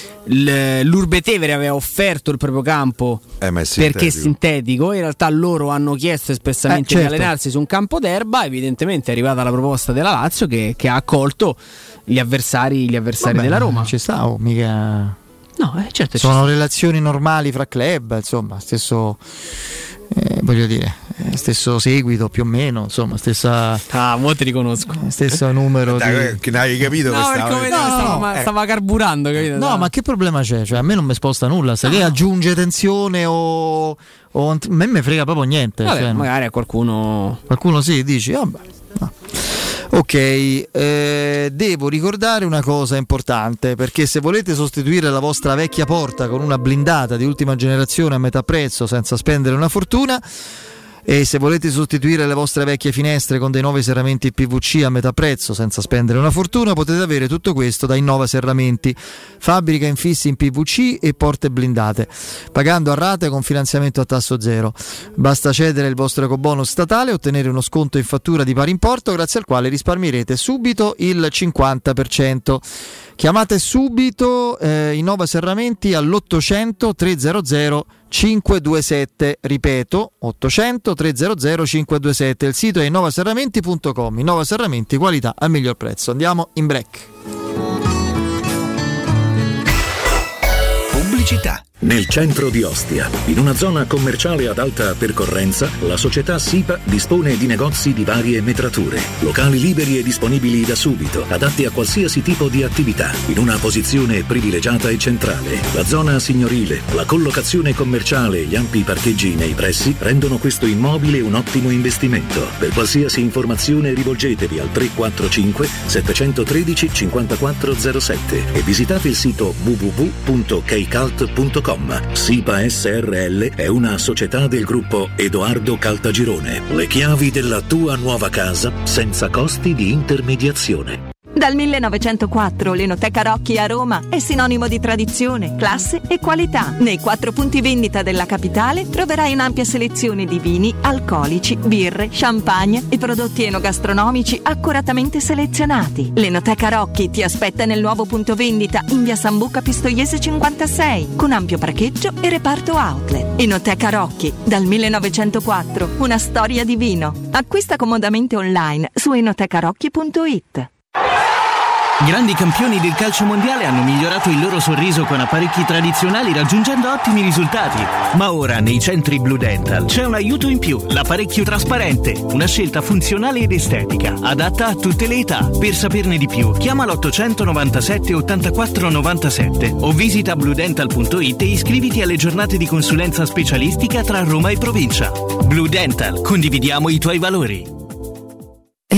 L- L'Urbetevere aveva offerto il proprio campo eh, ma è perché è sintetico, in realtà loro hanno chiesto espressamente eh, certo. di allenarsi su un campo d'erba, evidentemente è arrivata la proposta della Lazio che, che ha accolto gli avversari, gli avversari Vabbè, della Roma. Ci sta, oh, mica... No, eh, certo, sono relazioni normali fra club, insomma, stesso eh, voglio dire, eh, stesso seguito più o meno, insomma, stessa ah, mo ti riconosco. Stesso numero Dai, di... che hai capito no, che stava, come no, stava, eh. stava carburando, capito? No, ma che problema c'è? Cioè, a me non mi sposta nulla, se no. Che aggiunge tensione o, o a me me frega proprio niente. Vabbè, cioè, magari a qualcuno qualcuno sì, dici, vabbè. No. Ok, eh, devo ricordare una cosa importante, perché se volete sostituire la vostra vecchia porta con una blindata di ultima generazione a metà prezzo senza spendere una fortuna, e se volete sostituire le vostre vecchie finestre con dei nuovi serramenti P V C a metà prezzo senza spendere una fortuna, potete avere tutto questo da Innova Serramenti, fabbrica infissi in P V C e porte blindate, pagando a rate con finanziamento a tasso zero. Basta cedere il vostro ecobonus statale e ottenere uno sconto in fattura di pari importo, grazie al quale risparmierete subito il cinquanta per cento. Chiamate subito eh, Innova Serramenti all'ottocento trecento cinquecentoventisette, ripeto ottocento trecento cinquecentoventisette. Il sito è innovaserramenti punto com. Innova Serramenti, qualità al miglior prezzo. Andiamo in break. Pubblicità. Nel centro di Ostia, in una zona commerciale ad alta percorrenza, la società SIPA dispone di negozi di varie metrature, locali liberi e disponibili da subito, adatti a qualsiasi tipo di attività, in una posizione privilegiata e centrale. La zona signorile, la collocazione commerciale e gli ampi parcheggi nei pressi rendono questo immobile un ottimo investimento. Per qualsiasi informazione rivolgetevi al tre quattro cinque sette uno tre cinque quattro zero sette e visitate il sito w w w punto keycult punto com. SIPA S R L è una società del gruppo Edoardo Caltagirone. Le chiavi della tua nuova casa senza costi di intermediazione. Dal millenovecentoquattro l'Enoteca Rocchi a Roma è sinonimo di tradizione, classe e qualità. Nei quattro punti vendita della capitale troverai un'ampia selezione di vini, alcolici, birre, champagne e prodotti enogastronomici accuratamente selezionati. L'Enoteca Rocchi ti aspetta nel nuovo punto vendita in via Sambuca Pistoiese cinquantasei con ampio parcheggio e reparto outlet. Enoteca Rocchi, dal millenovecentoquattro, una storia di vino. Acquista comodamente online su enotecarocchi punto it. Grandi campioni del calcio mondiale hanno migliorato il loro sorriso con apparecchi tradizionali raggiungendo ottimi risultati. Ma ora nei centri Blue Dental c'è un aiuto in più, l'apparecchio trasparente, una scelta funzionale ed estetica, adatta a tutte le età. Per saperne di più, chiama l'ottocento novantasette ottantaquattro novantasette o visita blue dental punto it e iscriviti alle giornate di consulenza specialistica tra Roma e provincia. Blue Dental, condividiamo i tuoi valori.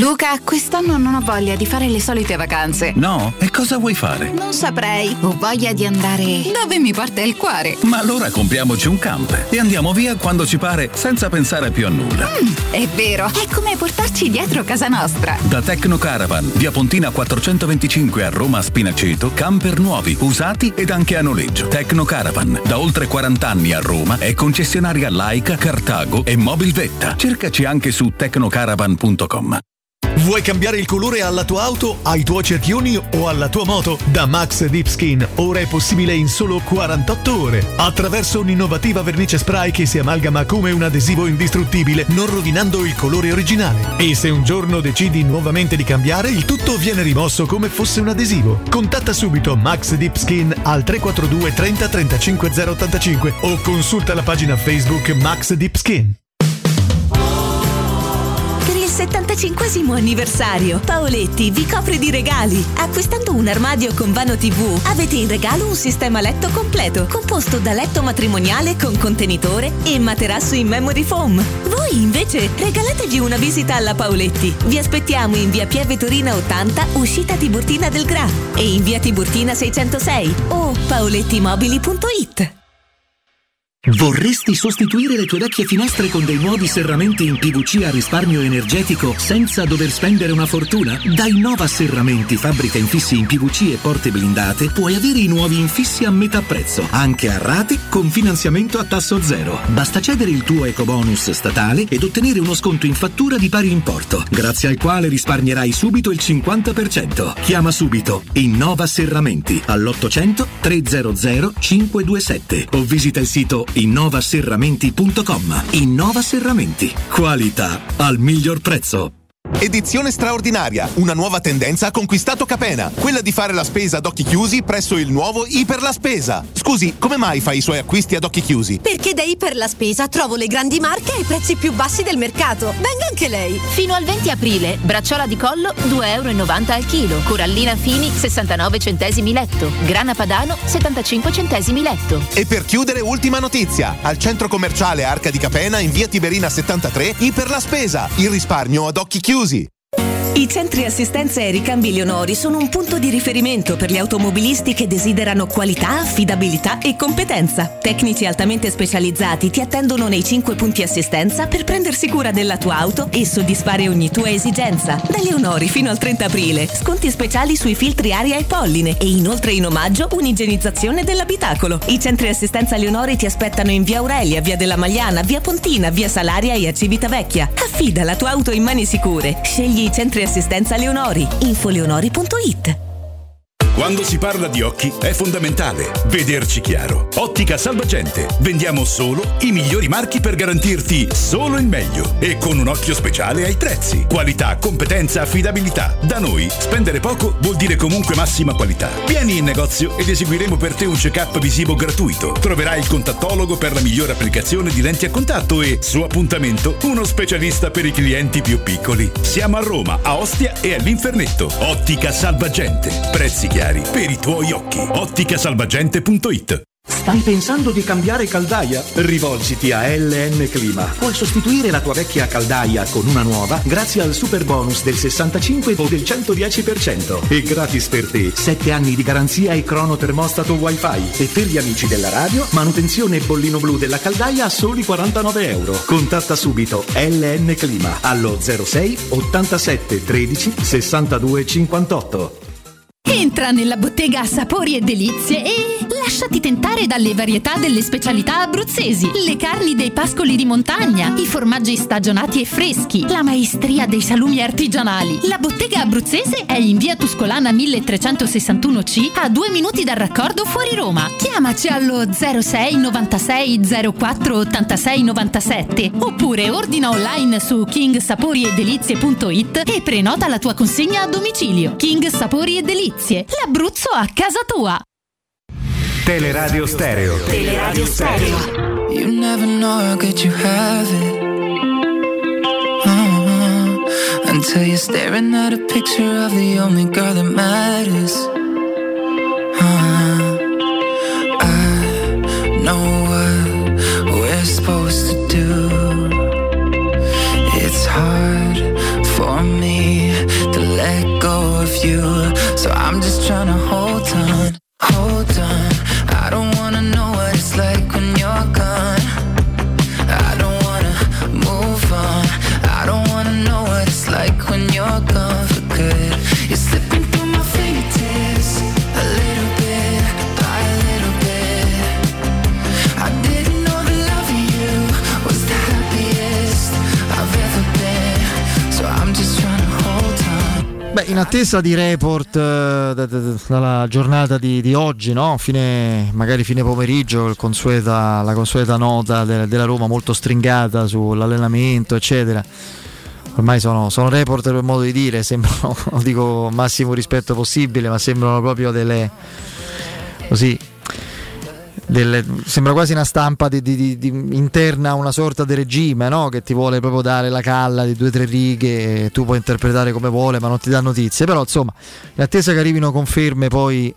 Luca, quest'anno non ho voglia di fare le solite vacanze. No? E cosa vuoi fare? Non saprei. Ho voglia di andare dove mi porta il cuore. Ma allora compriamoci un camper e andiamo via quando ci pare, senza pensare più a nulla. Mm, è vero, è come portarci dietro casa nostra. Da Tecno Caravan, via Pontina quattrocentoventicinque a Roma Spinaceto, camper nuovi, usati ed anche a noleggio. Tecno Caravan, da oltre quaranta anni a Roma, è concessionaria Laika, Cartago e Mobilvetta. Cercaci anche su tecnocaravan punto com. Vuoi cambiare il colore alla tua auto, ai tuoi cerchioni o alla tua moto? Da Max Deep Skin ora è possibile in solo quarantotto ore attraverso un'innovativa vernice spray che si amalgama come un adesivo indistruttibile, non rovinando il colore originale. E se un giorno decidi nuovamente di cambiare, il tutto viene rimosso come fosse un adesivo. Contatta subito Max Deep Skin al tre quattro due trenta trentacinque zero ottantacinque o consulta la pagina Facebook Max Deep Skin. settantacinquesimo anniversario Paoletti vi copre di regali. Acquistando un armadio con vano tivù avete in regalo un sistema letto completo composto da letto matrimoniale con contenitore e materasso in memory foam. Voi invece regalatevi una visita alla Paoletti. Vi aspettiamo in via Pieve Torina ottanta, uscita Tiburtina del Gra, e in via Tiburtina seicentosei o paolettimobili punto it. Vorresti sostituire le tue vecchie finestre con dei nuovi serramenti in P V C a risparmio energetico senza dover spendere una fortuna? Da Innova Serramenti, fabbrica infissi in P V C e porte blindate, puoi avere i nuovi infissi a metà prezzo, anche a rate con finanziamento a tasso zero. Basta cedere il tuo ecobonus statale ed ottenere uno sconto in fattura di pari importo, grazie al quale risparmierai subito il cinquanta per cento. Chiama subito Innova Serramenti all'ottocento trecento cinque due sette o visita il sito innova serramenti punto com. Innova Serramenti, qualità al miglior prezzo. Edizione straordinaria, una nuova tendenza ha conquistato Capena, quella di fare la spesa ad occhi chiusi presso il nuovo Iper la Spesa. Scusi, come mai fa i suoi acquisti ad occhi chiusi? Perché da Iper la Spesa trovo le grandi marche ai prezzi più bassi del mercato. Venga anche lei. Fino al venti aprile, bracciola di collo due virgola novanta euro al chilo, corallina Fini sessantanove centesimi letto, grana padano settantacinque centesimi letto. E per chiudere, ultima notizia, al centro commerciale Arca di Capena in via Tiberina settantatré, Iper la Spesa, il risparmio ad occhi chiusi. I centri assistenza e ricambi Leonori sono un punto di riferimento per gli automobilisti che desiderano qualità, affidabilità e competenza. Tecnici altamente specializzati ti attendono nei cinque punti assistenza per prendersi cura della tua auto e soddisfare ogni tua esigenza. Da Leonori fino al trenta aprile, sconti speciali sui filtri aria e polline e inoltre in omaggio un'igienizzazione dell'abitacolo. I centri assistenza Leonori ti aspettano in via Aurelia, via della Magliana, via Pontina, via Salaria e a Civitavecchia. Affida la tua auto in mani sicure. Scegli i centri assistenza Leonori. info leonori punto it. Quando si parla di occhi è fondamentale vederci chiaro. Ottica Salvagente. Vendiamo solo i migliori marchi per garantirti solo il meglio e con un occhio speciale ai prezzi. Qualità, competenza, affidabilità. Da noi spendere poco vuol dire comunque massima qualità. Vieni in negozio ed eseguiremo per te un check-up visivo gratuito. Troverai il contattologo per la migliore applicazione di lenti a contatto e, su appuntamento, uno specialista per i clienti più piccoli. Siamo a Roma, a Ostia e all'Infernetto. Ottica Salvagente. Prezzi chiari per i tuoi occhi. ottica salvagente punto it. Stai pensando di cambiare caldaia? Rivolgiti a L N Clima. Puoi sostituire la tua vecchia caldaia con una nuova grazie al super bonus del sessantacinque o del centodieci per cento. E gratis per te sette anni di garanzia e crono termostato wifi. E per gli amici della radio, manutenzione e bollino blu della caldaia a soli quarantanove euro. Contatta subito L N Clima allo zero sei ottantasette tredici sessantadue cinquantotto. Entra nella bottega Sapori e Delizie e lasciati tentare dalle varietà delle specialità abruzzesi, le carni dei pascoli di montagna, i formaggi stagionati e freschi, la maestria dei salumi artigianali. La bottega abruzzese è in via Tuscolana milletrecentosessantuno C, a due minuti dal raccordo fuori Roma. Chiamaci allo zero sei novantasei zero quattro ottantasei novantasette oppure ordina online su king sapori e delizie punto it e prenota la tua consegna a domicilio. King Sapori e Delizie, l'Abruzzo a casa tua. Teleradio Stereo. Teleradio Stereo. You never know how good you have it. Uh-huh. Until you're staring at a picture of the only girl that matters. Uh-huh. I know what we're supposed to do. It's hard for me with you. So I'm just trying to hold on, hold on. I don't wanna know what it's like when you're gone. I don't wanna move on. I don't wanna know what it's like when you're gone for good. You're slipping through my fingertips, a little bit by a little bit. I didn't know the love of you was the happiest I've ever been. So I'm just trying to hold on. Beh, in attesa di report eh, da- da- dalla giornata di, di oggi, no? Fine, magari fine pomeriggio, il consueta, la consueta nota de- della Roma molto stringata sull'allenamento, eccetera. Ormai sono, sono report per modo di dire, sembrano, non dico massimo rispetto possibile, ma sembrano proprio delle così. Delle, sembra quasi una stampa di, di, di, di interna, una sorta di regime, no? Che ti vuole proprio dare la calla di due o tre righe, e tu puoi interpretare come vuole ma non ti dà notizie. Però insomma, in attesa che arrivino conferme poi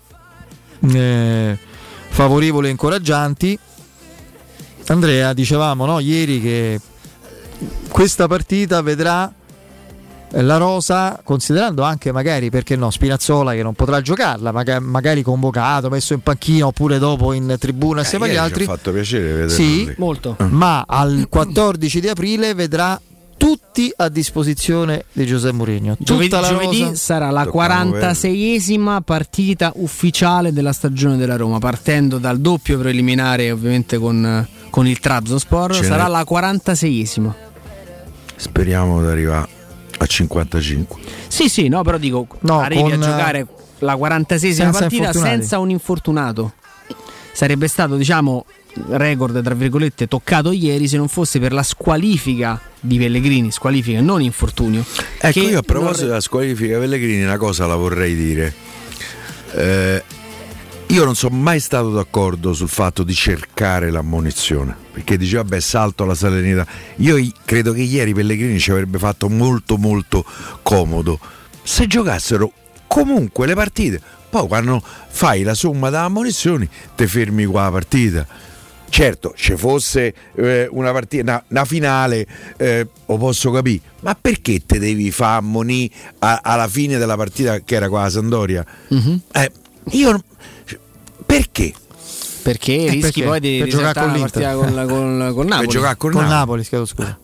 eh, favorevoli e incoraggianti, Andrea, dicevamo, no, ieri che questa partita vedrà la rosa, considerando anche magari, perché no, Spinazzola che non potrà giocarla, magari, magari convocato, messo in panchina oppure dopo in tribuna assieme eh, agli altri. Mi ha fatto piacere vederlo sì, lì. Molto. Ma al quattordici di aprile vedrà tutti a disposizione di José Mourinho. Giovedì, Tutta la giovedì rosa. sarà la quarantaseiesima partita ufficiale della stagione della Roma, partendo dal doppio preliminare ovviamente con, con il Trabzonspor. Ce sarà n'è. la quarantaseiesima. Speriamo di arrivare a cinquantacinque. Sì, sì, no, però dico, No, arrivi con, a giocare la quarantaseiesima senza partita infortunati. senza un infortunato. Sarebbe stato, diciamo, record tra virgolette toccato ieri se non fosse per la squalifica di Pellegrini, squalifica non infortunio. Ecco, che io a proposito non- della squalifica Pellegrini una cosa la vorrei dire. Eh, io non sono mai stato d'accordo sul fatto di cercare l'ammonizione, perché diceva vabbè, salto la Salernità. Io i- credo che ieri Pellegrini ci avrebbe fatto molto molto comodo se giocassero comunque le partite. Poi quando fai la somma da ammonizioni te fermi qua la partita. Certo, ci fosse eh, una partita, una, una finale, eh, lo posso capire, ma perché te devi far ammonì a- alla fine della partita che era qua a Sampdoria? Mhm. Eh, io non- perché? Perché Eh, rischi perché? poi di, Per di giocare saltare con la partita l'Inter. con, con, con Napoli. Per giocare con Con Napoli. Napoli, chiedo scusa.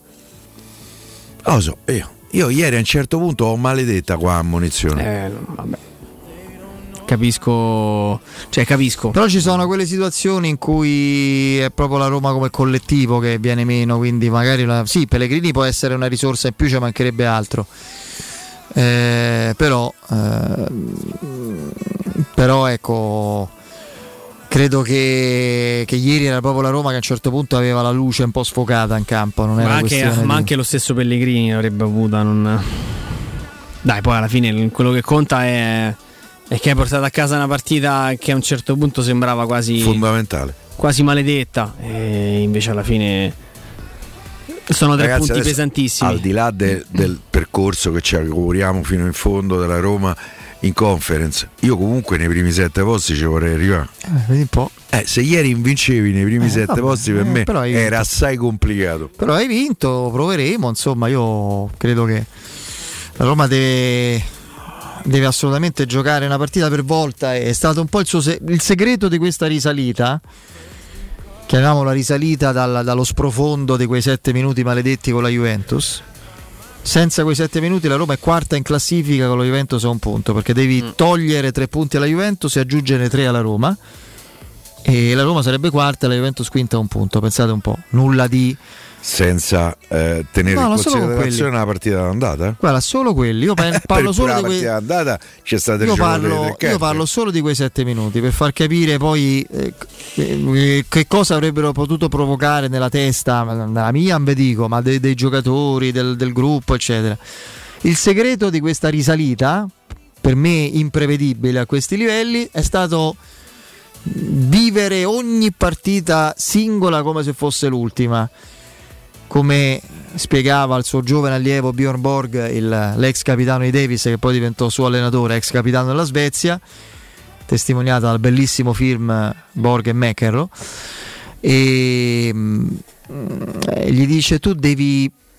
Lo so, io, io ieri a un certo punto ho maledetta qua ammonizione. Eh, vabbè. Capisco, cioè capisco. Però ci sono quelle situazioni in cui è proprio la Roma come collettivo che viene meno, quindi magari la, sì, Pellegrini può essere una risorsa in più, ci mancherebbe altro. Eh, però eh, però ecco, credo che, che ieri era proprio la Roma che a un certo punto aveva la luce un po' sfocata in campo, non Ma era anche, questione ma di- anche lo stesso Pellegrini l'avrebbe avuta. Non... Dai, poi alla fine quello che conta è, è che hai portato a casa una partita che a un certo punto sembrava quasi fondamentale, quasi maledetta, e invece alla fine sono tre Ragazzi, punti adesso, pesantissimi. al di là de- del percorso che ci auguriamo fino in fondo della Roma in conference, io comunque nei primi sette posti ci vorrei arrivare. Eh, vedi un po'. Eh, se ieri invincevi nei primi Eh, sette vabbè, posti per eh, me però hai era vinto. assai complicato. Però hai vinto, proveremo, insomma, io credo che la Roma deve, deve assolutamente giocare una partita per volta. È stato un po' il, suo se- il segreto di questa risalita, chiamiamola risalita dal- dallo sprofondo di quei sette minuti maledetti con la Juventus. Senza quei sette minuti la Roma è quarta in classifica con la Juventus a un punto, perché devi togliere tre punti alla Juventus e aggiungere tre alla Roma, e la Roma sarebbe quarta e la Juventus quinta a un punto. Pensate un po', nulla di... Senza eh, tenere No, in non solo con considerazione quelli. la partita d'andata. Guarda, solo quelli. Io pe- parlo per solo la di quei... partita d'andata c'è stato il Io gioco parlo, delle tre io carte. parlo solo di quei sette minuti per far capire poi eh, che, che cosa avrebbero potuto provocare nella testa, nella mia non ve dico, ma dei, dei giocatori, del, del gruppo, eccetera. Il segreto di questa risalita, per me imprevedibile a questi livelli, è stato vivere ogni partita singola come se fosse l'ultima. Come spiegava il suo giovane allievo Bjorn Borg, il, l'ex capitano di Davis, che poi diventò suo allenatore, ex capitano della Svezia, testimoniato dal bellissimo film Borg e McEnroe, e mm, gli dice: tu devi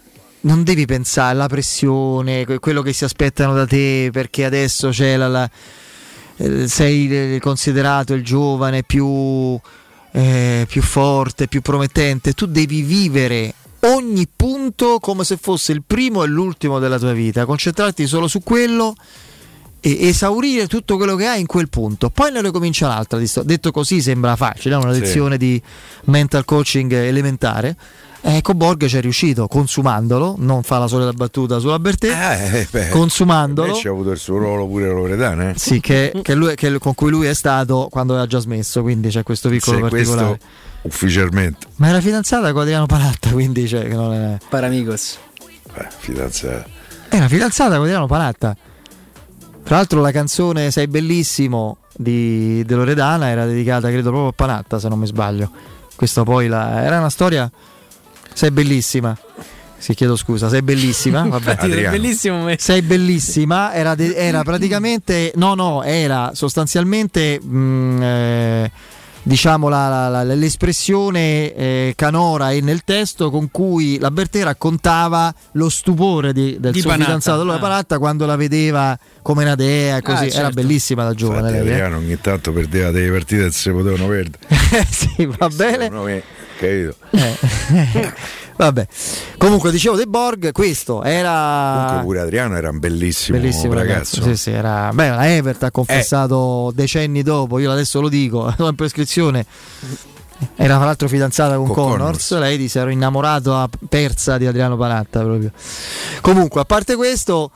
non devi pensare alla pressione, quello che si aspettano da te, perché adesso c'è la, la eh, sei considerato il giovane più, eh, più forte, più promettente. Tu devi vivere ogni punto come se fosse il primo e l'ultimo della tua vita, concentrarti solo su quello e esaurire tutto quello che hai in quel punto. Poi ne ricomincia l'altra. Detto così sembra facile, una lezione sì. di mental coaching elementare. Ecco, Borg ci è riuscito consumandolo, non fa la solita battuta sulla Bertè, eh, beh, consumandolo. C'è avuto il suo ruolo pure Loredana, eh? Sì, che, che lui, che, con cui lui è stato quando aveva già smesso, quindi c'è questo piccolo sì, particolare. Questo ufficialmente. Ma era fidanzata con Adriano Palatta, quindi cioè, che non è... Paramigos. Eh, fidanzata. Era fidanzata con Adriano Palatta. Tra l'altro la canzone Sei bellissimo di, di Loredana era dedicata credo proprio a Panatta, se non mi sbaglio. Questa poi la, era una storia. Sei bellissima. Sì, chiedo scusa, sei bellissima. Vabbè. Sei bellissimo. Sei bellissima. Era, de, era praticamente. No, no, era sostanzialmente. Mh, eh, diciamo la, la, la, l'espressione eh, canora e nel testo con cui la Bertè raccontava lo stupore di, del di suo Panatta. fidanzato allora ah. Panatta quando la vedeva come una dea così. Ah, certo. Era bellissima da giovane. Infatti, lei, Adriano eh? ogni tanto perdeva delle partite e se potevano perdere. Sì, va bene. Me, capito? Eh. Vabbè, comunque dicevo De Borg, questo era. Comunque pure Adriano era un bellissimo, bellissimo ragazzo. ragazzo. Sì, sì, era. Beh, la Evert ha confessato eh. decenni dopo, io adesso lo dico, in prescrizione. Era tra l'altro fidanzata con, con Connors. Connors, lei dice ero innamorato a persa di Adriano Panatta proprio. Comunque, a parte questo.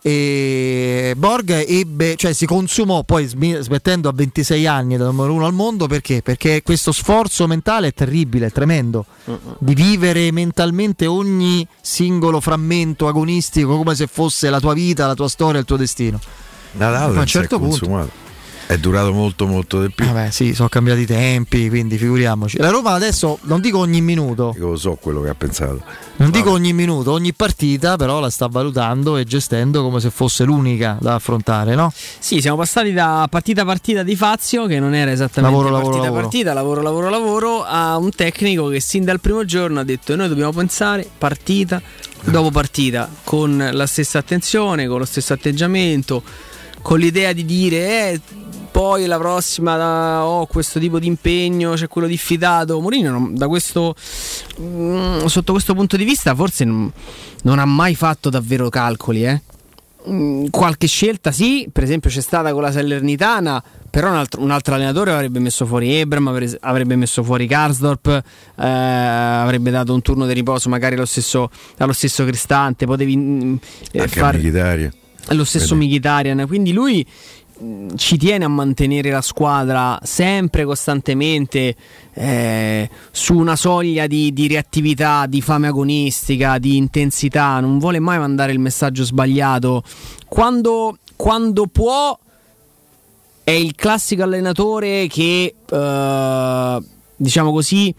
E Borg ebbe, cioè si consumò poi smettendo a ventisei anni da numero uno al mondo perché? Perché questo sforzo mentale è terribile, è tremendo uh-uh. di vivere mentalmente ogni singolo frammento agonistico come se fosse la tua vita, la tua storia, il tuo destino. Nadal a un certo punto è durato molto molto di più. Vabbè, sì, sono cambiati i tempi, quindi figuriamoci. La Roma adesso non dico ogni minuto. Io lo so quello che ha pensato. Non Vabbè. dico ogni minuto, ogni partita, però la sta valutando e gestendo come se fosse l'unica da affrontare, no? Sì, siamo passati da partita a partita di Fazio, che non era esattamente lavoro, partita lavoro, a partita, lavoro, lavoro, lavoro, a un tecnico che sin dal primo giorno ha detto noi dobbiamo pensare partita dopo partita, con la stessa attenzione, con lo stesso atteggiamento, con l'idea di dire eh, poi la prossima ho oh, questo tipo di impegno, c'è quello diffidato. Mourinho da questo mh, sotto questo punto di vista forse non, non ha mai fatto davvero calcoli, eh. mh, qualche scelta sì, per esempio c'è stata con la Salernitana, però un altro, un altro allenatore avrebbe messo fuori Ebram, avrebbe messo fuori Karsdorp, eh, avrebbe dato un turno di riposo magari allo stesso, allo stesso Cristante, potevi eh, fare Mkhitaryan. Lo stesso Mkhitaryan, quindi lui ci tiene a mantenere la squadra sempre costantemente eh, su una soglia di, di reattività, di fame agonistica, di intensità, non vuole mai mandare il messaggio sbagliato. Quando, quando può è il classico allenatore che eh, diciamo così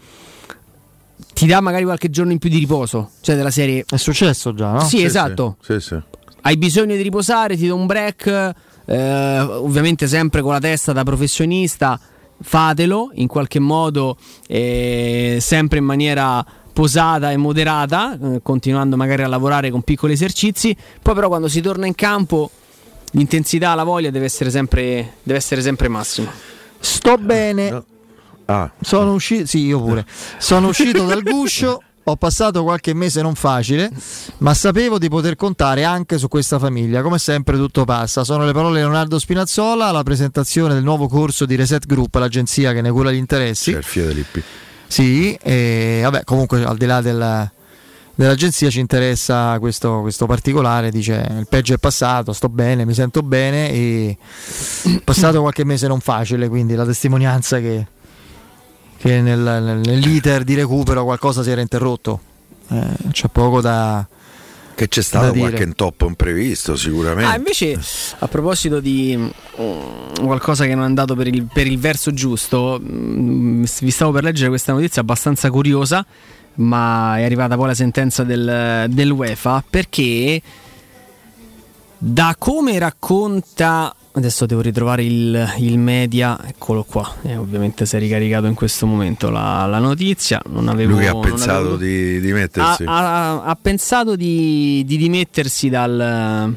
ti dà magari qualche giorno in più di riposo, cioè della serie è successo già, no? Sì, sì esatto sì, sì. Hai bisogno di riposare, ti do un break. Eh, ovviamente sempre con la testa da professionista, fatelo in qualche modo, eh, sempre in maniera posata e moderata, eh, continuando magari a lavorare con piccoli esercizi. Poi però quando si torna in campo l'intensità, la voglia deve essere sempre, deve essere sempre massima. Sto bene, no. ah. sono uscito, sì io pure, sono uscito dal guscio. Ho passato qualche mese non facile, ma sapevo di poter contare anche su questa famiglia. Come sempre tutto passa. Sono le parole di Leonardo Spinazzola alla presentazione del nuovo corso di Reset Group, l'agenzia che ne cura gli interessi. C'è il Fidelippi. Sì, e vabbè, comunque al di là della, dell'agenzia ci interessa questo, questo particolare. Dice il peggio è passato, sto bene, mi sento bene e ho passato qualche mese non facile, quindi la testimonianza che che nel, nell'iter di recupero qualcosa si era interrotto, eh, c'è poco da che c'è stato qualche intoppo imprevisto sicuramente. Ah, invece a proposito di um, qualcosa che non è andato per il, per il verso giusto, um, vi stavo per leggere questa notizia abbastanza curiosa, ma è arrivata poi la sentenza del, dell'UEFA, perché da come racconta adesso devo ritrovare il, il media, eccolo qua, e ovviamente si è ricaricato in questo momento la, la notizia. Non avevo, Lui ha non pensato avevo... di dimettersi. Ha, ha, ha pensato di, di dimettersi dal...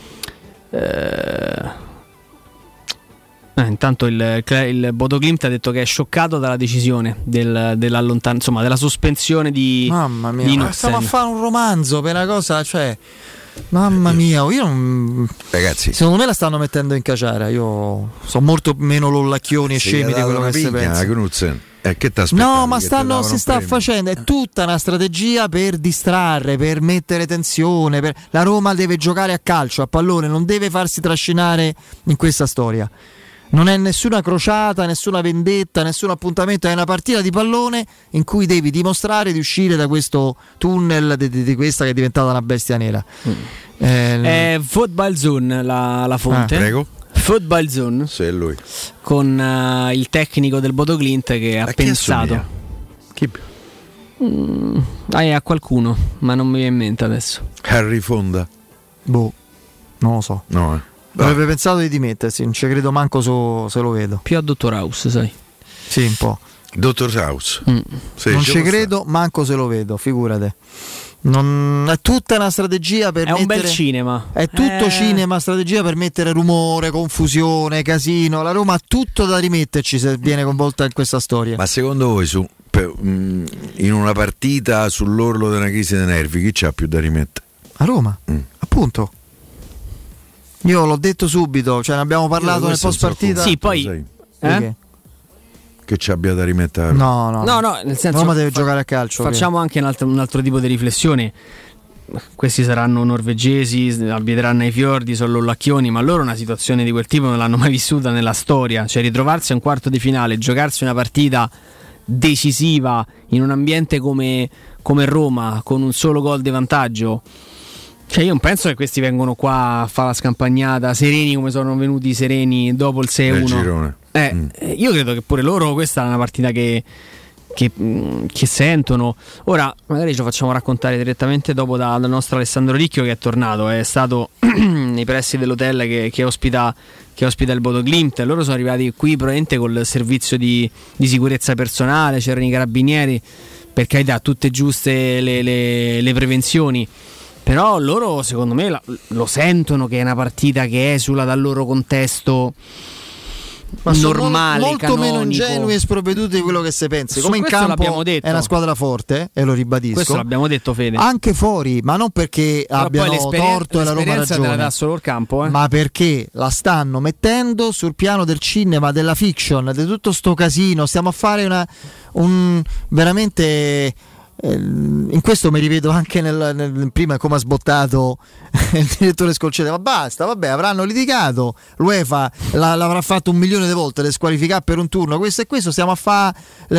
Eh, eh, intanto il, il Bodo Glimt ha detto che è scioccato dalla decisione del, dell'allontan- insomma, della sospensione di Mamma mia, di ma Knudsen. stiamo a fare un romanzo per una cosa, cioè mamma mia, io non... Ragazzi, secondo me la stanno mettendo in caciara. Io sono molto meno lollacchioni e scemi di quello che si pensa. Knudsen. Eh, che no, ma stanno, si sta facendo, è tutta una strategia per distrarre, per mettere tensione. Per... La Roma deve giocare a calcio, a pallone, non deve farsi trascinare in questa storia. Non è nessuna crociata, nessuna vendetta, nessun appuntamento, è una partita di pallone in cui devi dimostrare di uscire da questo tunnel di, di, di questa che è diventata una bestia nera. Mm. Eh, è Football Zone la, la fonte. Ah, prego. Football Zone. Sì, è lui. Con uh, il tecnico del Bodo Glimt che ha a pensato. Chi? Mm, ah, è a qualcuno, ma non mi viene in mente adesso. Harry Fonda. Boh, non lo so. No, eh. Avrebbe pensato di dimettersi, non ci credo manco so, se lo vedo. Più a Dottor House, sai? Sì, un po'. Dottor House. Mm. Sì, non ci credo manco se lo vedo, figurate. Non, è tutta una strategia per è mettere, un bel cinema. È tutto eh... cinema, strategia per mettere rumore, confusione, casino. La Roma ha tutto da rimetterci se viene coinvolta in questa storia. Ma secondo voi su, per, mh, in una partita sull'orlo di una crisi dei nervi chi c'ha più da rimettere? A Roma, mm. appunto. Io l'ho detto subito, cioè ne abbiamo parlato nel post partita. Sì, poi eh? che ci abbia da rimettere. No, no, no, no, nel senso Roma deve fa- giocare a calcio. Facciamo che... anche un altro, un altro tipo di riflessione. Questi saranno norvegesi, abiteranno ai fiordi, sono lollacchioni, ma loro una situazione di quel tipo non l'hanno mai vissuta nella storia. Cioè ritrovarsi a un quarto di finale, giocarsi una partita decisiva in un ambiente come, come Roma, con un solo gol di vantaggio. Cioè io non penso che questi vengono qua a fare la scampagnata sereni come sono venuti sereni dopo il sei a uno. Eh, mm. Io credo che pure loro questa è una partita che, che, che sentono. Ora magari ce lo facciamo raccontare direttamente dopo da, dal nostro Alessandro Ricchio, che è tornato, è stato nei pressi dell'hotel che, che, ospita, che ospita il Bodo Glimt. Loro sono arrivati qui probabilmente col servizio di, di sicurezza personale, c'erano i carabinieri, per carità tutte giuste le, le, le prevenzioni. Però loro secondo me lo sentono che è una partita che esula dal loro contesto ma normale, sono molto canonico. meno ingenui e sprovveduti di quello che si pensi. Su Come in campo detto. è una squadra forte, e lo ribadisco. Questo l'abbiamo detto, Fede. Anche fuori, ma non perché però abbiano torto e la Roma ragione, te la dà solo il campo, eh? ma perché la stanno mettendo sul piano del cinema, della fiction, di tutto sto casino. Stiamo a fare una un veramente in questo mi rivedo anche nel, nel prima come ha sbottato il direttore Scolcete. Ma basta, vabbè, avranno litigato, l'UEFA la, l'avrà fatto un milione di volte, le squalificare per un turno, questo e questo, stiamo a fare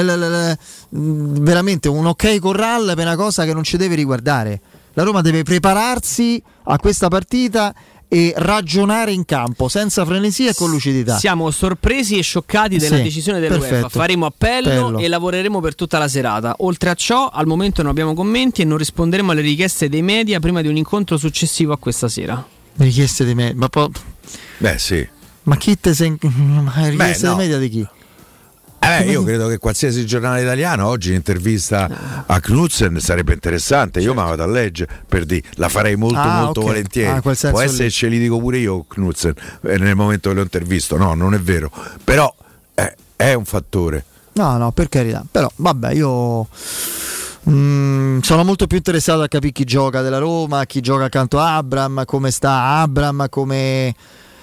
veramente un ok corral per una cosa che non ci deve riguardare. La Roma deve prepararsi a questa partita e ragionare in campo senza frenesia e con lucidità. Siamo sorpresi e scioccati della sì, decisione dell'UEFA. Faremo appello Bello. e lavoreremo per tutta la serata. Oltre a ciò, al momento non abbiamo commenti e non risponderemo alle richieste dei media prima di un incontro successivo a questa sera. Richieste dei media? Ma poi... Beh, sì. Ma chi te sei... Ma richieste Beh, no. dei media di chi? Eh beh, io credo che qualsiasi giornale italiano oggi un'intervista a Knudsen sarebbe interessante. Io certo. mi vado a leggere per dire, la farei molto ah, molto okay. volentieri. Ah, può essere, ce li dico pure io Knudsen nel momento che l'ho intervisto. No, non è vero. Però eh, è un fattore. No, no, per carità. Però vabbè, io mm, sono molto più interessato a capire chi gioca della Roma, chi gioca accanto a Abram, come sta Abram, come...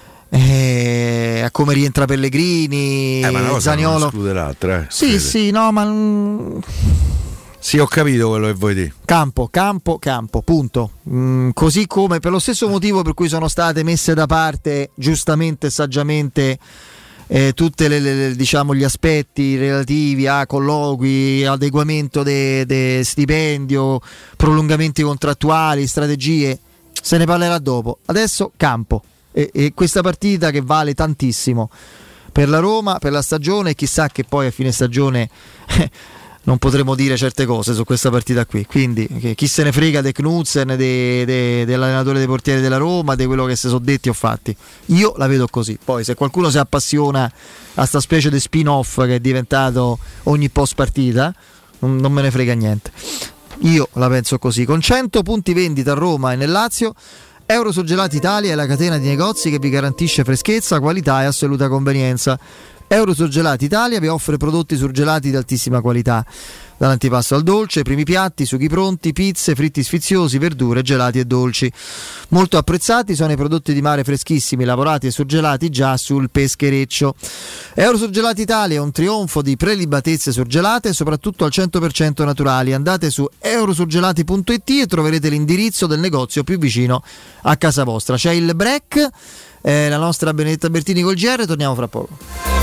Eh, a come rientra Pellegrini, eh, ma una cosa Zaniolo. non esclude l'altra, eh. Sì, Fede. sì, no, ma sì, ho capito quello che vuoi dire. Campo, campo, campo, punto. Mm, così come per lo stesso motivo per cui sono state messe da parte giustamente e saggiamente eh, tutte le, le, diciamo gli aspetti relativi a colloqui, adeguamento de, de stipendio, prolungamenti contrattuali, strategie, se ne parlerà dopo. Adesso campo. E, e questa partita che vale tantissimo per la Roma, per la stagione, e chissà che poi a fine stagione non potremo dire certe cose su questa partita qui. Quindi chi se ne frega de Knudsen, de, de, dell'allenatore dei portieri della Roma, di quello che si sono detti o fatti. Io la vedo così. Poi se qualcuno si appassiona a sta specie di spin-off che è diventato ogni post partita, non, non me ne frega niente. Io la penso così. Con cento punti vendita a Roma e nel Lazio, Eurosurgelati Italia è la catena di negozi che vi garantisce freschezza, qualità e assoluta convenienza. Eurosurgelati Italia vi offre prodotti surgelati di altissima qualità, dall'antipasto al dolce, primi piatti, sughi pronti, pizze, fritti sfiziosi, verdure, gelati e dolci. Molto apprezzati sono i prodotti di mare freschissimi, lavorati e surgelati già sul peschereccio. Eurosurgelati Italia è un trionfo di prelibatezze surgelate e soprattutto al cento per cento naturali. Andate su eurosurgelati punto it e troverete l'indirizzo del negozio più vicino a casa vostra. C'è il break, eh, la nostra Benedetta Bertini col G R, torniamo fra poco.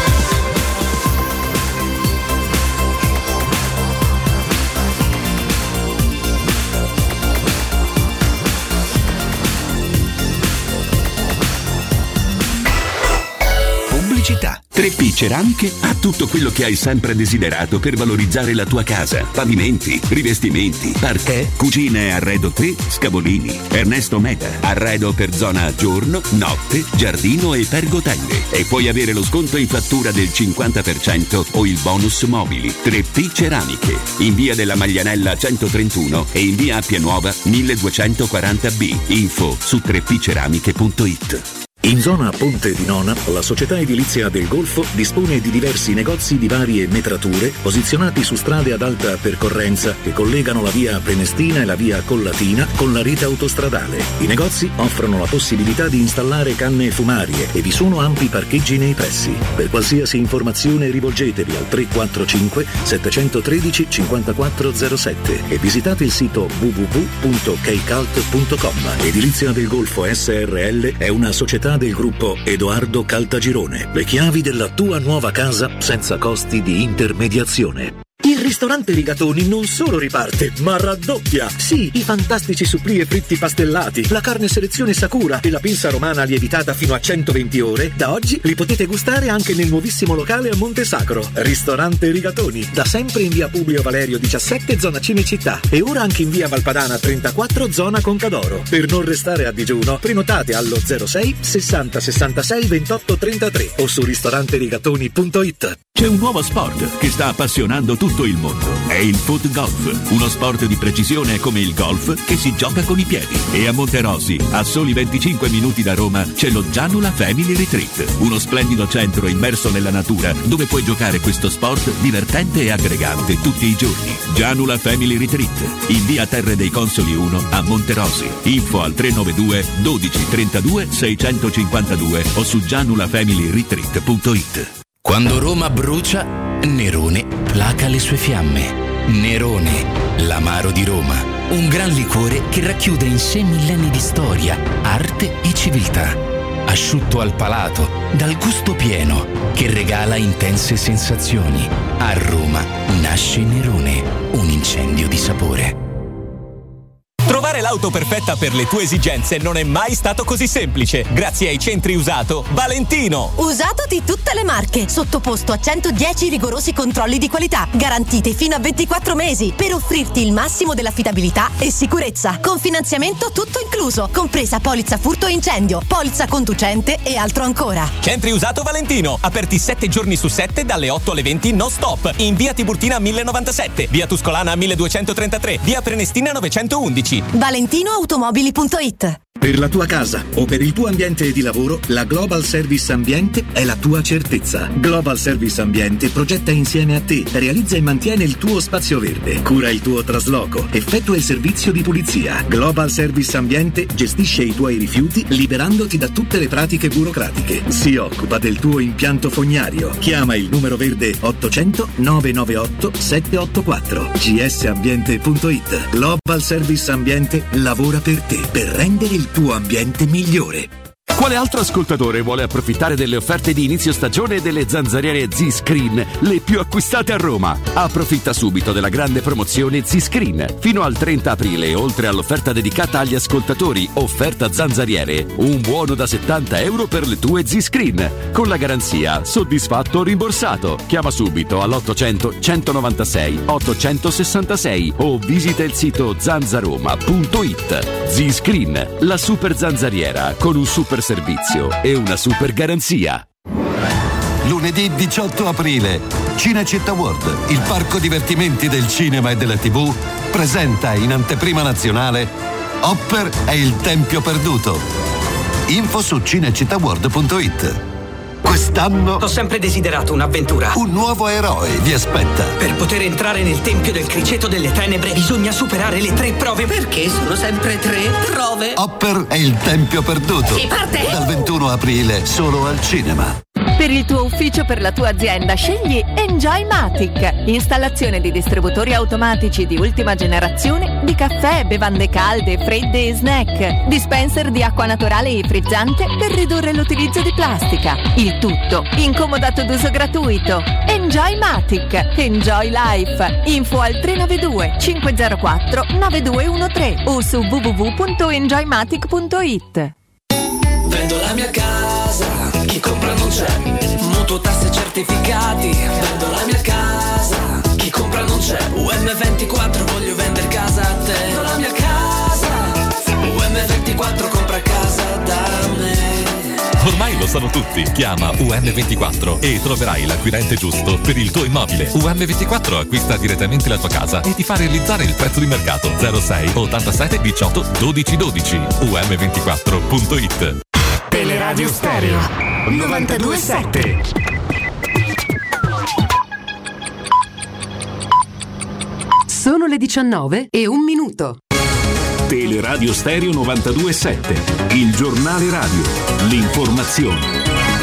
tre P Ceramiche ha tutto quello che hai sempre desiderato per valorizzare la tua casa. Pavimenti, rivestimenti, parquet, cucine e arredo tre, Scavolini. Ernesto Meda, arredo per zona giorno, notte, giardino e pergotelle. E puoi avere lo sconto in fattura del cinquanta per cento o il bonus mobili. tre P Ceramiche, in via della Maglianella centotrentuno e in via Appia Nuova milleduecentoquaranta B. Info su tre p ceramiche punto it. In zona Ponte di Nona, la società edilizia del Golfo dispone di diversi negozi di varie metrature posizionati su strade ad alta percorrenza che collegano la via Prenestina e la via Collatina con la rete autostradale. I negozi offrono la possibilità di installare canne fumarie e vi sono ampi parcheggi nei pressi. Per qualsiasi informazione rivolgetevi al tre quattro cinque sette uno tre cinque quattro zero sette e visitate il sito w w w punto keycult punto com. Edilizia del Golfo S R L è una società del gruppo Edoardo Caltagirone. Le chiavi della tua nuova casa senza costi di intermediazione. Il ristorante Rigatoni non solo riparte, ma raddoppia! Sì, i fantastici supplì e fritti pastellati, la carne selezione Sakura e la pinza romana lievitata fino a centoventi ore, da oggi li potete gustare anche nel nuovissimo locale a Monte Sacro. Ristorante Rigatoni, da sempre in via Publio Valerio diciassette, zona Cinecittà, e ora anche in via Valpadana trentaquattro, zona Concadoro. Per non restare a digiuno, prenotate allo zero sei sessanta sessantasei ventotto trentatré o su ristoranterigatoni punto it. C'è un nuovo sport che sta appassionando tutto il mondo. È il foot golf, uno sport di precisione come il golf che si gioca con i piedi. E a Monterosi, a soli venticinque minuti da Roma, c'è lo Gianula Family Retreat, uno splendido centro immerso nella natura dove puoi giocare questo sport divertente e aggregante tutti i giorni. Gianula Family Retreat, in via Terre dei Consoli uno a Monterosi. Info al tre nove due dodici trentadue seicentocinquantadue o su gianula family retreat punto it. Quando Roma brucia, Nerone placa le sue fiamme. Nerone, l'amaro di Roma. Un gran liquore che racchiude in sé millenni di storia, arte e civiltà. Asciutto al palato, dal gusto pieno, che regala intense sensazioni. A Roma nasce Nerone, un incendio di sapore. Trovare l'auto perfetta per le tue esigenze non è mai stato così semplice. Grazie ai centri usato Valentino. Usato di tutte le marche, sottoposto a centodieci rigorosi controlli di qualità, garantiti fino a ventiquattro mesi, per offrirti il massimo dell'affidabilità e sicurezza. Con finanziamento tutto incluso, compresa polizza furto e incendio, polizza conducente e altro ancora. Centri usato Valentino, aperti sette giorni su sette dalle otto alle venti non stop. In via Tiburtina mille novantasette, via Tuscolana milleduecentotrentatré, via Prenestina novecentoundici. valentino automobili punto it. Per la tua casa o per il tuo ambiente di lavoro, la Global Service Ambiente è la tua certezza. Global Service Ambiente progetta insieme a te, realizza e mantiene il tuo spazio verde, cura il tuo trasloco, effettua il servizio di pulizia. Global Service Ambiente gestisce i tuoi rifiuti liberandoti da tutte le pratiche burocratiche. Si occupa del tuo impianto fognario. Chiama il numero verde ottocento nove nove otto sette otto quattro. g s ambiente punto it. Global Service Ambiente lavora per te, per rendere il tuo ambiente migliore. Quale altro ascoltatore vuole approfittare delle offerte di inizio stagione delle zanzariere Z-Screen, le più acquistate a Roma? Approfitta subito della grande promozione Z-Screen. Fino al trenta aprile, oltre all'offerta dedicata agli ascoltatori, offerta zanzariere, un buono da settanta euro per le tue Z-Screen. Con la garanzia soddisfatto o rimborsato. Chiama subito all'ottocento centonovantasei ottocentosessantasei o visita il sito zanzaroma punto it. Z-Screen, la super zanzariera con un super servizio e una super garanzia. Lunedì diciotto aprile, Cinecittà World, il parco divertimenti del cinema e della tivù, presenta in anteprima nazionale Hopper e il Tempio Perduto. Info su cinecittàworld punto it. Quest'anno ho sempre desiderato un'avventura. Un nuovo eroe vi aspetta. Per poter entrare nel Tempio del Criceto delle Tenebre bisogna superare le tre prove. Perché sono sempre tre prove? Hopper e il Tempio Perduto. Si parte! Dal ventuno aprile solo al cinema. Per il tuo ufficio, per la tua azienda, scegli Enjoymatic. Installazione di distributori automatici di ultima generazione di caffè, bevande calde, fredde e snack. Dispenser di acqua naturale e frizzante per ridurre l'utilizzo di plastica. Il tutto in comodato d'uso gratuito. Enjoymatic. Enjoy life. Info al tre nove due cinque zero quattro nove due uno tre o su w w w punto enjoymatic punto it. Vendo la mia casa, chi compra non c'è. Mutuo, tasse, certificati. Vendo la mia casa, chi compra non c'è. U M ventiquattro, voglio vendere casa a te. Vendo la mia casa, U M ventiquattro, compra casa da me. Ormai lo sanno tutti. Chiama U M ventiquattro e troverai l'acquirente giusto per il tuo immobile. U M ventiquattro acquista direttamente la tua casa e ti fa realizzare il prezzo di mercato. zero sei ottantasette diciotto dodici dodici. U M ventiquattro punto it. Teleradio Stereo novantadue sette. Sono le diciannove e un minuto. Teleradio Stereo novantadue sette, il giornale radio, l'informazione.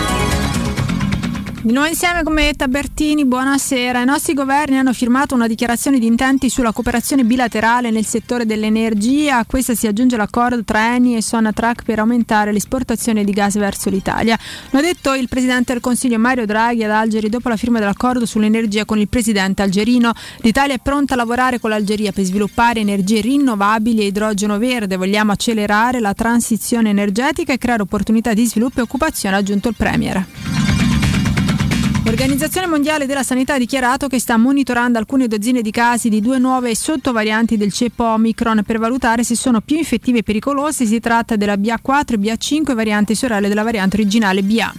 Di nuovo insieme con Metta Bertini, buonasera. I nostri governi hanno firmato una dichiarazione di intenti sulla cooperazione bilaterale nel settore dell'energia. A questa si aggiunge l'accordo tra Eni e Sonatrach per aumentare l'esportazione di gas verso l'Italia. Lo ha detto il Presidente del Consiglio Mario Draghi ad Algeri dopo la firma dell'accordo sull'energia con il Presidente algerino. L'Italia è pronta a lavorare con l'Algeria per sviluppare energie rinnovabili e idrogeno verde. Vogliamo accelerare la transizione energetica e creare opportunità di sviluppo e occupazione, ha aggiunto il Premier. L'Organizzazione Mondiale della Sanità ha dichiarato che sta monitorando alcune dozzine di casi di due nuove sottovarianti del ceppo Omicron per valutare se sono più infettive e pericolose. Si tratta della B A quattro e B A cinque, variante sorelle della variante originale B A.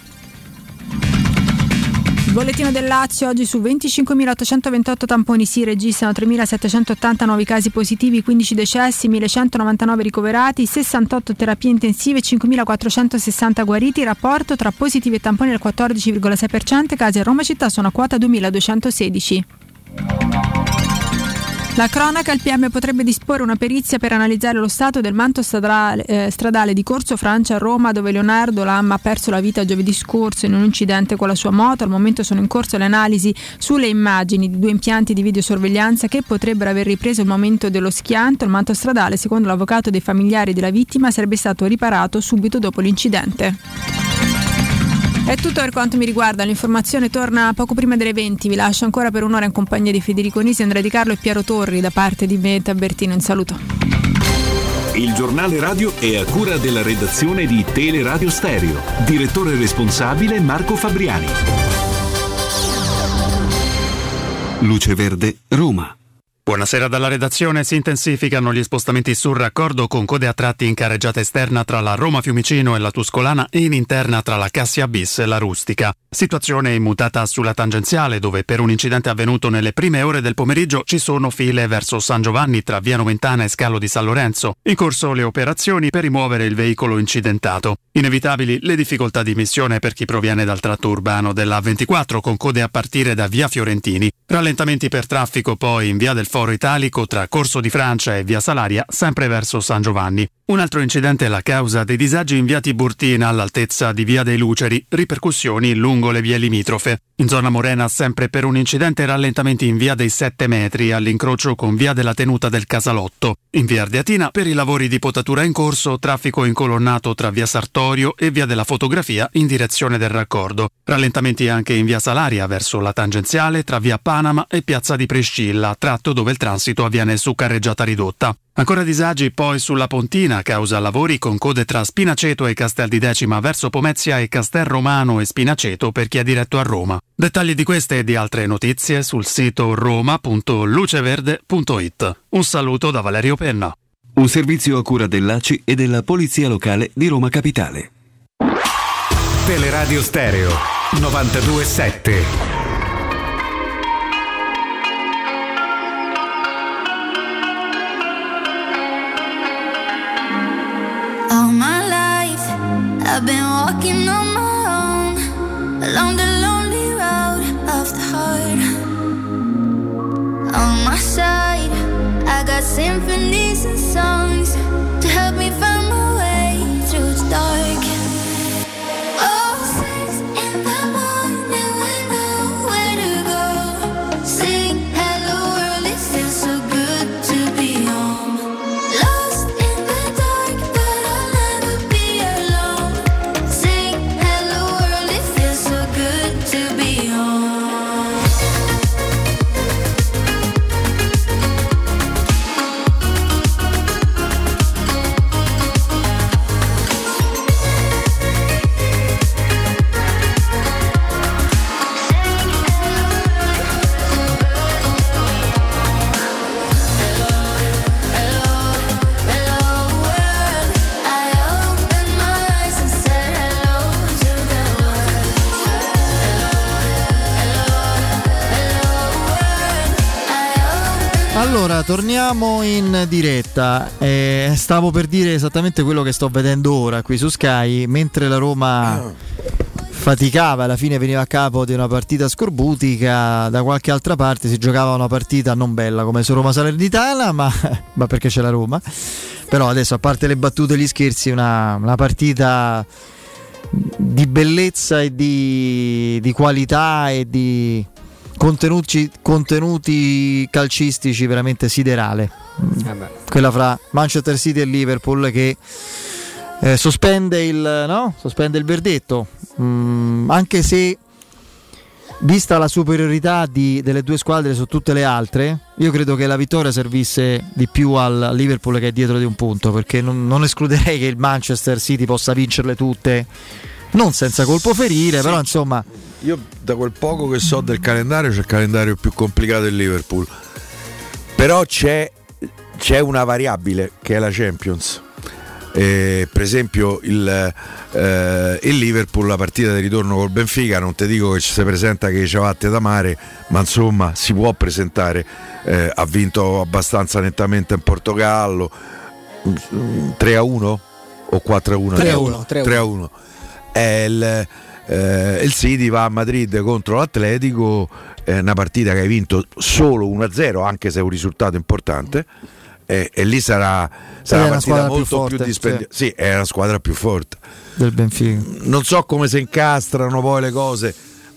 Il bollettino del Lazio: oggi su venticinquemilaottocentoventotto tamponi si registrano tremilasettecentottanta nuovi casi positivi, quindici decessi, millecentonovantanove ricoverati, sessantotto terapie intensive, cinquemilaquattrocentosessanta guariti. Il rapporto tra positivi e tamponi del quattordici virgola sei per cento, casi a Roma città sono a quota duemiladuecentosedici. La cronaca: il P M potrebbe disporre una perizia per analizzare lo stato del manto stradale, eh, stradale di Corso Francia a Roma, dove Leonardo Lamma ha perso la vita giovedì scorso in un incidente con la sua moto. Al momento sono in corso le analisi sulle immagini di due impianti di videosorveglianza che potrebbero aver ripreso il momento dello schianto. Il manto stradale, secondo l'avvocato dei familiari della vittima, sarebbe stato riparato subito dopo l'incidente. È tutto per quanto mi riguarda, l'informazione torna poco prima delle venti. Vi lascio ancora per un'ora in compagnia di Federico Nisi, Andrea Di Carlo e Piero Torri. Da parte di Metta Bertino, un saluto. Il giornale radio è a cura della redazione di Teleradio Stereo. Direttore responsabile Marco Fabriani. Luce Verde, Roma. Buonasera dalla redazione. Si intensificano gli spostamenti sul raccordo con code a tratti in carreggiata esterna tra la Roma Fiumicino e la Tuscolana e in interna tra la Cassia Bis e la Rustica. Situazione immutata sulla tangenziale, dove per un incidente avvenuto nelle prime ore del pomeriggio ci sono file verso San Giovanni tra Via Noventana e Scalo di San Lorenzo. In corso le operazioni per rimuovere il veicolo incidentato. Inevitabili le difficoltà di missione per chi proviene dal tratto urbano della A ventiquattro con code a partire da Via Fiorentini. Rallentamenti per traffico poi in Via del Foro Italico tra Corso di Francia e Via Salaria, sempre verso San Giovanni. Un altro incidente è la causa dei disagi in via Tiburtina all'altezza di via dei Luceri, ripercussioni lungo le vie limitrofe. In zona Morena sempre per un incidente rallentamenti in via dei Sette Metri all'incrocio con via della Tenuta del Casalotto. In via Ardeatina per i lavori di potatura in corso, traffico incolonnato tra via Sartorio e via della Fotografia in direzione del raccordo. Rallentamenti anche in via Salaria verso la tangenziale tra via Panama e piazza di Prescilla, tratto dove il transito avviene su carreggiata ridotta. Ancora disagi poi sulla Pontina a causa lavori con code tra Spinaceto e Castel di Decima verso Pomezia e Castel Romano e Spinaceto per chi è diretto a Roma. Dettagli di queste e di altre notizie sul sito roma punto luceverde punto it. Un saluto da Valerio Penna. Un servizio a cura dell'A C I e della Polizia Locale di Roma Capitale. Teleradio Stereo novantadue sette. All my life, I've been walking on my own, along the lonely road of the heart. On my side, I got symphonies and songs to help me find my way through the dark. Oh, six in the morning, we know where to go. Sing hello world, it feels so good to be home. Lost in the dark, but I'll never be alone. Sing hello world, it feels so good to be home. Allora, torniamo in diretta. Eh, stavo per dire esattamente quello che sto vedendo ora qui su Sky, mentre la Roma faticava, alla fine veniva a capo di una partita scorbutica, da qualche altra parte si giocava una partita non bella come su Roma Salernitana, ma, ma perché c'è la Roma. Però adesso, a parte le battute e gli scherzi, una, una partita di bellezza e di, di qualità e di contenuti, contenuti calcistici veramente siderale. Vabbè. Quella fra Manchester City e Liverpool che eh, sospende il no? sospende il verdetto, mm, anche se, vista la superiorità di, delle due squadre su tutte le altre, io credo che la vittoria servisse di più al Liverpool, che è dietro di un punto, perché non, non escluderei che il Manchester City possa vincerle tutte, non senza colpo ferire, sì. Però insomma, io da quel poco che so del calendario, c'è il calendario più complicato del Liverpool, però c'è, c'è una variabile che è la Champions. Eh, per esempio il, eh, il Liverpool, la partita di ritorno col Benfica, non ti dico che ci si presenta che ci vatte da mare, ma insomma si può presentare. Eh, ha vinto abbastanza nettamente in Portogallo, tre a uno o quattro a uno? tre a uno. tre a uno. Eh, il, eh, il City va a Madrid contro l'Atletico, è una partita che hai vinto solo uno a zero, anche se è un risultato importante. E, e lì sarà, sarà una partita molto più, forte, più dispendiosa. Sì. sì, è la squadra più forte del Benfica. Non so come si incastrano poi le cose.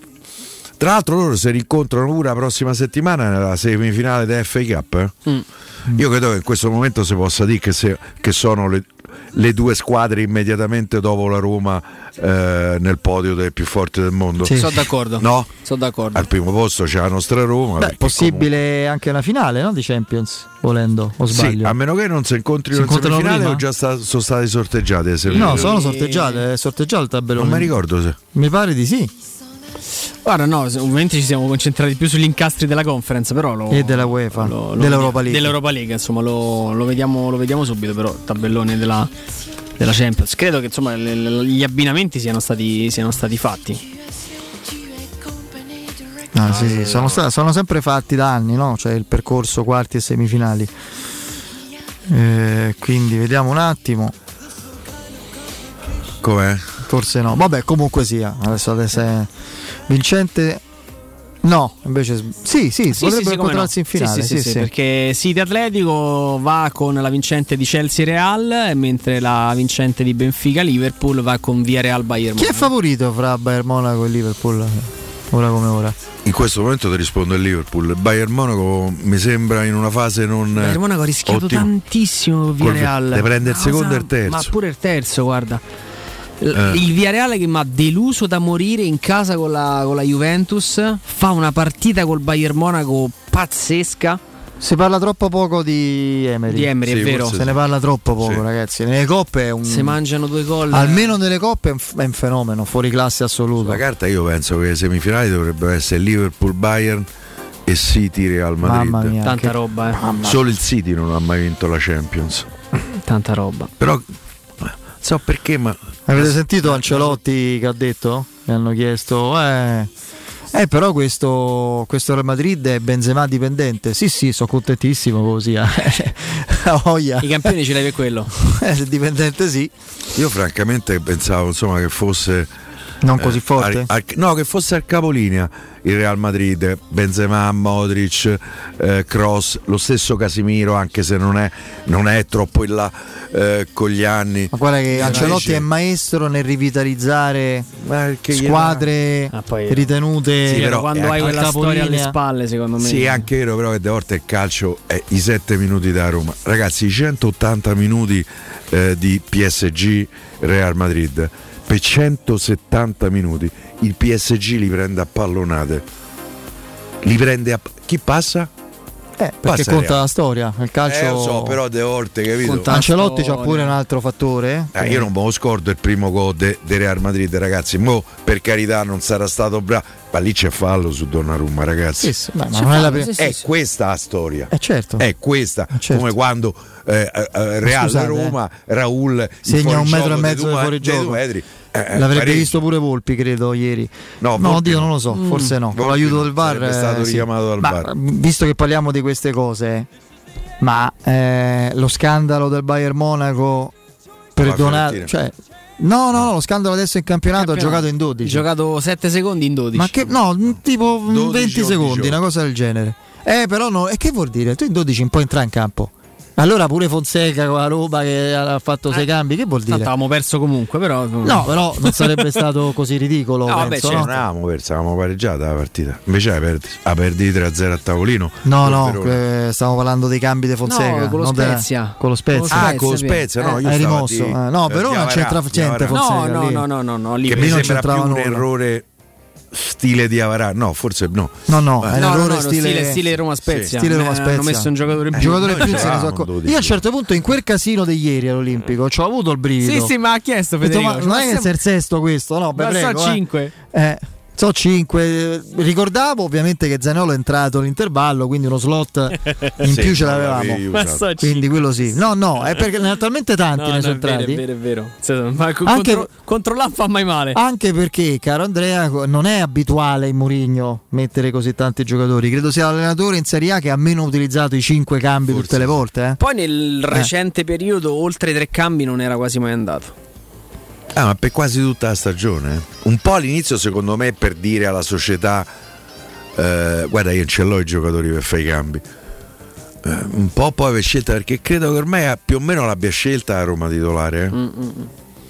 Tra l'altro loro si rincontrano pure la prossima settimana nella semifinale del F A Cup. Eh? Mm. Io credo che in questo momento si possa dire che, se, che sono le, le due squadre immediatamente dopo la Roma eh, nel podio dei più forti del mondo. Sì. Sono d'accordo. No? Sono d'accordo. Al primo posto c'è la nostra Roma. Beh, possibile comunque anche una finale, no? Di Champions, volendo, o sbaglio? Sì, a meno che non si incontrino in semifinale o già sta, sono state sorteggiate. No, sono sorteggiate, è sorteggiato il tabellone. Non mi ricordo se. Mi pare di sì. Guarda, no, ovviamente ci siamo concentrati più sugli incastri della Conference, però lo, e della UEFA, lo, lo, dell'Europa League. Dell'Europa League, insomma, lo, lo, vediamo, lo vediamo subito, però tabellone della, della Champions. Credo che insomma le, le, gli abbinamenti siano stati, siano stati fatti. Ah, sì, sì, sono, sta- sono sempre fatti da anni, no? Cioè il percorso quarti e semifinali. Eh, quindi vediamo un attimo. Com'è? Forse no. Vabbè, comunque sia. Adesso, adesso è vincente No, invece sì, sì, sì potrebbe sì, incontrarsi no. in finale. Sì, sì, sì, sì, sì. perché City Atletico va con la vincente di Chelsea Real, mentre la vincente di Benfica Liverpool va con Villarreal Bayern Chi Monaco. è favorito fra Bayern Monaco e Liverpool? Ora come ora? In questo momento ti rispondo il Liverpool. Bayern Monaco mi sembra in una fase non Bayern Monaco ha rischiato ottima. tantissimo Villarreal. Ne prende il Cosa? secondo e il terzo. Ma pure il terzo, guarda. L- Eh. Il Villarreal che mi ha deluso da morire in casa con la, con la Juventus, fa una partita col Bayern Monaco pazzesca. Si parla troppo poco di Emery. Di Emery, Sì, è vero. forse Se ne parla troppo poco, Sì. ragazzi. Nelle coppe è un. Se mangiano due gol. Almeno nelle coppe è un, f- è un fenomeno, fuori classe assoluto. La carta io penso che le semifinali dovrebbero essere Liverpool Bayern e City Real Madrid. Mamma mia, Tanta che- roba, eh. Mamma. Solo il City non ha mai vinto la Champions. Tanta roba. Però so perché, ma Avete sentito Ancelotti che ha detto? Mi hanno chiesto, eh, eh però questo, questo Real Madrid è Benzema dipendente. Sì, sì, sono contentissimo così. I campioni ce l'hai per quello. Eh, dipendente sì. io francamente pensavo insomma che fosse Non così forte? al- al- no, che fosse al capolinea il Real Madrid, Benzema, Modric, eh, Kroos, lo stesso Casimiro, anche se non è, non è troppo in là eh, con gli anni. Ma guarda che Eh, Ancelotti invece- è maestro nel rivitalizzare che gliela- squadre Ah, poi- ritenute Sì, però quando è hai anche quella al storia alle capolinea. spalle, secondo me. Sì, è anche vero, però che de volte il calcio è i sette minuti da Roma. Ragazzi, i centottanta minuti eh, di P S G Real Madrid, per centosettanta minuti il P S G li prende a pallonate. Li prende a chi passa? Eh, perché Passa conta Real. la storia. Il calcio. Eh, lo so, però de volte, capito? Conta- Ancelotti c'ha storia. pure un altro fattore. Eh, io non me lo scordo il primo gol de, de Real Madrid, ragazzi. Mo per carità non sarà stato bravo, ma lì c'è fallo su Donnarumma, ragazzi. Sì, sì, ma C'è non è la fallo, prima. sì, sì, È sì. questa la storia. Eh certo. È questa, certo. come quando eh, eh, Real Scusate, Roma, Raul il segna un fuorigioco metro e dei mezzo due- di fuorigioco. dei due metri. Eh, eh, L'avrebbe pareggio. visto pure Volpi, credo, ieri. No, No, Volpi oddio, no. non lo so, Mm. forse no. Con Volpi l'aiuto no, del V A R. sarebbe stato eh, sì. richiamato dal Ma, V A R. visto che parliamo di queste cose, ma eh, lo scandalo del Bayern Monaco, perdonate, Fiorentina. cioè, no, no, no, lo scandalo adesso in campionato, ha giocato in dodici. Giocato sette secondi in dodici. Ma che no, tipo dodici venti o secondi, diciotto. una cosa del genere. Eh, però no, e che vuol dire? Tu in dodici non puoi entrare in campo. Allora pure Fonseca con la Roma che ha fatto sei cambi, che vuol dire? Tanto avevamo perso comunque, però. No, però non sarebbe stato così ridicolo. No, vabbè, penso, certo. no? Non avevamo perso, avevamo pareggiata la partita. Invece ha perdi, ha perdi tre a zero a tavolino. No, col no, Verona. eh, stiamo parlando dei cambi di Fonseca. No, con lo non della- Spezia. con lo Spezia. Ah, Spezia, con lo è vero. Spezia, no, Eh, io hai stavo rimosso. di- Eh, no, eh, però non Diavara, c'entra niente Diavara. Fonseca. No, no, lì. no, no, no, no, lì Che lì mi non sembra più c'entrava un nulla. errore stile di Avarà. No, forse no. No, no, Eh, è un No, no, errore no, stile, stile, stile Roma Spezia. Sì, stile Ne Roma Hanno Spezia. messo un giocatore in Il più. giocatore in più Noi se ne so c'eravamo accorto. dodici. Io a un certo punto in quel casino di ieri all'Olimpico ci ho avuto il brivido. Sì, sì, ma ha chiesto Ho detto, Federico. ma non è che siamo- sei il sesto questo, no? Beh, ma prego, so eh. cinque. Eh, so cinque. Ricordavo ovviamente che Zaniolo è entrato all'intervallo, quindi uno slot in Sì, più ce non l'avevamo. l'avevi Ma usato. so Quindi quello sì. No, no, è perché ne ha talmente tanti No, ne no, sono è vero, entrati. è vero, è vero. Cioè, ma co- Anche- contro, contro là fa mai male. Anche perché, caro Andrea, non è abituale in Mourinho mettere così tanti giocatori. Credo sia l'allenatore in Serie A che ha meno utilizzato i cinque cambi Forse tutte le sì. volte. Eh? Poi nel recente periodo, oltre i tre cambi, non era quasi mai andato. Ah, ma per quasi tutta la stagione. eh. Un po' all'inizio, secondo me, per dire alla società: eh, guarda, io ce l'ho i giocatori per fare i cambi. Eh, un po' poi aver scelta, perché credo che ormai più o meno l'abbia scelta la Roma titolare. eh. Mm, mm, mm.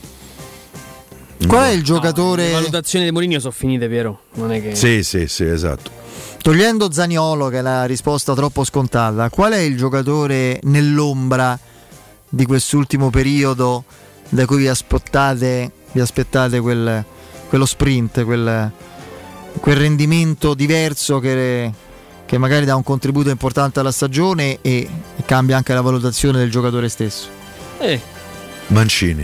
Qual è il Le giocatore, valutazioni di Mourinho sono finite, Piero. Non è che. Sì, sì, sì, esatto. togliendo Zaniolo, che è la risposta troppo scontata, qual è il giocatore nell'ombra di quest'ultimo periodo da cui vi aspettate, vi aspettate quel, quello sprint, quel, quel rendimento diverso che, che magari dà un contributo importante alla stagione e, e cambia anche la valutazione del giocatore stesso? Eh. Mancini.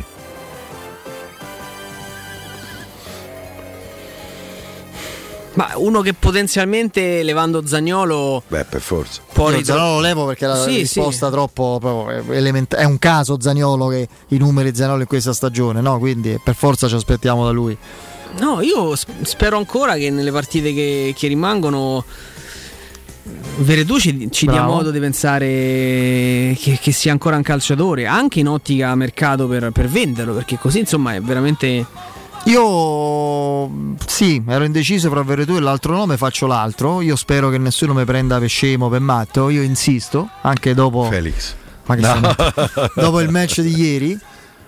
Ma uno che potenzialmente, levando Zaniolo, Beh, per forza. può Io ridor- Zaniolo lo levo perché la Sì, risposta sì. troppo proprio elementa- è un caso Zaniolo, che i numeri Zaniolo in questa stagione, no? Quindi per forza ci aspettiamo da lui. No, io sp- spero ancora che nelle partite che, che rimangono Veretù ci, ci dia Bravo. modo di pensare che, che sia ancora un calciatore, anche in ottica mercato per, per venderlo, perché così insomma è veramente Io sì, ero indeciso fra avere tu e l'altro nome, faccio l'altro. Io spero che nessuno mi prenda per scemo, per matto. Io insisto, anche dopo Felix. Ma che no. dopo il match di ieri.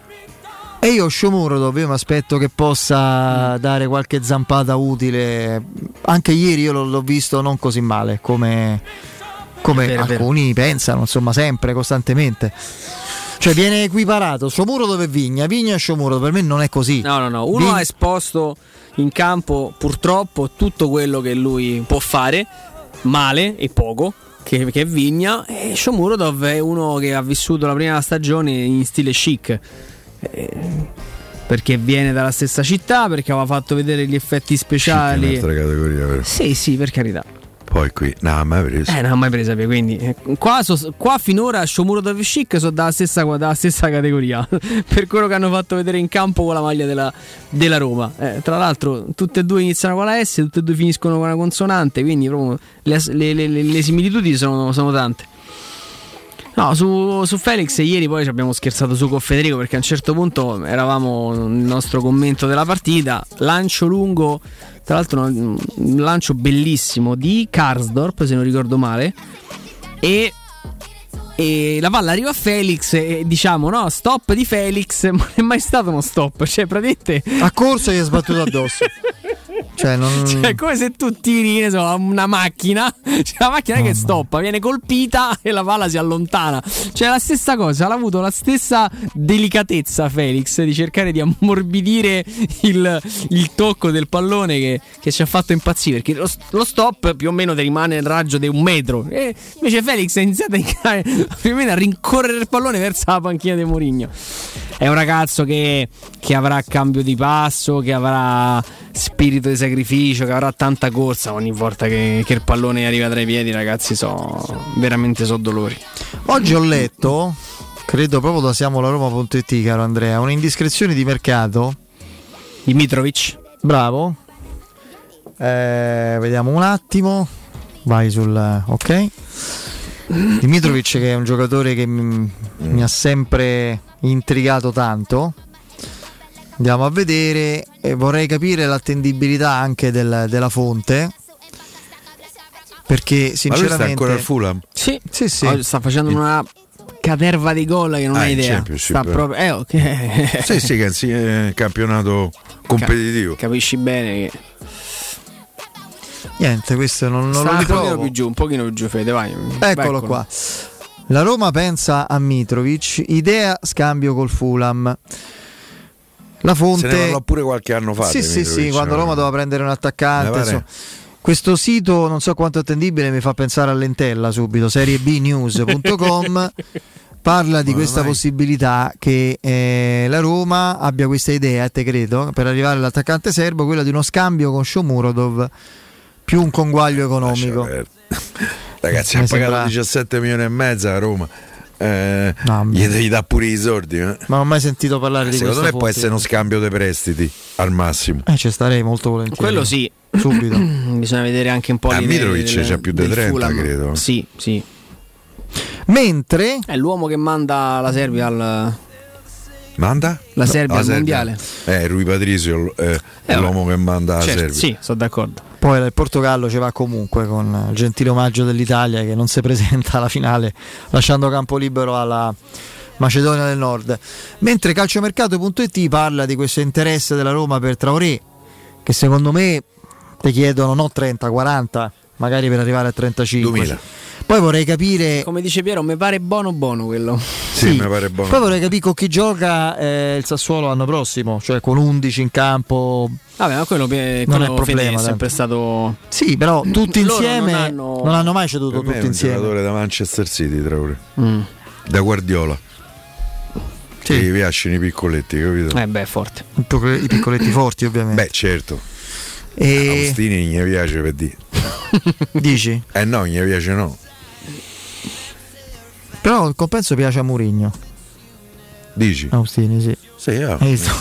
E io Shomurodov, io mi aspetto che possa mm. dare qualche zampata utile. Anche ieri io l'ho visto non così male come, come vero, alcuni vero. pensano, insomma, sempre, costantemente. Cioè viene equiparato Shomurodov e Vigna, Vigna e Shomurodov, per me non è così. No, no, no, uno Vigna... ha esposto in campo purtroppo tutto quello che lui può fare, male e poco, che, che è Vigna, e Shomurodov è uno che ha vissuto la prima stagione in stile chic. Eh, perché viene dalla stessa città, perché aveva fatto vedere gli effetti speciali. Un'altra categoria, vero? Sì, sì, per carità. Poi qui non ha mai preso. Eh, non ha mai presa, quindi eh, qua, so, qua finora Shomurodov e Chic sono dalla stessa, dalla stessa categoria per quello che hanno fatto vedere in campo con la maglia della, della Roma. Eh, tra l'altro tutte e due iniziano con la S, tutte e due finiscono con una consonante, quindi proprio le, le, le, le similitudini sono, sono tante. No, su, su Felix ieri poi ci abbiamo scherzato su con Federico, perché a un certo punto eravamo nel nostro commento della partita, lancio lungo, tra l'altro un lancio bellissimo di Karsdorp, se non ricordo male, e, e la palla arriva a Felix e diciamo no, stop di Felix, ma non è mai stato uno stop, cioè praticamente a corsa gli è sbattuto addosso. Cioè, non... cioè, è come se tu tiri, ne so, una macchina, cioè, la macchina oh, che stoppa, viene colpita e la palla si allontana. Cioè, la stessa cosa, ha avuto la stessa delicatezza Felix di cercare di ammorbidire il, il tocco del pallone che, che ci ha fatto impazzire, perché lo, lo stop più o meno ti rimane nel raggio di un metro. E invece Felix ha iniziato a, più o meno a rincorrere il pallone verso la panchina di Mourinho. È un ragazzo che, che avrà cambio di passo, che avrà spirito di sacrificio, che avrà tanta corsa. Ogni volta che, che il pallone arriva tra i piedi, ragazzi, so veramente so dolori. Oggi ho letto, credo proprio da siamo la Roma punto it, caro Andrea, un'indiscrezione di mercato di Mitrovic. Bravo. Eh, vediamo un attimo. Vai sul ok. Di Mitrovic, che è un giocatore che mi, mi ha sempre intrigato tanto. Andiamo a vedere, e vorrei capire l'attendibilità anche del, della fonte, perché sinceramente. Ma lui sta ancora al Fulham? Sì, sì, sì. Oggi sta facendo una caterva di gol che non ah, hai idea. Sta proprio, eh, okay. Sì, sì, che è un campionato competitivo. Cap- capisci bene che niente, questo non, non sta lo ritrovo. Un pochino più giù, un pochino più giù, Fede, vai. Eccolo vai, qua. La Roma pensa a Mitrovic, idea scambio col Fulham. La fonte. Se ne parlò pure qualche anno fa. Sì, sì, sì, quando Roma doveva prendere un attaccante. Insomma. Questo sito, non so quanto è attendibile, mi fa pensare a Lentella subito, serie b news punto com. Parla di questa mai. possibilità che eh, la Roma abbia questa idea, te credo, per arrivare all'attaccante serbo, quella di uno scambio con Shomurodov più un conguaglio economico. Ragazzi, ha pagato sembra... diciassette milioni e mezzo a Roma. Eh, no, gli devi dare pure i soldi, eh? Ma non ho mai sentito parlare eh, di questo. Secondo me può essere uno scambio dei prestiti al massimo. Eh, ci starei molto volentieri. Quello sì, subito. Bisogna vedere anche un po' a di Mitrovic c'ha più di trenta, Fulham. Credo. Sì, sì. Mentre è l'uomo che manda la Serbia al Manda? La Serbia no, al mondiale. Eh, Rui Patricio eh, è eh, l'uomo che manda la certo, Serbia. Sì, sono d'accordo. Poi il Portogallo ci va comunque con il gentile omaggio dell'Italia, che non si presenta alla finale, lasciando campo libero alla Macedonia del Nord. Mentre calciomercato punto it parla di questo interesse della Roma per Traoré, che secondo me ti chiedono no trenta, quaranta, magari per arrivare a trentacinque. duemila. Poi vorrei capire, come dice Piero, mi pare buono buono quello. Sì, sì, mi pare buono. Poi vorrei capire con chi gioca eh, il Sassuolo l'anno prossimo, cioè con undici in campo. Vabbè, ma quello, quello non è problema, è sempre stato. Sì, però tutti insieme non hanno... non hanno mai ceduto per tutti insieme. È un giocatore da Manchester City, Traoré. Mm. Da Guardiola. Sì. Che gli piacciono i piccoletti, capito? Eh beh, forte. I piccoletti forti, ovviamente. Beh, certo. E... Agostini gli piace per dire. Dici? Eh no, gli piace no. Però il compenso piace a Mourinho. Dici? Agostini, sì. Sì, ah, hai visto?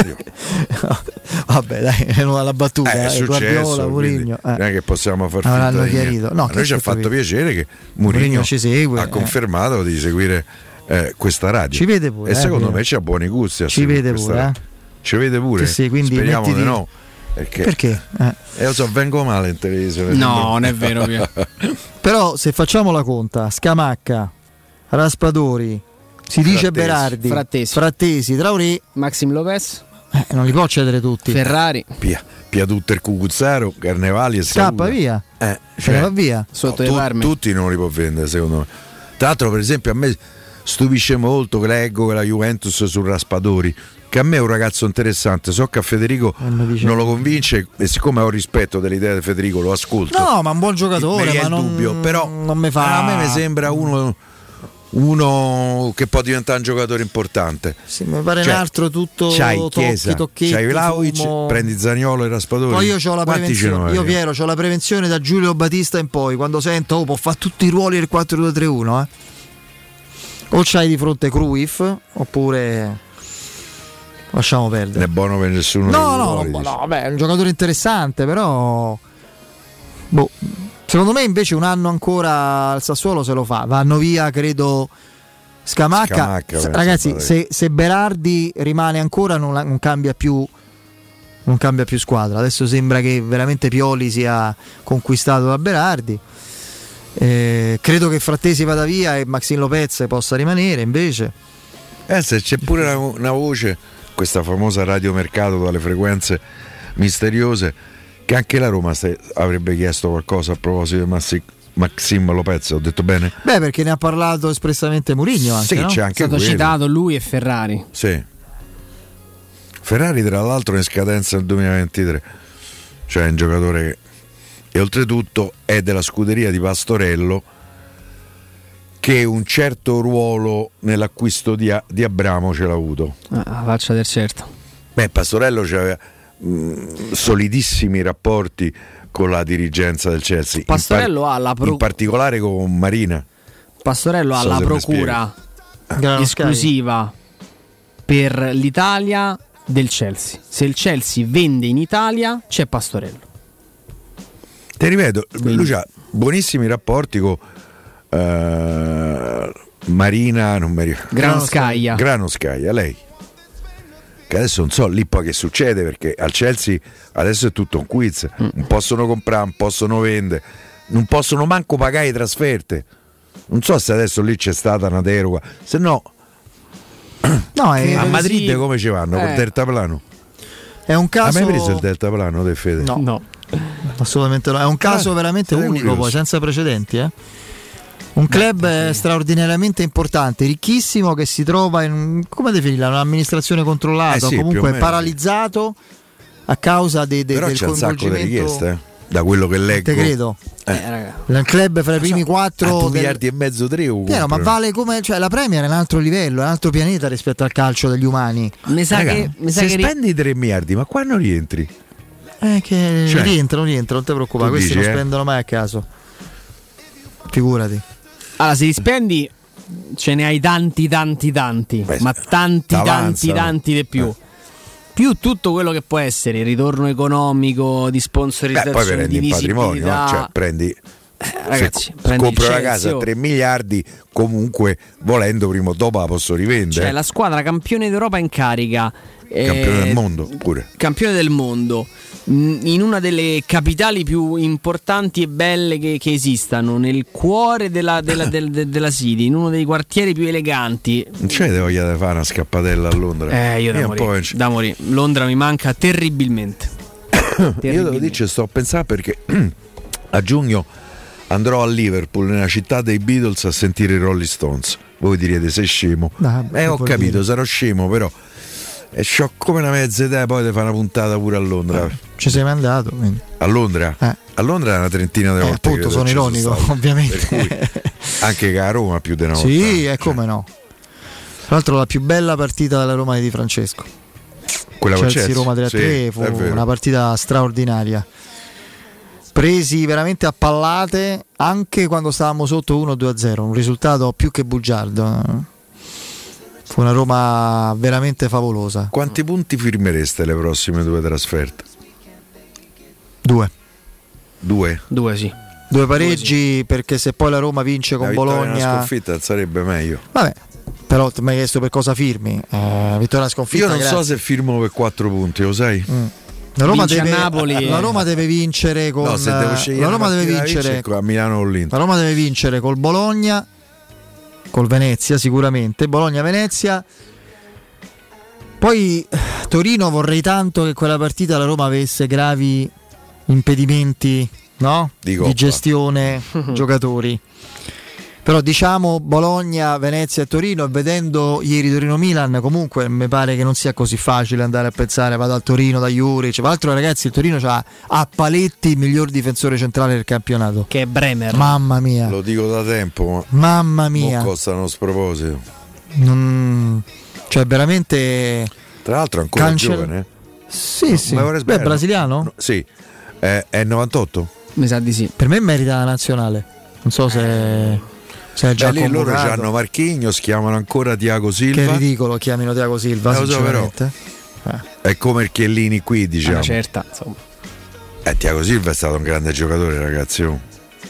Vabbè, dai, è una battuta. Eh, è eh, successo, Guardiola, Mourinho. Eh. Non è che possiamo far finta di chiarito. No, a noi ci ha fatto piacere che Mourinho ci segue, ha eh. confermato di seguire eh, questa radio. Ci vede pure. E eh, secondo vero. me c'ha buoni gusti. Ci vede pure. radio. Eh. ci vede pure. Sì, sì, quindi speriamo mettiti... di no. Perché? Perché? Eh. Eh, lo so, vengo male in televisione. No, non è vero. Però se facciamo la conta, Scamacca, Raspadori, si dice Frattesi. Berardi, Frattesi, Frattesi Traoré, Maxim Lopez, eh, non li può cedere tutti. Ferrari, Pia, Pia Tutter Cucuzzaro, Carnevali e scappa Sauda. via. Eh, Se ne va via. Sotto no, le tu, Parme. tutti non li può vendere, secondo me. Tra l'altro, per esempio, a me stupisce molto che leggo che la Juventus su Raspadori, che a me è un ragazzo interessante, so che a Federico non lo convince e siccome ho rispetto dell'idea di Federico lo ascolto. No, ma un buon giocatore, mi ma è non, dubbio, però non mi fa. a me mi sembra uno uno che può diventare un giocatore importante. Sì, mi pare Cioè, un altro tutto c'hai tocchi, Chiesa, tocchetti, c'hai Vlahovic, fumo. prendi Zaniolo e Raspadori. Poi io ho la Quanti prevenzione, ce io ne Piero, c'ho la prevenzione da Giulio Battista in poi, quando sento oh, può fare tutti i ruoli del quattro due tre uno, eh. O c'hai di fronte Cruyff oppure lasciamo perdere. Non è buono per nessuno. No, dei no, ruoli, no, dici. no, beh, è un giocatore interessante, però boh, secondo me invece un anno ancora al Sassuolo se lo fa. Vanno via, credo Scamacca. Scamacca, Se- penso, ragazzi, padre. se, se Berardi rimane ancora non, non cambia più non cambia più squadra. Adesso sembra che veramente Pioli sia conquistato da Berardi. Eh, credo che Frattesi vada via e Maxim Lopez possa rimanere invece. Eh, se c'è pure una, una voce, questa famosa radiomercato dalle frequenze misteriose, che anche la Roma se, avrebbe chiesto qualcosa a proposito di Massi, Maxim Lopez, ho detto bene? Beh, perché ne ha parlato espressamente Mourinho anche, Sì, no? c'è è anche stato quello. citato lui e Ferrari. Sì. Ferrari tra l'altro è in scadenza nel duemilaventitré, cioè è un giocatore che, e oltretutto è della scuderia di Pastorello, che un certo ruolo nell'acquisto di, A- di Abramo ce l'ha avuto. Ah, faccia del certo. Beh, Pastorello aveva solidissimi rapporti con la dirigenza del Chelsea. Pastorello in par- ha la pro- in particolare con Marina. Pastorello ha So la se mi procura Grano esclusiva per l'Italia del Chelsea. Se il Chelsea vende in Italia c'è Pastorello. Ti ripeto, lui ha buonissimi rapporti con eh, Marina, non mi ricordo. Granovskaya. Granovskaya, lei. Che adesso non so lì poi che succede, perché al Chelsea adesso è tutto un quiz. Mm. Non possono comprare, non possono vendere, non possono manco pagare le trasferte. Non so se adesso lì c'è stata una deroga, se no No, è, a Madrid sì. come ci vanno? Col Eh. deltaplano? È un caso. Hai mai preso il deltaplano De Fede? No. No. Assolutamente no. È un caso Ah, veramente sarei unico, curioso. poi senza precedenti. Eh? Un club eh, straordinariamente importante, ricchissimo, che si trova in, come definirla, un'amministrazione controllata, Eh sì, o più o comunque meno. paralizzato a causa de, de, Però del c'è un sacco di coinvolgimento. richieste, eh, da quello che leggo. Te credo. Eh. Un club fra i primi A quattro due del- miliardi e mezzo, tre o Piero, ma vale come, cioè la Premier è un altro livello, è un altro pianeta rispetto al calcio degli umani. Mi sa Raga, che, mi sa se che ri- spendi tre miliardi, ma qua non rientri? Eh, che Cioè, rientrano, rientrano, non ti preoccupare, tu questi dici, non eh? spendono mai a caso. Figurati. allora, se li spendi ce ne hai tanti tanti tanti, Beh, ma tanti tanti t'avanzano. tanti di più. Eh. Più tutto quello che può essere il ritorno economico, di Beh, sponsorizzazione, poi prendi di il patrimonio, visibilità. no? Cioè prendi, Eh, ragazzi, se prendi compro il la Chelsea, casa a oh. tre miliardi, comunque volendo prima o dopo la posso rivendere. Cioè la squadra campione d'Europa in carica, Campione eh, del mondo pure. campione del mondo, mh, in una delle capitali più importanti e belle che, che esistano, nel cuore della, della, del- de- della City, in uno dei quartieri più eleganti. Non c'è voglia di fare una scappatella a Londra. Eh, io da un po' morire, da morire. Londra mi manca terribilmente. Io devo dire, sto a pensare perché a giugno andrò a Liverpool, nella città dei Beatles, a sentire i Rolling Stones. Voi direte sei scemo. Ah, eh, ho vuol capito, dire? sarò scemo, però e c'ho come una mezza idea poi di fare una puntata pure a Londra. Ci sei mai andato? Quindi. A Londra? Eh. A Londra è una trentina di Eh, volte. appunto, che sono ci ironico, stato. ovviamente. Per cui, anche che a Roma più di una volta. Sì, e come no. Tra l'altro la più bella partita della Roma di Di Francesco. Quella con Chelsea Roma tre a tre sì, fu è vero. una partita straordinaria. Presi veramente a pallate anche quando stavamo sotto uno due a zero, un risultato più che bugiardo. Fu una Roma veramente favolosa. Quanti punti firmereste le prossime due trasferte? Due. Due? Due sì. Due pareggi, perché se poi la Roma vince con La vittoria e una Bologna, sconfitta sarebbe meglio. vabbè, però ti mi hai chiesto per cosa firmi. Eh, vittoria sconfitta. Io non grazie. so se firmo per quattro punti, lo sai? Mm. La Roma, Vince deve, a Napoli. la Roma deve vincere con No, se devo scegliere la Roma una deve partita da vincere vincere, a Milano o l'Inter. La Roma deve vincere col Bologna, col Venezia sicuramente, Bologna-Venezia. Poi Torino, vorrei tanto che quella partita la Roma avesse gravi impedimenti, no? Di Di, coppa. gestione giocatori. Però diciamo Bologna, Venezia e Torino, e vedendo ieri Torino-Milan comunque mi pare che non sia così facile andare a pensare vado al Torino da Juric. Tra l'altro ragazzi il Torino c'ha a paletti il miglior difensore centrale del campionato, che è Bremer. Mamma mia. Lo dico da tempo, ma Mamma mia. non costa uno sproposito. Non... Cioè veramente. Tra l'altro è ancora Cancel... giovane. Sì, No, sì. ma vorrei Beh, è sbagliare, brasiliano? no? Sì. È, è novantotto? Mi sa di sì. Per me merita la nazionale. Non so se. Se è già Beh, lì loro convocato. hanno Marchignos, chiamano ancora Thiago Silva. Che ridicolo chiamino Thiago Silva, Eh, lo so, sinceramente. È come il Chiellini qui, diciamo. Una certa, insomma. Eh, Thiago Silva è stato un grande giocatore, ragazzi. oh.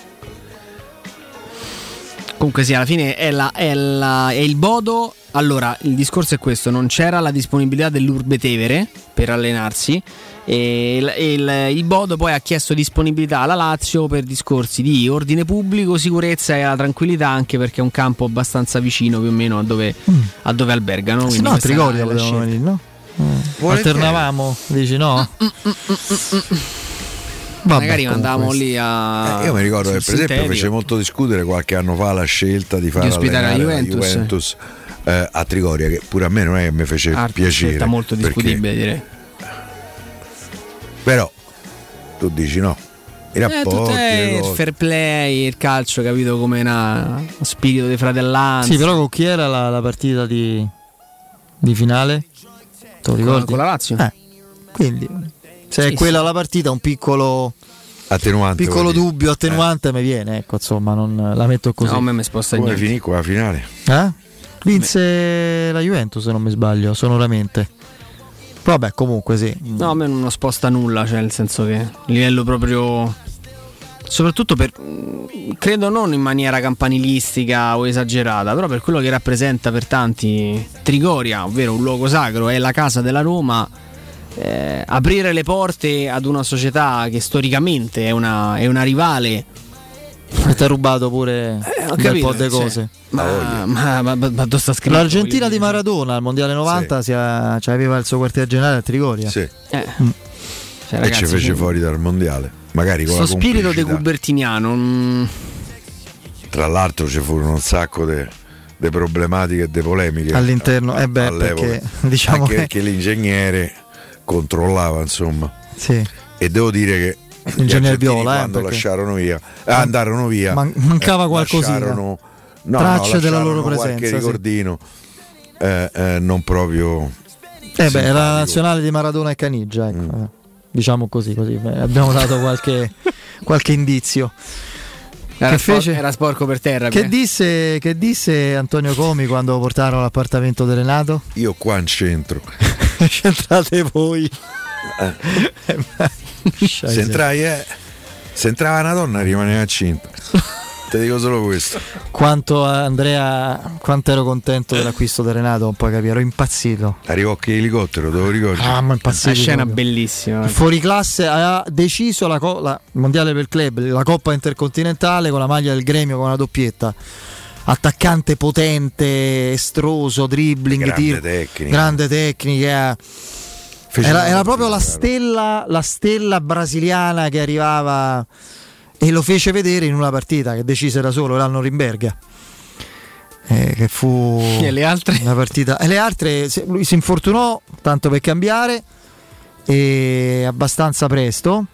Comunque sì, alla fine è, la, è, la, è il Bodo. Allora, il discorso è questo: non c'era la disponibilità dell'Urbe Tevere per allenarsi e il, il, il Bodo poi ha chiesto disponibilità alla Lazio per discorsi di ordine pubblico, sicurezza e la tranquillità, anche perché è un campo abbastanza vicino più o meno a dove, Mm. a dove albergano. Se quindi no a questa Trigoria è la potevano scelta. venire, no? Eh. Volentieri. Alternavamo, dici no? Vabbè, Magari comunque andavamo questo. lì a. Eh, io mi ricordo che sul per esempio sintetico. fece molto discutere qualche anno fa la scelta di fare Di ospitare la allenare Juventus. Juventus eh, a Trigoria, che pure a me non è che mi fece Ah, piacere. scelta molto perché- discutibile, direi. Però tu dici no, i Eh, rapporti, tutto è le il cose. fair play, il calcio, capito, come una uno spirito di fratellanza. Sì, però con chi era la, la partita di, di finale? Te lo ricordi? con la Lazio. Eh, quindi se Sì, è quella sì. la partita, un piccolo attenuante, piccolo vuol dire. dubbio attenuante mi viene, ecco, insomma, non la metto così. No, a me mi sposta Come niente. finì qua la finale? Eh? Vinse la Juventus, se non mi sbaglio, sonoramente. Vabbè, comunque sì. No, a me non sposta nulla, cioè nel senso che a livello proprio, soprattutto per, credo non in maniera campanilistica o esagerata, però per quello che rappresenta per tanti Trigoria, ovvero un luogo sacro, è la casa della Roma. Eh, aprire le porte ad una società che storicamente è una, è una rivale. E ti ha rubato pure Eh, ho un bel capito, po' di sì. cose. Ma, ma, ma, ma, ma dove sta scritto? L'Argentina voglio di dire? Maradona al mondiale novanta si ha- cioè, aveva il suo quartier generale a Trigoria. Sì. Eh. Mm. Cioè, E ragazzi, ci fece cioè, fuori dal mondiale. Magari con questo la spirito de complicità. Gubertiniano. mm, Tra l'altro ci furono un sacco di problematiche e di polemiche All'interno, eh beh, all'epoca. perché, diciamo Anche che- perché l'ingegnere controllava, insomma. Sì. E devo dire che gli Ingegner argentini Viola, eh, quando perché- lasciarono via eh, andarono via Man- mancava eh, qualcosina. lasciarono- no, Tracce no, della lasciarono loro qualche presenza, sì. ricordino eh, eh, non proprio Eh beh, era la simpatico. nazionale di Maradona e Caniggia, ecco. eh. Diciamo così, così. Beh, abbiamo dato qualche, qualche indizio. Era, Che spor- fece? era sporco per terra. Che Pia. disse, che disse Antonio Comi quando lo portarono all'appartamento di Renato? io qua in centro C'entrate voi. se entrai eh, se entrava una donna rimaneva incinta. Te dico solo questo. Quanto Andrea, quanto ero contento dell'acquisto di Renato, non puoi capire, ero impazzito. Arrivò che elicottero, te lo ricordi? Ah, ma impazzito. Una scena proprio. bellissima. Fuori classe aveva deciso la, co- la mondiale per club, la Coppa Intercontinentale con la maglia del Gremio con una doppietta. Attaccante potente, estroso, dribbling, Grande tiro, tecnica. grande tecnica. Fece Era, una era partita, proprio la però. stella, la stella brasiliana che arrivava e lo fece vedere in una partita che decise da solo, era a Norimberga. Eh, che fu E le altre? una partita. E le altre se- lui si infortunò tanto per cambiare e abbastanza presto.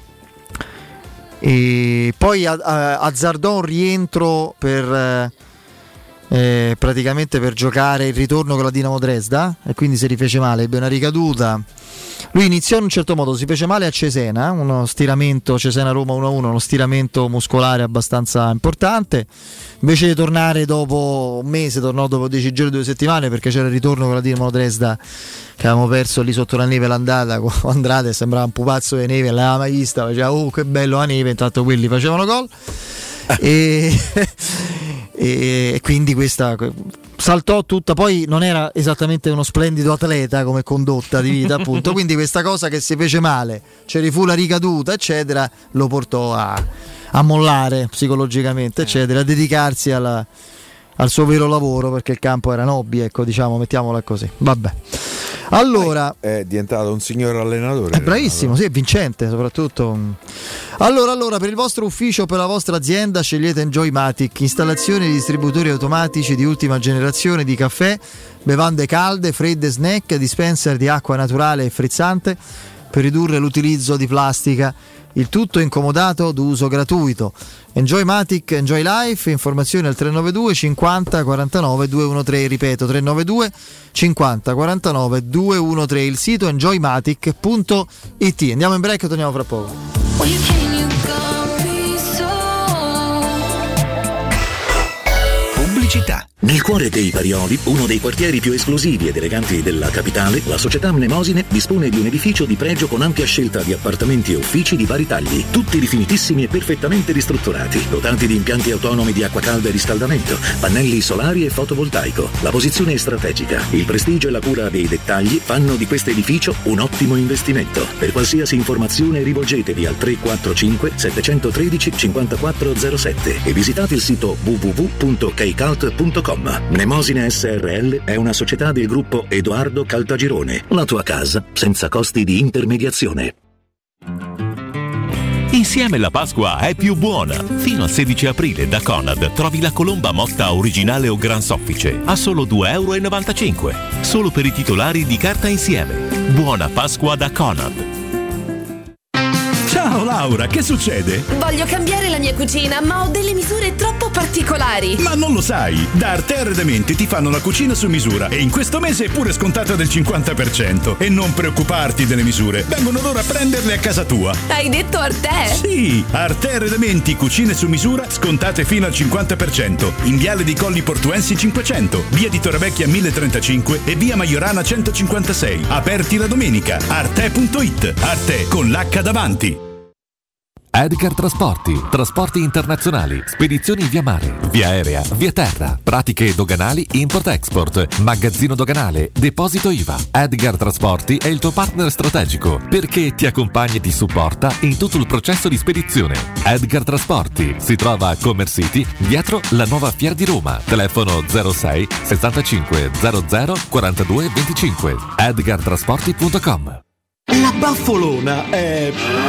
E poi a- a- azzardò un rientro per eh, eh, praticamente per giocare il ritorno con la Dinamo Dresda e quindi si rifece male, ebbe una ricaduta. Lui iniziò in un certo modo, si fece male a Cesena, uno stiramento Cesena-Roma uno a uno, uno stiramento muscolare abbastanza importante. Invece di tornare dopo un mese, tornò dopo dieci giorni, due settimane, perché c'era il ritorno con la Dinamo Dresda che avevamo perso lì sotto la neve l'andata con Andrade, sembrava un pupazzo di neve, non l'aveva mai vista, faceva oh che bello la neve, intanto quelli facevano gol. e, e quindi questa saltò tutta, poi non era esattamente uno splendido atleta come condotta di vita, appunto, quindi questa cosa che si fece male, ce ne fu la ricaduta, eccetera, lo portò a, a mollare psicologicamente, eccetera, a dedicarsi alla, al suo vero lavoro, perché il campo era hobby, ecco, diciamo, mettiamola così. Vabbè. Allora, è diventato un signor allenatore. È bravissimo, sì, è vincente soprattutto. Allora, allora, per il vostro ufficio o per la vostra azienda scegliete Enjoymatic, installazioni di distributori automatici di ultima generazione di caffè, bevande calde, fredde, snack, dispenser di acqua naturale e frizzante per ridurre l'utilizzo di plastica. Il tutto incomodato d'uso gratuito. Enjoymatic, Enjoy Life, informazioni al tre nove due cinquanta quarantanove duecentotredici, ripeto tre nove due cinquanta quarantanove duecentotredici, il sito enjoymatic punto it. Andiamo in break e torniamo fra poco. Pubblicità. Nel cuore dei Parioli, uno dei quartieri più esclusivi ed eleganti della capitale, la società Mnemosine dispone di un edificio di pregio con ampia scelta di appartamenti e uffici di vari tagli, tutti rifinitissimi e perfettamente ristrutturati, dotati di impianti autonomi di acqua calda e riscaldamento, pannelli solari e fotovoltaico. La posizione è strategica, il prestigio e la cura dei dettagli fanno di questo edificio un ottimo investimento. Per qualsiasi informazione rivolgetevi al tre quattro cinque sette uno tre cinque zero sette e visitate il sito w w w punto keycult punto com. Mnemosine S R L è una società del gruppo Edoardo Caltagirone. La tua casa senza costi di intermediazione. Insieme la Pasqua è più buona. Fino al sedici aprile da Conad trovi la colomba motta originale o gran soffice a solo due e novantacinque euro. Solo per i titolari di Carta Insieme. Buona Pasqua da Conad. Ciao Laura, che succede? Voglio cambiare la mia cucina, ma ho delle misure troppo particolari. Ma non lo sai, da Arte Arredamenti ti fanno la cucina su misura e in questo mese è pure scontata del cinquanta per cento. E non preoccuparti delle misure, vengono loro a prenderle a casa tua. Hai detto Arte? Sì, Arte Arredamenti, cucine su misura, scontate fino al cinquanta per cento. In Viale dei Colli Portuensi cinquecento, via di Torrevecchia mille trentacinque e via Maiorana centocinquantasei. Aperti la domenica. Arte punto it. Arte con l'H davanti. Edgar Trasporti, trasporti internazionali, spedizioni via mare, via aerea, via terra, pratiche doganali, import-export, magazzino doganale, deposito I V A. Edgar Trasporti è il tuo partner strategico perché ti accompagna e ti supporta in tutto il processo di spedizione. Edgar Trasporti si trova a Commerce City, dietro la nuova Fiera di Roma. Telefono zero sei sessantacinque zero zero quarantadue venticinque. edgar trasporti punto com. La Baffolona è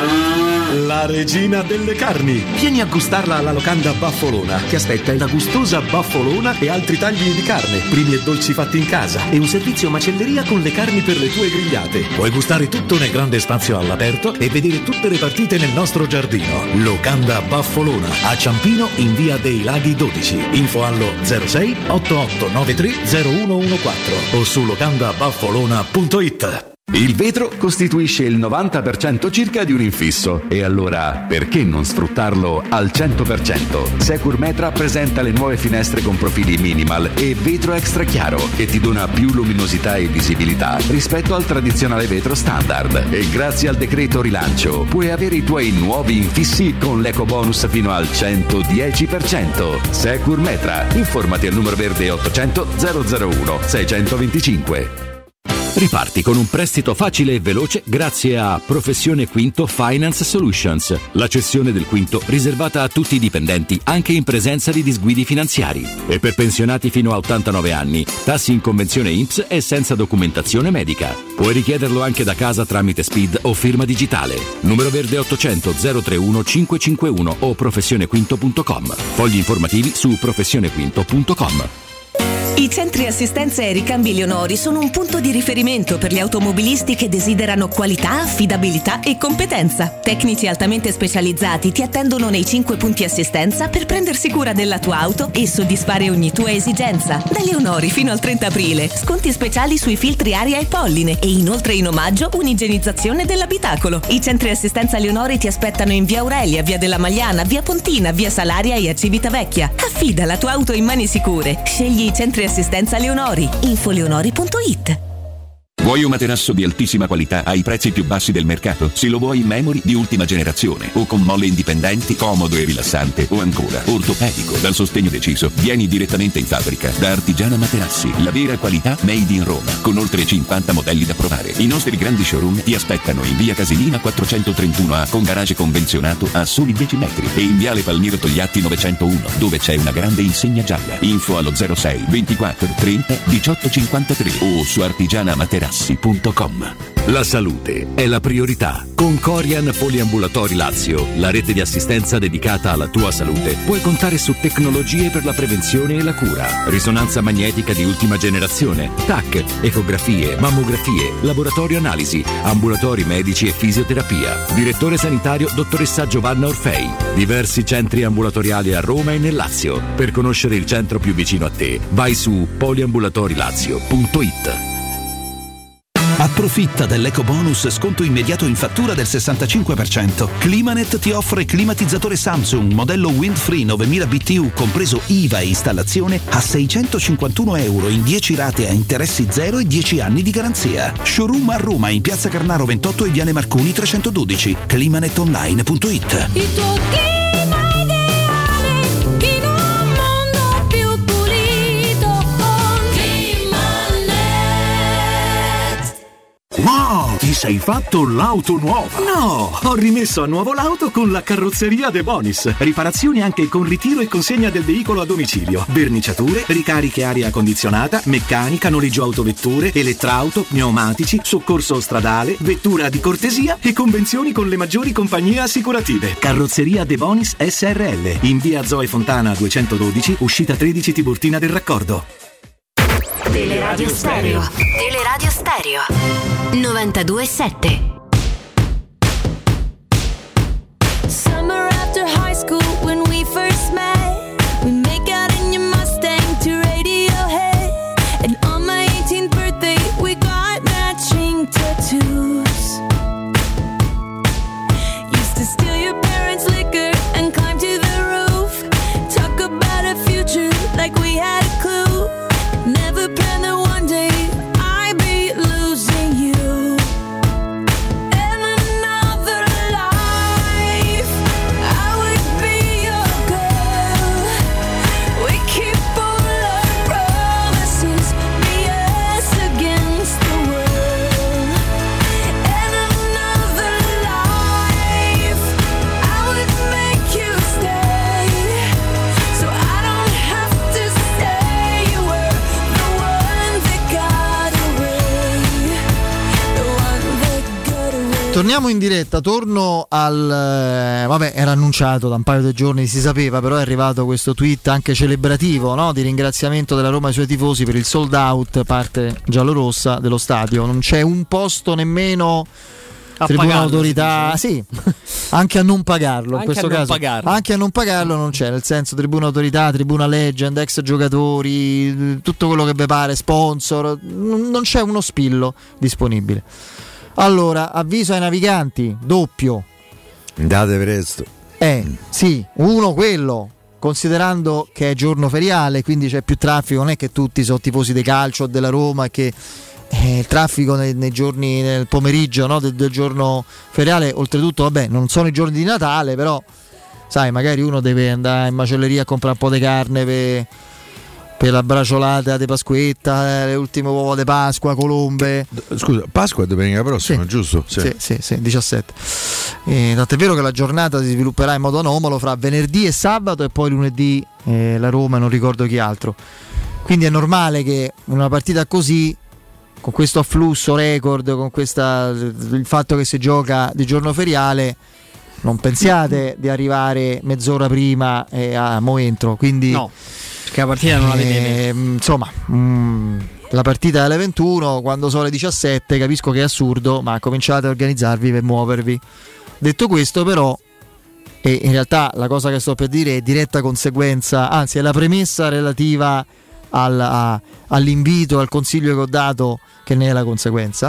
la regina delle carni. Vieni a gustarla alla locanda Baffolona. Ti aspetta una gustosa baffolona e altri tagli di carne, primi e dolci fatti in casa e un servizio macelleria con le carni per le tue grigliate. Puoi gustare tutto nel grande spazio all'aperto e vedere tutte le partite nel nostro giardino. Locanda Baffolona a Ciampino in via dei Laghi dodici. Info allo zero sei otto otto nove tre zero uno uno quattro o su locanda baffolona punto it. Il vetro costituisce il novanta per cento circa di un infisso e allora perché non sfruttarlo al cento per cento? Securmetra presenta le nuove finestre con profili minimal e vetro extra chiaro che ti dona più luminosità e visibilità rispetto al tradizionale vetro standard e grazie al decreto rilancio puoi avere i tuoi nuovi infissi con l'eco bonus fino al centodieci per cento. Securmetra, informati al numero verde ottocento zero zero uno seicentoventicinque. Riparti con un prestito facile e veloce grazie a Professione Quinto Finance Solutions, la cessione del quinto riservata a tutti i dipendenti anche in presenza di disguidi finanziari e per pensionati fino a ottantanove anni, tassi in convenzione I N P S e senza documentazione medica. Puoi richiederlo anche da casa tramite S P I D o firma digitale. Numero verde ottocento zero trentuno cinquecentocinquantuno o professionequinto punto com. Fogli informativi su professionequinto punto com. I centri assistenza e ricambi Leonori sono un punto di riferimento per gli automobilisti che desiderano qualità, affidabilità e competenza. Tecnici altamente specializzati ti attendono nei cinque punti assistenza per prendersi cura della tua auto e soddisfare ogni tua esigenza. Da Leonori fino al trenta aprile, sconti speciali sui filtri aria e polline e inoltre in omaggio un'igienizzazione dell'abitacolo. I centri assistenza Leonori ti aspettano in via Aurelia, via della Magliana, via Pontina, via Salaria e a Civitavecchia. Affida la tua auto in mani sicure. Scegli i centri assistenza Leonori. info leonori punto it. Vuoi un materasso di altissima qualità ai prezzi più bassi del mercato? Se lo vuoi in memory di ultima generazione o con molle indipendenti, comodo e rilassante, o ancora ortopedico dal sostegno deciso, vieni direttamente in fabbrica da Artigiana Materassi, la vera qualità made in Roma, con oltre cinquanta modelli da provare. I nostri grandi showroom ti aspettano in via Casilina quattrocentotrentuno A con garage convenzionato a soli dieci metri e in viale Palmiro Togliatti novecentouno dove c'è una grande insegna gialla. Info allo zero sei ventiquattro trenta diciotto cinquantatré o su artigianamaterassi punto com. La salute è la priorità. Con Corian Poliambulatori Lazio, la rete di assistenza dedicata alla tua salute, puoi contare su tecnologie per la prevenzione e la cura. Risonanza magnetica di ultima generazione, T A C, ecografie, mammografie, laboratorio analisi, ambulatori medici e fisioterapia. Direttore sanitario dottoressa Giovanna Orfei. Diversi centri ambulatoriali a Roma e nel Lazio. Per conoscere il centro più vicino a te, vai su poliambulatorilazio punto it. Approfitta dell'ecobonus sconto immediato in fattura del sessantacinque per cento. Climanet ti offre climatizzatore Samsung modello Windfree novemila B T U compreso I V A e installazione a seicentocinquantuno euro in dieci rate a interessi zero e dieci anni di garanzia. Showroom a Roma in Piazza Carnaro ventotto e Viale Marconi trecentododici. climanetonline punto it. Il tuo clima ideale in un mondo più pulito con Climanet. Wow, ti sei fatto l'auto nuova? No, ho rimesso a nuovo l'auto con la carrozzeria De Bonis. Riparazioni anche con ritiro e consegna del veicolo a domicilio. Verniciature, ricariche aria condizionata, meccanica, noleggio autovetture, elettrauto, pneumatici, soccorso stradale, vettura di cortesia e convenzioni con le maggiori compagnie assicurative. Carrozzeria De Bonis S R L in via Zoe Fontana duecentododici, uscita tredici Tiburtina del Raccordo. Teleradio Stereo. Teleradio Stereo. novantadue sette. Summer after high school when we first met, we make out in your Mustang to Radiohead, and on my eighteenth birthday we got matching tattoos. Used to steal your parents' liquor and climb to the roof, talk about a future like we had a clue. Never planned that one day I'd be losing you. In another life, I would be your girl. We keep all our promises, be us against the world. In another life, I would make you stay, so I don't have to say you were the one that got away, the one that got away. Torniamo in diretta, torno al eh, vabbè, era annunciato da un paio di giorni, si sapeva, però è arrivato questo tweet anche celebrativo, no? Di ringraziamento della Roma ai suoi tifosi per il sold out parte giallorossa dello stadio. Non c'è un posto nemmeno A tribuna pagarlo, autorità, si sì, anche a non pagarlo in Anche questo a non caso, pagarlo. anche a non pagarlo non c'è, nel senso tribuna autorità, tribuna legend, ex giocatori, tutto quello che vi pare, sponsor, n- non c'è uno spillo disponibile. Allora, avviso ai naviganti, doppio. Andate presto. Eh, sì, uno quello, considerando che è giorno feriale, quindi c'è più traffico, non è che tutti sono tifosi di calcio o della Roma, che eh, il traffico nei, nei giorni, nel pomeriggio, no, del, del giorno feriale, oltretutto, vabbè, non sono i giorni di Natale, però sai, magari uno deve andare in macelleria a comprare un po' di carne per, per la braciolata di Pasquetta, le ultime uova di Pasqua, colombe. Scusa, Pasqua è domenica prossima, Sì. giusto? Sì, sì, sì, diciassette. Eh, tant'è vero che la giornata si svilupperà in modo anomalo fra venerdì e sabato e poi lunedì eh, la Roma e non ricordo chi altro. Quindi è normale che in una partita così, con questo afflusso record, con questa, il fatto che si gioca di giorno feriale, non pensiate di arrivare mezz'ora prima eh, a mo' entro. Quindi No, perché la partita non la vedete. eh, insomma, mh, la partita è alle ventuno, quando sono le diciassette, capisco che è assurdo, ma cominciate a organizzarvi per muovervi. Detto questo, però, e in realtà la cosa che sto per dire è diretta conseguenza, anzi è la premessa relativa al, a, all'invito, al consiglio che ho dato, che ne è la conseguenza.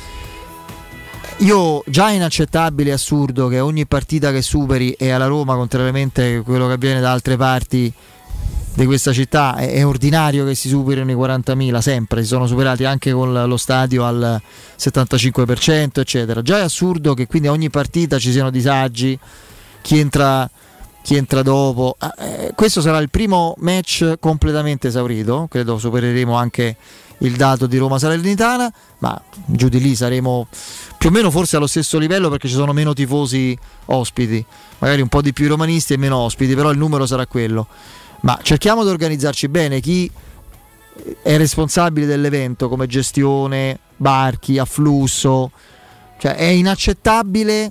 Io già è inaccettabile e assurdo che ogni partita che superi, e alla Roma, contrariamente a quello che avviene da altre parti, di questa città è, è ordinario che si superino i quarantamila, sempre si sono superati anche con lo stadio al settantacinque per cento eccetera. Già è assurdo che quindi a ogni partita ci siano disagi, chi entra chi entra dopo. Eh, questo sarà il primo match completamente esaurito, credo supereremo anche il dato di Roma Salernitana, ma giù di lì saremo più o meno forse allo stesso livello, perché ci sono meno tifosi ospiti, magari un po' di più romanisti e meno ospiti, però il numero sarà quello. Ma cerchiamo di organizzarci bene, chi è responsabile dell'evento come gestione, barchi, afflusso, cioè è inaccettabile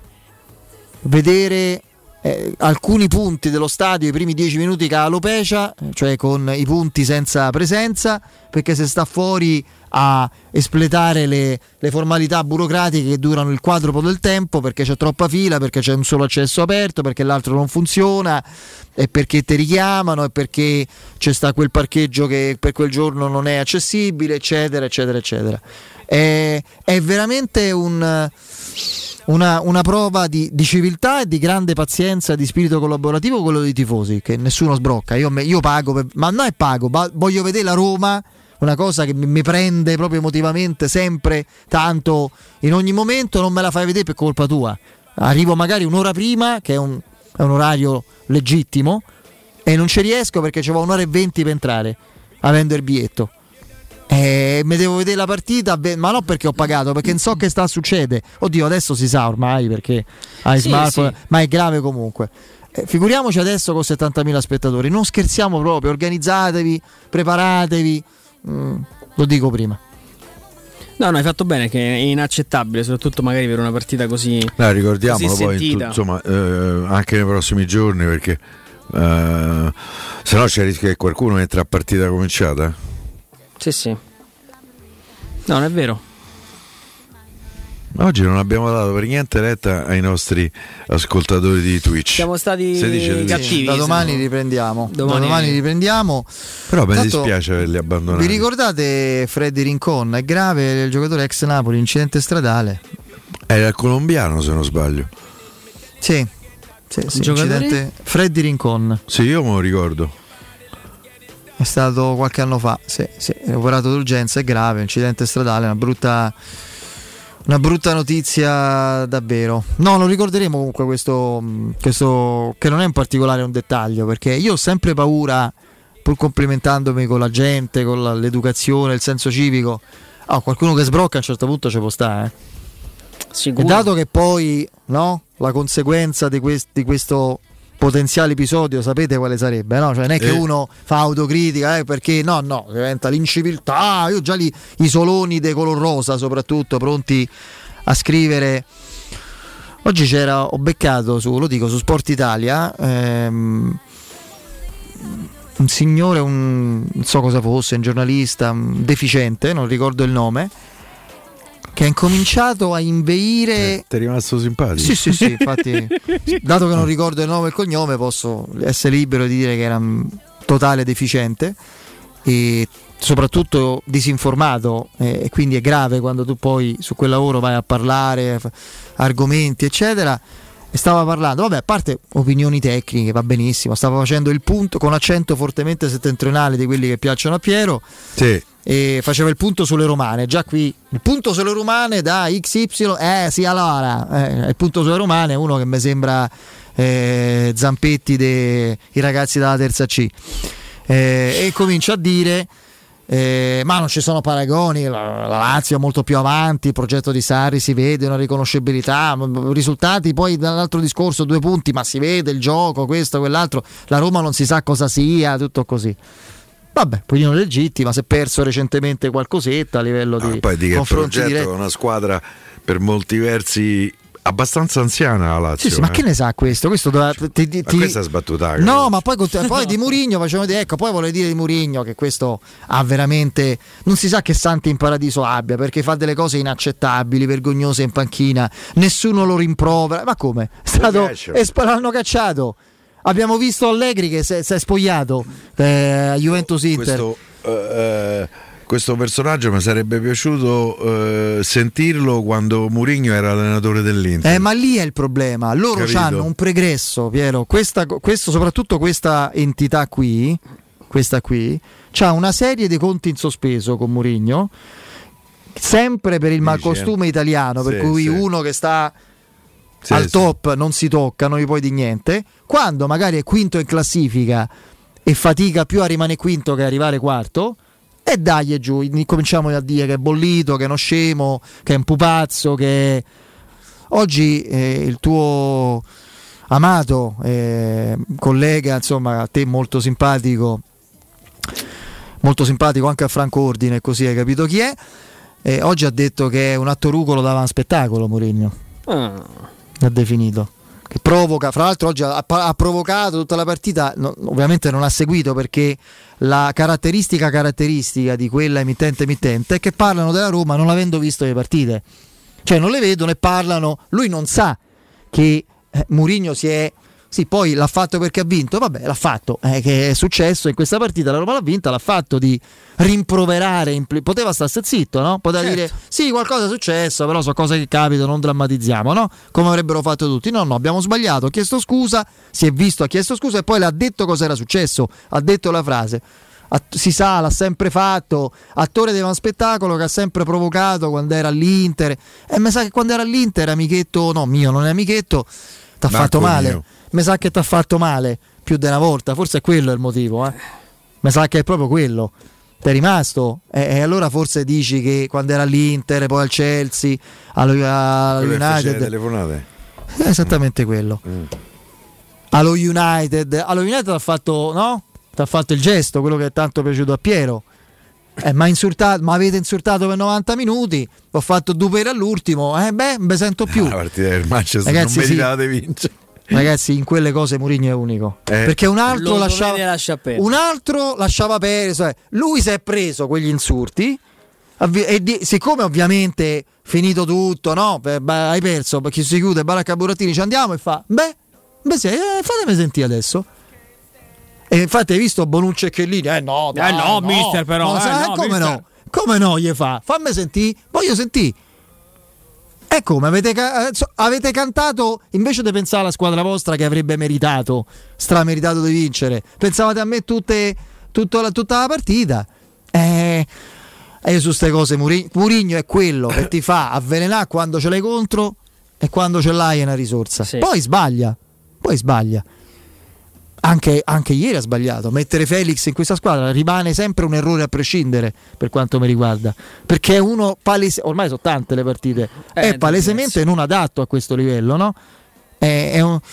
vedere Eh, alcuni punti dello stadio, i primi dieci minuti che ha alopecia, cioè con i punti senza presenza, perché se sta fuori a espletare le, le formalità burocratiche che durano il quadruplo del tempo, perché c'è troppa fila, perché c'è un solo accesso aperto, perché l'altro non funziona, e perché ti richiamano, e perché c'è sta quel parcheggio che per quel giorno non è accessibile, eccetera eccetera eccetera. È, è veramente un Una, una prova di, di civiltà e di grande pazienza, di spirito collaborativo, quello dei tifosi, che nessuno sbrocca. Io, io pago, per, ma non è pago, ma voglio vedere la Roma, una cosa che mi, mi prende proprio emotivamente sempre tanto, in ogni momento. Non me la fai vedere per colpa tua. Arrivo magari un'ora prima, che è un, è un orario legittimo, e non ci riesco perché ci va un'ora e venti per entrare, avendo il biglietto. Eh, mi devo vedere la partita, ma non perché ho pagato, perché non so che sta a succede. Oddio, adesso si sa ormai perché hai sì, smartphone, sì. Ma è grave comunque. Eh, figuriamoci adesso con settantamila spettatori, non scherziamo proprio, organizzatevi, preparatevi, mm, lo dico prima. No, no, hai fatto bene, che è inaccettabile, soprattutto magari per una partita così. No, ricordiamolo così poi, sentita. tu, insomma, eh, anche nei prossimi giorni, perché eh, se no c'è il rischio che qualcuno entra a partita cominciata. Sì, sì. No, non è vero. Oggi non abbiamo dato per niente retta ai nostri ascoltatori di Twitch. Siamo stati cattivi. Da domani siamo... riprendiamo. Domani... Da domani riprendiamo. Però mi Tanto, dispiace averli abbandonati. Vi ricordate Freddy Rincon? È grave, il giocatore ex Napoli, incidente stradale. Era il colombiano, se non sbaglio. Sì, sì, sì, incidente. Freddy Rincon. Sì, io me lo ricordo. È stato qualche anno fa, sì, sì, è operato d'urgenza, è grave, incidente stradale, una brutta, una brutta notizia davvero. No, lo ricorderemo comunque questo, questo, che non è in particolare un dettaglio, perché io ho sempre paura, pur complimentandomi con la gente, con la, l'educazione, il senso civico, oh, qualcuno che sbrocca a un certo punto ci può stare, eh. E dato che poi, no, la conseguenza di, quest, di questo potenziale episodio sapete quale sarebbe, no? Cioè non è che eh. uno fa autocritica, eh, perché no, no, diventa l'inciviltà. Io già li, i soloni de color rosa soprattutto pronti a scrivere. Oggi c'era, ho beccato su, lo dico, su Sport Italia, ehm, un signore, un, non so cosa fosse, un giornalista, un deficiente, non ricordo il nome, che ha incominciato a inveire. Eh, ti è rimasto simpatico? Sì, sì, sì, infatti, dato che non ricordo il nome e il cognome, posso essere libero di dire che era un totale deficiente e soprattutto disinformato, e quindi è grave quando tu poi su quel lavoro vai a parlare, argomenti, eccetera. E stava parlando, vabbè, a parte opinioni tecniche, va benissimo, stava facendo il punto con accento fortemente settentrionale di quelli che piacciono a Piero. Sì. E faceva il punto sulle romane. Già qui il punto sulle romane da X Y, eh sì, allora eh, il punto sulle romane è uno che mi sembra eh, Zampetti dei ragazzi della terza C, eh, e comincia a dire eh, ma non ci sono paragoni, la, la Lazio è molto più avanti, il progetto di Sarri si vede, una riconoscibilità, risultati, poi dall'altro discorso due punti, ma si vede il gioco, questo, quell'altro, la Roma non si sa cosa sia, tutto così. Vabbè, pochino legittima, si è perso recentemente qualcosetta a livello ah, di poi di che confronti progetto diretti. È una squadra per molti versi abbastanza anziana la Lazio. Sì, sì, ma eh? che ne sa questo? Questo doveva, ti, ti, ma questa è sbattuta. No, ma poi, poi di Mourinho facevano dire, ecco, poi vuole dire di Mourinho che questo ha veramente, non si sa che santi in paradiso abbia, perché fa delle cose inaccettabili, vergognose in panchina, nessuno lo rimprovera. Ma come? È stato e l'hanno cacciato. Abbiamo visto Allegri che si è spogliato eh, a Juventus Inter. Questo, uh, uh, questo personaggio mi sarebbe piaciuto eh, sentirlo quando Mourinho era allenatore dell'Inter. Eh, ma lì è il problema. Loro hanno un pregresso, Piero. Questa, questo, soprattutto questa entità qui, questa qui, c'ha una serie di conti in sospeso con Mourinho, sempre per il malcostume italiano, per sì, cui sì. uno che sta sì, al sì. top non si tocca, non gli puoi dire niente. Quando magari è quinto in classifica e fatica più a rimanere quinto che arrivare quarto, e dai giù, cominciamo a dire che è bollito, che è uno scemo, che è un pupazzo, che è... Oggi eh, il tuo amato eh, collega, insomma, a te molto simpatico, molto simpatico anche a Franco Ordine, così hai capito chi è, eh, oggi ha detto che è un attorucolo da un spettacolo Mourinho. Ah. L'ha definito. Che provoca, fra l'altro oggi ha, ha provocato tutta la partita, no, ovviamente non ha seguito perché la caratteristica caratteristica di quella emittente emittente è che parlano della Roma non avendo visto le partite, cioè non le vedono e parlano, lui non sa che eh, Mourinho si è, sì, poi l'ha fatto perché ha vinto, vabbè, l'ha fatto, eh, che è successo in questa partita, la Roma l'ha vinta, l'ha fatto di rimproverare, impl- poteva starsi zitto, no? Poteva certo. dire sì, qualcosa è successo, però sono cose che capitano, non drammatizziamo, no? Come avrebbero fatto tutti. No, no, abbiamo sbagliato, ha chiesto scusa, si è visto, ha chiesto scusa e poi l'ha detto cosa era successo, ha detto la frase. Att- si sa, l'ha sempre fatto, attore di un spettacolo che ha sempre provocato quando era all'Inter, e mi sa che quando era all'Inter, amichetto, no, mio non è amichetto, t'ha Marco fatto male. mio. Mi sa che t'ha fatto male più di una volta, forse è quello il motivo, eh. Mi sa che è proprio quello. Ti è rimasto? E, e allora forse dici che quando era all'Inter, poi al Chelsea, allo, allo Quello che fece le United. telefonate. È esattamente quello. Mm. Allo United, allo United ha fatto, no? Ti ha fatto il gesto, quello che è tanto piaciuto a Piero. Eh, ma insultato, ma avete insultato per novanta minuti, ho fatto due pere all'ultimo, eh beh, non mi sento più. La partita del Manchester Ragazzi, non sì. meritate di vincere. Ragazzi, in quelle cose Mourinho è unico, Eh. perché un altro Lo lasciava dovete lasciar perdere. un altro lasciava perdere, cioè, lui si è preso quegli insulti avvi- e di- siccome ovviamente finito tutto, no? Beh, beh, hai perso, perché si chiude Baracca Burattini, ci andiamo e fa beh, beh sì, eh, fatemi sentire adesso. E infatti hai visto Bonucci e Chiellini? Eh no, dai, Eh no, mister, però, no, eh, sai, no, come mister. no? Come no gli fa? Fammi sentire, voglio sentire. E come avete, ca- eh, so- avete cantato invece di pensare alla squadra vostra che avrebbe meritato, strameritato di vincere, pensavate a me tutte, tutto la, tutta la partita. E eh, io su queste cose Muri- Mourinho è quello che ti fa avvelenare quando ce l'hai contro e quando ce l'hai è una risorsa. Sì. Poi sbaglia, poi sbaglia. Anche, anche ieri ha sbagliato. Mettere Felix in questa squadra rimane sempre un errore a prescindere per quanto mi riguarda, perché è uno palese, ormai sono tante le partite, Eh, è palesemente non adatto a questo livello, no? È, è un...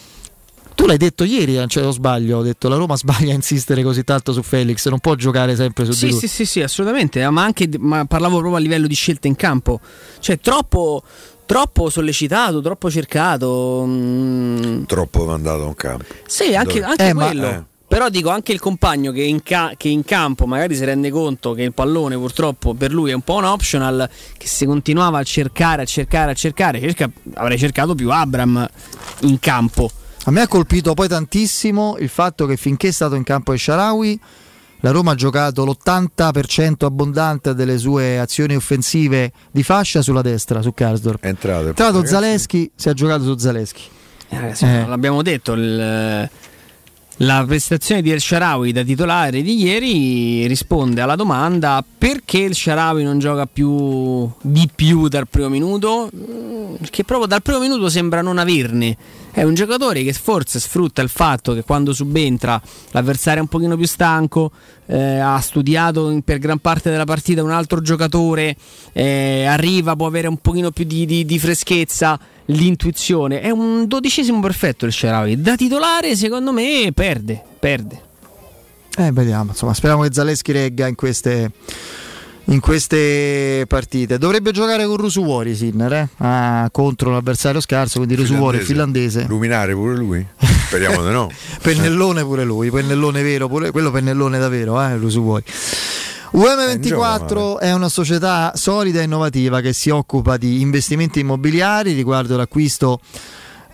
Tu l'hai detto ieri, non ce lo sbaglio, ho detto la Roma sbaglia a insistere così tanto su Felix, non può giocare sempre su Sì, di lui. sì, sì, sì, assolutamente. Ma anche ma parlavo proprio a livello di scelta in campo. Cioè, troppo, troppo sollecitato, troppo cercato. mm. Troppo mandato a un campo. Sì, anche, Dove- anche Eh, ma- quello. eh. Però dico anche il compagno che in, ca- che in campo magari si rende conto che il pallone purtroppo per lui è un po' un optional, che se continuava a cercare, a cercare, a cercare, cerca- avrei cercato più Abram in campo. A me ha colpito poi tantissimo il fatto che finché è stato in campo El Shaarawy la Roma ha giocato l'ottanta per cento abbondante delle sue azioni offensive di fascia sulla destra, su Karsdorp. È entrato. È entrato Ragazzi, Zaleschi, si è giocato su Zaleschi. Eh, ragazzi, Eh. l'abbiamo detto, il- la prestazione di El Shaarawy da titolare di ieri risponde alla domanda perché El Shaarawy non gioca più di più dal primo minuto, Mm, che proprio dal primo minuto sembra non averne. È un giocatore che forse sfrutta il fatto che quando subentra l'avversario è un pochino più stanco, eh, ha studiato in- per gran parte della partita un altro giocatore, eh, arriva, può avere un pochino più di, di- di freschezza, l'intuizione. È un dodicesimo perfetto il Shaarawy. Da titolare secondo me perde, perde. Eh, vediamo, insomma, speriamo che Zaleschi regga in queste, in queste partite. Dovrebbe giocare con Rusuwori Sinner, eh? ah, contro l'avversario scarso, quindi Rusuwori finlandese. Luminare pure lui? Speriamo di no. Pennellone pure lui, pennellone vero, pure, quello pennellone davvero, eh, Rusuwori. U M ventiquattro è una società solida e innovativa che si occupa di investimenti immobiliari riguardo l'acquisto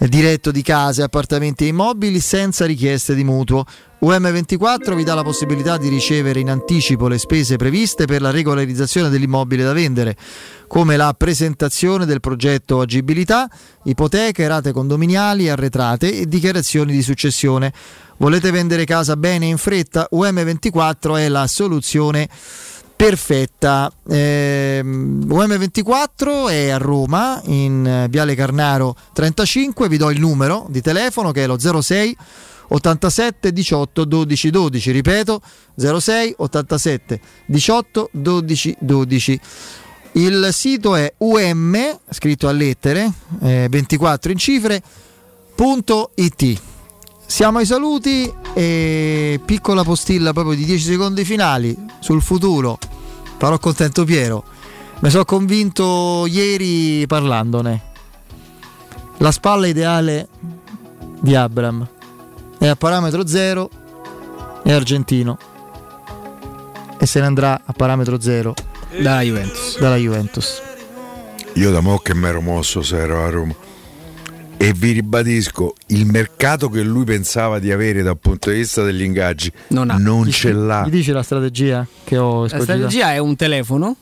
diretto di case, appartamenti e immobili senza richieste di mutuo. U M ventiquattro vi dà la possibilità di ricevere in anticipo le spese previste per la regolarizzazione dell'immobile da vendere, come la presentazione del progetto agibilità, ipoteche, rate condominiali, arretrate e dichiarazioni di successione. Volete vendere casa bene e in fretta? U M ventiquattro è la soluzione perfetta. eh, U M ventiquattro è a Roma, in Viale Carnaro trentacinque. Vi do il numero di telefono, che è lo zero sei ottantasette diciotto dodici dodici, ripeto zero sei ottantasette diciotto dodici dodici. Il sito è um, scritto a lettere, eh, ventiquattro in cifre, punto it. Siamo ai saluti e piccola postilla proprio di dieci secondi finali sul futuro. Farò contento Piero. Mi sono convinto ieri parlandone. La spalla ideale di Abraham è a parametro zero, è argentino e se ne andrà a parametro zero dalla Juventus. Dalla Juventus. Io da mo' che mi ero mosso se ero a Roma. E vi ribadisco, il mercato che lui pensava di avere dal punto di vista degli ingaggi non, ha. non gli, ce l'ha. Mi dici la strategia che ho escogitato? La strategia è un telefono,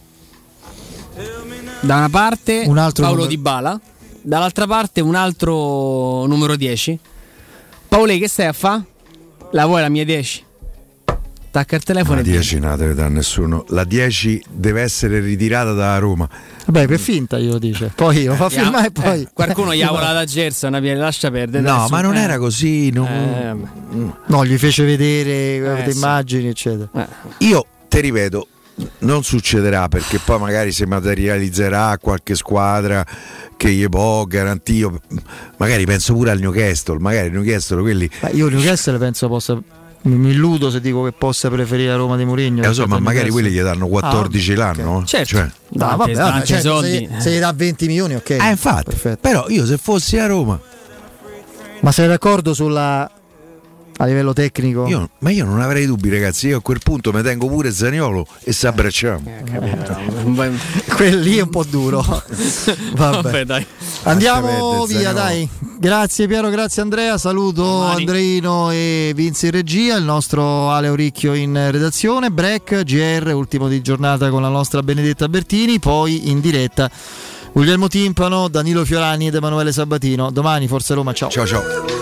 da una parte un altro Paolo numero... Dybala, dall'altra parte un altro numero dieci. Paolo, che stai a fa? La vuoi la mia dieci? Tacca il telefono. La e dieci non la deve dare nessuno. La dieci deve essere ritirata da Roma. Vabbè, per finta glielo dice. Poi lo fa eh, firmare e poi. Eh, qualcuno gli ha volato a Gersa, una via, lascia perdere. No, adesso, ma non eh. era così. Non... Eh, no, gli fece vedere eh, le sì. immagini, eccetera. Eh. Io ti ripeto, non succederà, perché poi magari si materializzerà qualche squadra che gli può garantire. Magari penso pure al Newcastle. Magari il Newcastle, quelli. Ma io il Newcastle penso possa. Mi illudo se dico che possa preferire la Roma di Mourinho. Eh, lo so, ma magari quelli gli danno quattordici ah, l'anno. Okay. Certo. Cioè, no, no, vabbè, vabbè, cioè, se, se gli dà venti milioni, ok. Eh, infatti. Perfetto. Però io se fossi a Roma. Ma sei d'accordo sulla a livello tecnico? Io, ma io non avrei dubbi, ragazzi. Io a quel punto mi tengo pure Zaniolo e si abbracciamo. Eh, Quelli è un po' duro. Vabbè. Vabbè, dai. Andiamo via, Zaniolo. Dai. Grazie Piero, grazie Andrea. Saluto Domani. Andreino e Vince in regia, il nostro Ale Oricchio in redazione. Break, G R, ultimo di giornata con la nostra Benedetta Bertini. Poi in diretta Guglielmo Timpano, Danilo Fiorani ed Emanuele Sabatino. Domani Forza Roma, ciao. Ciao ciao.